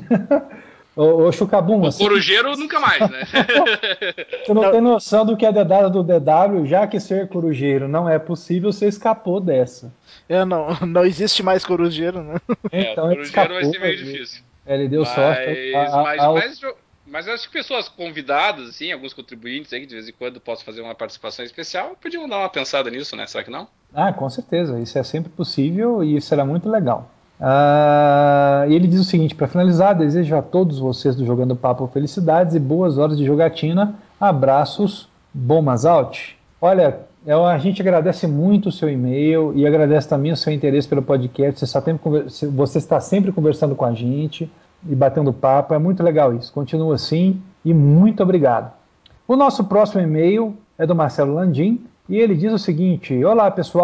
Ô, ô Chucabum, O assim, corujeiro nunca mais, né? você não Não. tem noção do que é a dedada do D W, já que ser corujeiro não é possível, você escapou dessa. É, não, não existe mais corujeiro, né? É, o Então ele corujeiro vai escapou, ser meio ele, difícil. ele deu sorte Mas, ao, mas, ao, mas, mas eu acho que pessoas convidadas, assim, alguns contribuintes aí, que de vez em quando posso fazer uma participação especial, podiam dar uma pensada nisso, né? Será que não? Ah, com certeza, isso é sempre possível e será muito legal. Ah, ele diz o seguinte: para finalizar, desejo a todos vocês do Jogando Papo felicidades e boas horas de jogatina. Abraços, Bomas Out. Olha, eu, a gente agradece muito o seu e-mail e agradece também o seu interesse pelo podcast. Você está, sempre, você está sempre conversando com a gente e batendo papo. É muito legal isso. Continua assim e muito obrigado. O nosso próximo e-mail é do Marcelo Landim e ele diz o seguinte: olá pessoal,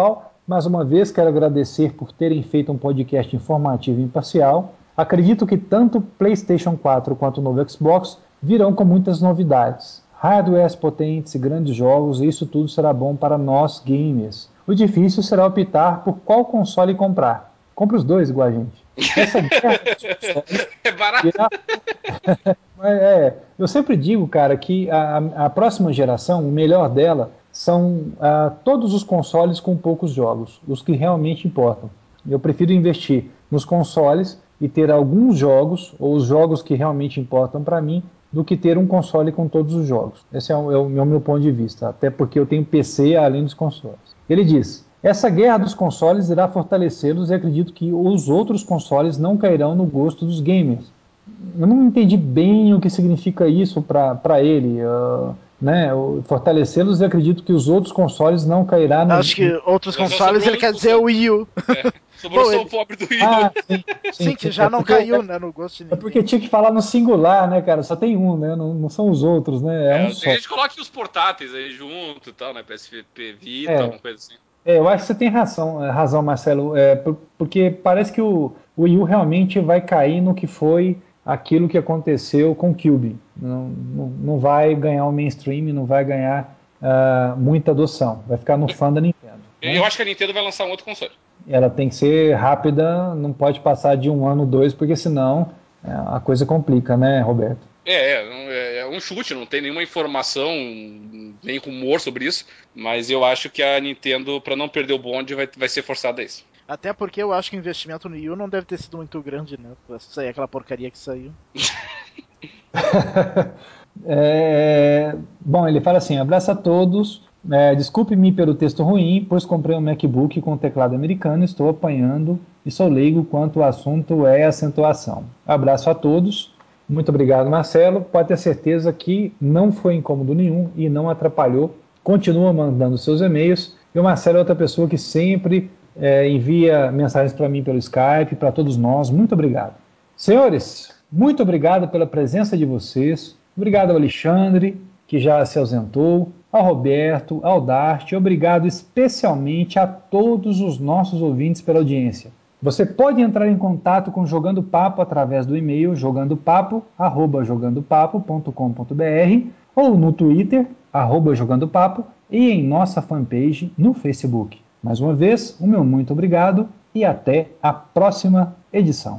Mais uma vez, quero agradecer por terem feito um podcast informativo e imparcial. Acredito que tanto o PlayStation quatro quanto o novo Xbox virão com muitas novidades. Hardwares potentes e grandes jogos, e isso tudo será bom para nós gamers. O difícil será optar por qual console comprar. Compre os dois igual a gente. Essa guerra dos consoles É barato. virá... é, eu sempre digo, cara, que a, a próxima geração, o melhor dela, são uh, todos os consoles com poucos jogos, os que realmente importam. Eu prefiro investir nos consoles e ter alguns jogos, ou os jogos que realmente importam para mim, do que ter um console com todos os jogos. Esse é o, é o meu, meu ponto de vista, até porque eu tenho P C além dos consoles. Ele diz: essa guerra dos consoles irá fortalecê-los e acredito que os outros consoles não cairão no gosto dos gamers. Eu não entendi bem o que significa isso para ele. Uh, né? Fortalecê-los e acredito que os outros consoles não cairão no... Acho que outros Mas consoles ele quer dizer o Wii U. É, sobrou Bom, só ele- o pobre do Wii U. Ah, sim, sim, Sim, que já é não porque- caiu, né, no gosto de É ninguém. porque tinha que falar no singular, né, cara? Só tem um, né? Não, não são os outros, né? É, É, um tem só. gente que coloca os portáteis aí junto e tal, né? P S P Vita, É, alguma coisa assim. é, eu acho que você tem razão, é, razão Marcelo, é, por- porque parece que o, o Wii U realmente vai cair no que foi aquilo que aconteceu com o Cube. Não, não, não vai ganhar o mainstream, não vai ganhar ah, muita adoção. Vai ficar no fã da Nintendo. Né? Eu acho que a Nintendo vai lançar um outro console. Ela tem que ser rápida, não pode passar de um ano, dois, porque senão é, a coisa complica, né, Roberto? É, é, um- é, é um chute, não tem nenhuma informação, nem rumor sobre isso, mas eu acho que a Nintendo, pra não perder o bonde, vai, vai ser forçada a isso. Até porque eu acho que o investimento no Wii U não deve ter sido muito grande, né? Pra sair aquela porcaria que saiu. É, bom, ele fala assim: abraço a todos. É, desculpe-me pelo texto ruim, pois comprei um MacBook com teclado americano, estou apanhando e sou leigo quanto o assunto é acentuação. Abraço a todos. Muito obrigado, Marcelo. Pode ter certeza que não foi incômodo nenhum e não atrapalhou. Continua mandando seus e-mails. E o Marcelo é outra pessoa que sempre é, envia mensagens para mim pelo Skype, para todos nós. Muito obrigado. Senhores, muito obrigado pela presença de vocês. Obrigado ao Alexandre, que já se ausentou, ao Roberto, ao Dart. Obrigado especialmente a todos os nossos ouvintes pela audiência. Você pode entrar em contato com o Jogando Papo através do e-mail jogandopapo arroba jogandopapo ponto com ponto br ou no Twitter, arroba jogandopapo, e em nossa fanpage no Facebook. Mais uma vez, o meu muito obrigado e até a próxima edição.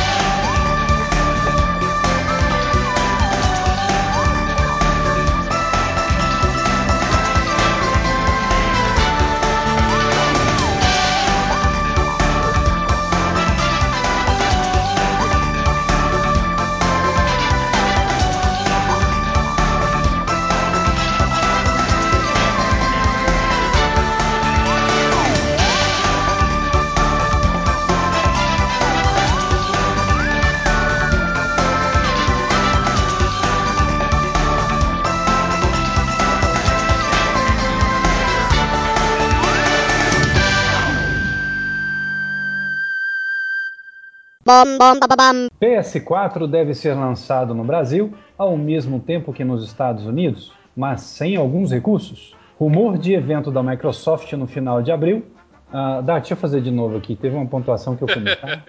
P S quatro deve ser lançado no Brasil ao mesmo tempo que nos Estados Unidos, mas sem alguns recursos. Rumor de evento da Microsoft no final de abril. Uh, Dá, deixa eu fazer de novo aqui, teve uma pontuação que eu comi, tá?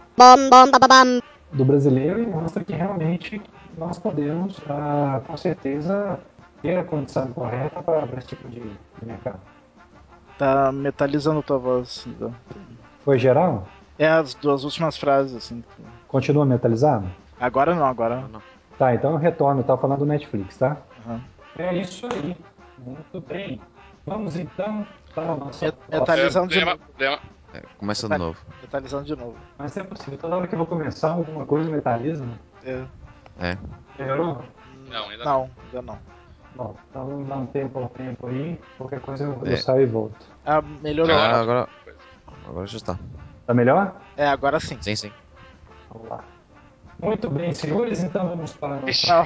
Do brasileiro e mostra que realmente nós podemos, uh, com certeza, ter a condição correta para esse tipo de, de mercado. Tá metalizando tua voz. Então. Foi geral? É as duas últimas frases, assim. Continua metalizado? Agora não, agora não. Tá, então eu retorno, eu tava falando do Netflix, tá? Uhum. É isso aí. Muito bem. Vamos então para a nossa Met- próxima. metalizando de Dema- novo. dema- É, começa de Metal- novo. Metalizando de novo. Mas é possível, toda hora que eu vou começar alguma coisa metaliza. É. É. Melhorou? Não, ainda não. Ainda não. Bom, então vamos dar um tempo ao tempo aí. Qualquer coisa eu, eu É. saio e volto. Ah, melhorou. Ah, Agora- agora, agora já está. Tá melhor? É, agora sim. Sim, sim. Vamos lá. Muito bem, senhores, então vamos para a nossa. Não.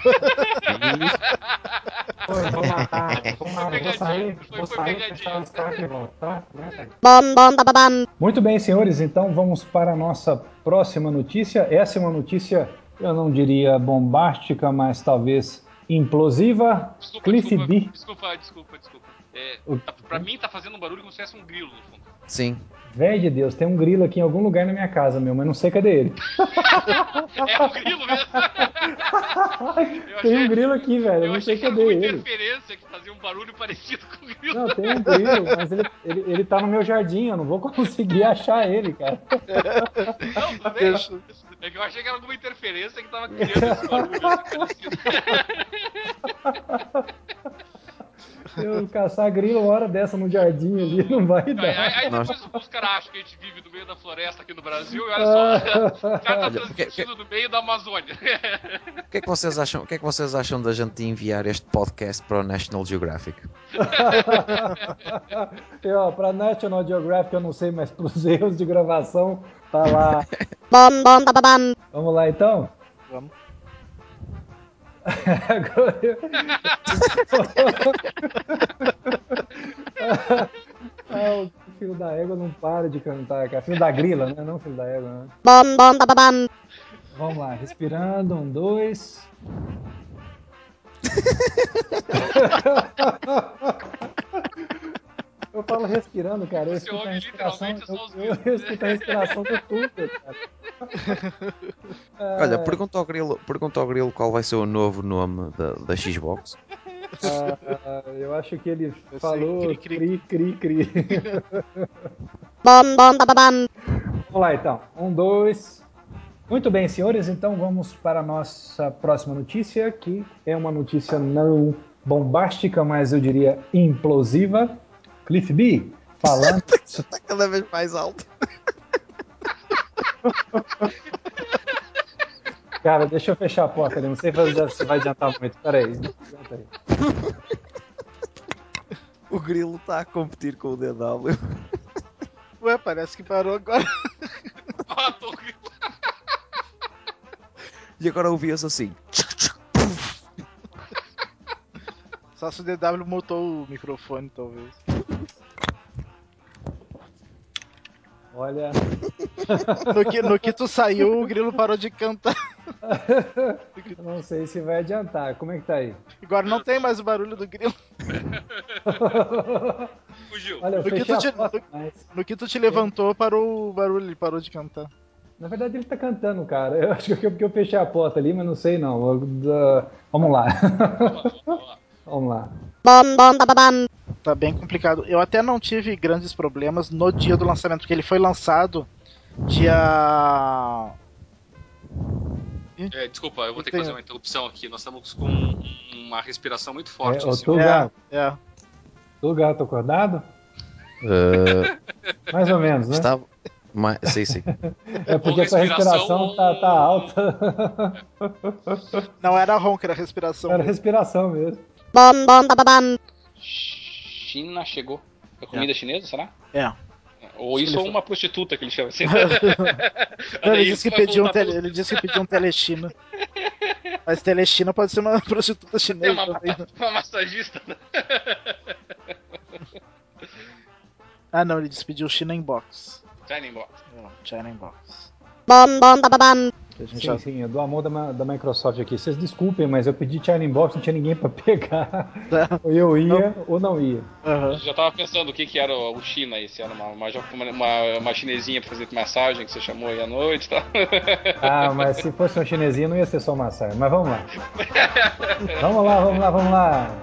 Foi, vou matar. Vou, matar, vou sair, Foi- vou foi sair, pegadinha. fechar o Skype e volto, tá? Muito bem, senhores, então vamos para a nossa próxima notícia. Essa é uma notícia, eu não diria bombástica, mas talvez Implosiva, Desculpa, Cliff desculpa, B. desculpa, desculpa, desculpa. É, O- tá- pra mim tá fazendo um barulho como se tivesse um grilo no fundo. Sim. Véi de Deus, tem um grilo aqui em algum lugar na minha casa, meu, mas não sei cadê ele. É um grilo mesmo. Eu Tem um achei- grilo aqui, velho, eu Eu não achei sei que era cadê uma ele. interferência que fazia um barulho parecido com o grilo. Não, tem um grilo, mas ele, ele, ele tá no meu jardim, eu não vou conseguir achar ele, cara. Não, tudo bem. É que eu achei que era alguma interferência que tava criando esse barulho assim, parecido. Eu caçar grilo uma hora dessa no jardim ali, não vai Aí, dar. aí- aí depois os caras acham que a gente vive no meio da floresta aqui no Brasil e olha só, o cara tá Olha, transmitindo no meio da Amazônia. O que é que vocês acham, o que é que vocês acham da gente enviar este podcast para o National Geographic? E, ó, pra National Geographic eu não sei, mas pros erros de gravação tá lá. Vamos lá então? Vamos. Agora eu... ah, o filho da égua não para de cantar, cara. Filho da grila, né? Não filho da égua, né? Vamos lá, respirando, um, dois. Eu falo respirando, cara. Eu Você escuto a ouve respiração. literalmente Eu, só os eu, gritos. eu escuto a respiração do Tuga, cara. Olha, pergunta ao Grilo, pergunta ao Grilo qual vai ser o novo nome da, da Xbox. Ah, eu acho que ele Vai ser falou cri, cri, cri. cri, cri. Vamos lá, então. Um, dois. Muito bem, senhores. Então vamos para a nossa próxima notícia, que é uma notícia não bombástica, mas eu diria implosiva. Cliff B, falando... Está cada vez mais alto. Cara, deixa eu fechar a porta ali. Não sei se vai adiantar muito. Pera aí. Aguenta aí. O Grilo está a competir com o D W. Ué, parece que parou agora. Ah, tô grilo. E agora ouvi-se assim. Só se o D W mutou o microfone, talvez. Olha... No que, no que tu saiu, o grilo parou de cantar. Eu não sei se vai adiantar. Como é que tá aí? Agora não tem mais o barulho do grilo. Fugiu. Olha, eu No que, fechei tu a te, porta, no, mas... no que tu te levantou, parou o barulho, ele parou de cantar. Na verdade ele tá cantando, cara. Eu acho que é porque eu fechei a porta ali, mas não sei não. Eu, uh, Vamos lá. Vamos lá. Tá bem complicado. Eu até não tive grandes problemas no dia do lançamento, porque ele foi lançado dia... É, desculpa, eu vou ter que Tem- fazer uma interrupção aqui. Nós estamos com um- uma respiração muito forte. É, ô, em cima. tu, gato. É, é. Tu, gato, acordado? Uh, Mais ou menos, né? estava... Mas, sim, sim. É porque Ou a tua respiração respiração tá, ou- tá alta. Não era ronco, era respiração. Era mesmo. respiração mesmo. China chegou. É comida chinesa, será? É. Ou Acho isso que ou ele uma prostituta que ele chama assim. Não, Daí ele, isso disse que vai pediu um voltar tele, pelo- ele disse que pediu um telechina. Mas telechina pode ser uma prostituta É chinesa uma, também. né? uma massagista. Né? Ah não, ele disse que pediu China Inbox. China Box. É, China Inbox. Que a gente Sim, já- sim, é do amor da, Ma- da Microsoft aqui. Vocês desculpem, mas eu pedi China Inbox, não tinha ninguém pra pegar. Ou eu ia ou não ia. Aham. Eu já tava pensando o que que era o China aí, se era uma, uma, uma, uma chinesinha pra fazer massagem que você chamou aí à noite e tal. Ah, mas se fosse um chinesinho não ia ser só massagem. Mas vamos lá. Vamos lá, vamos lá, vamos lá.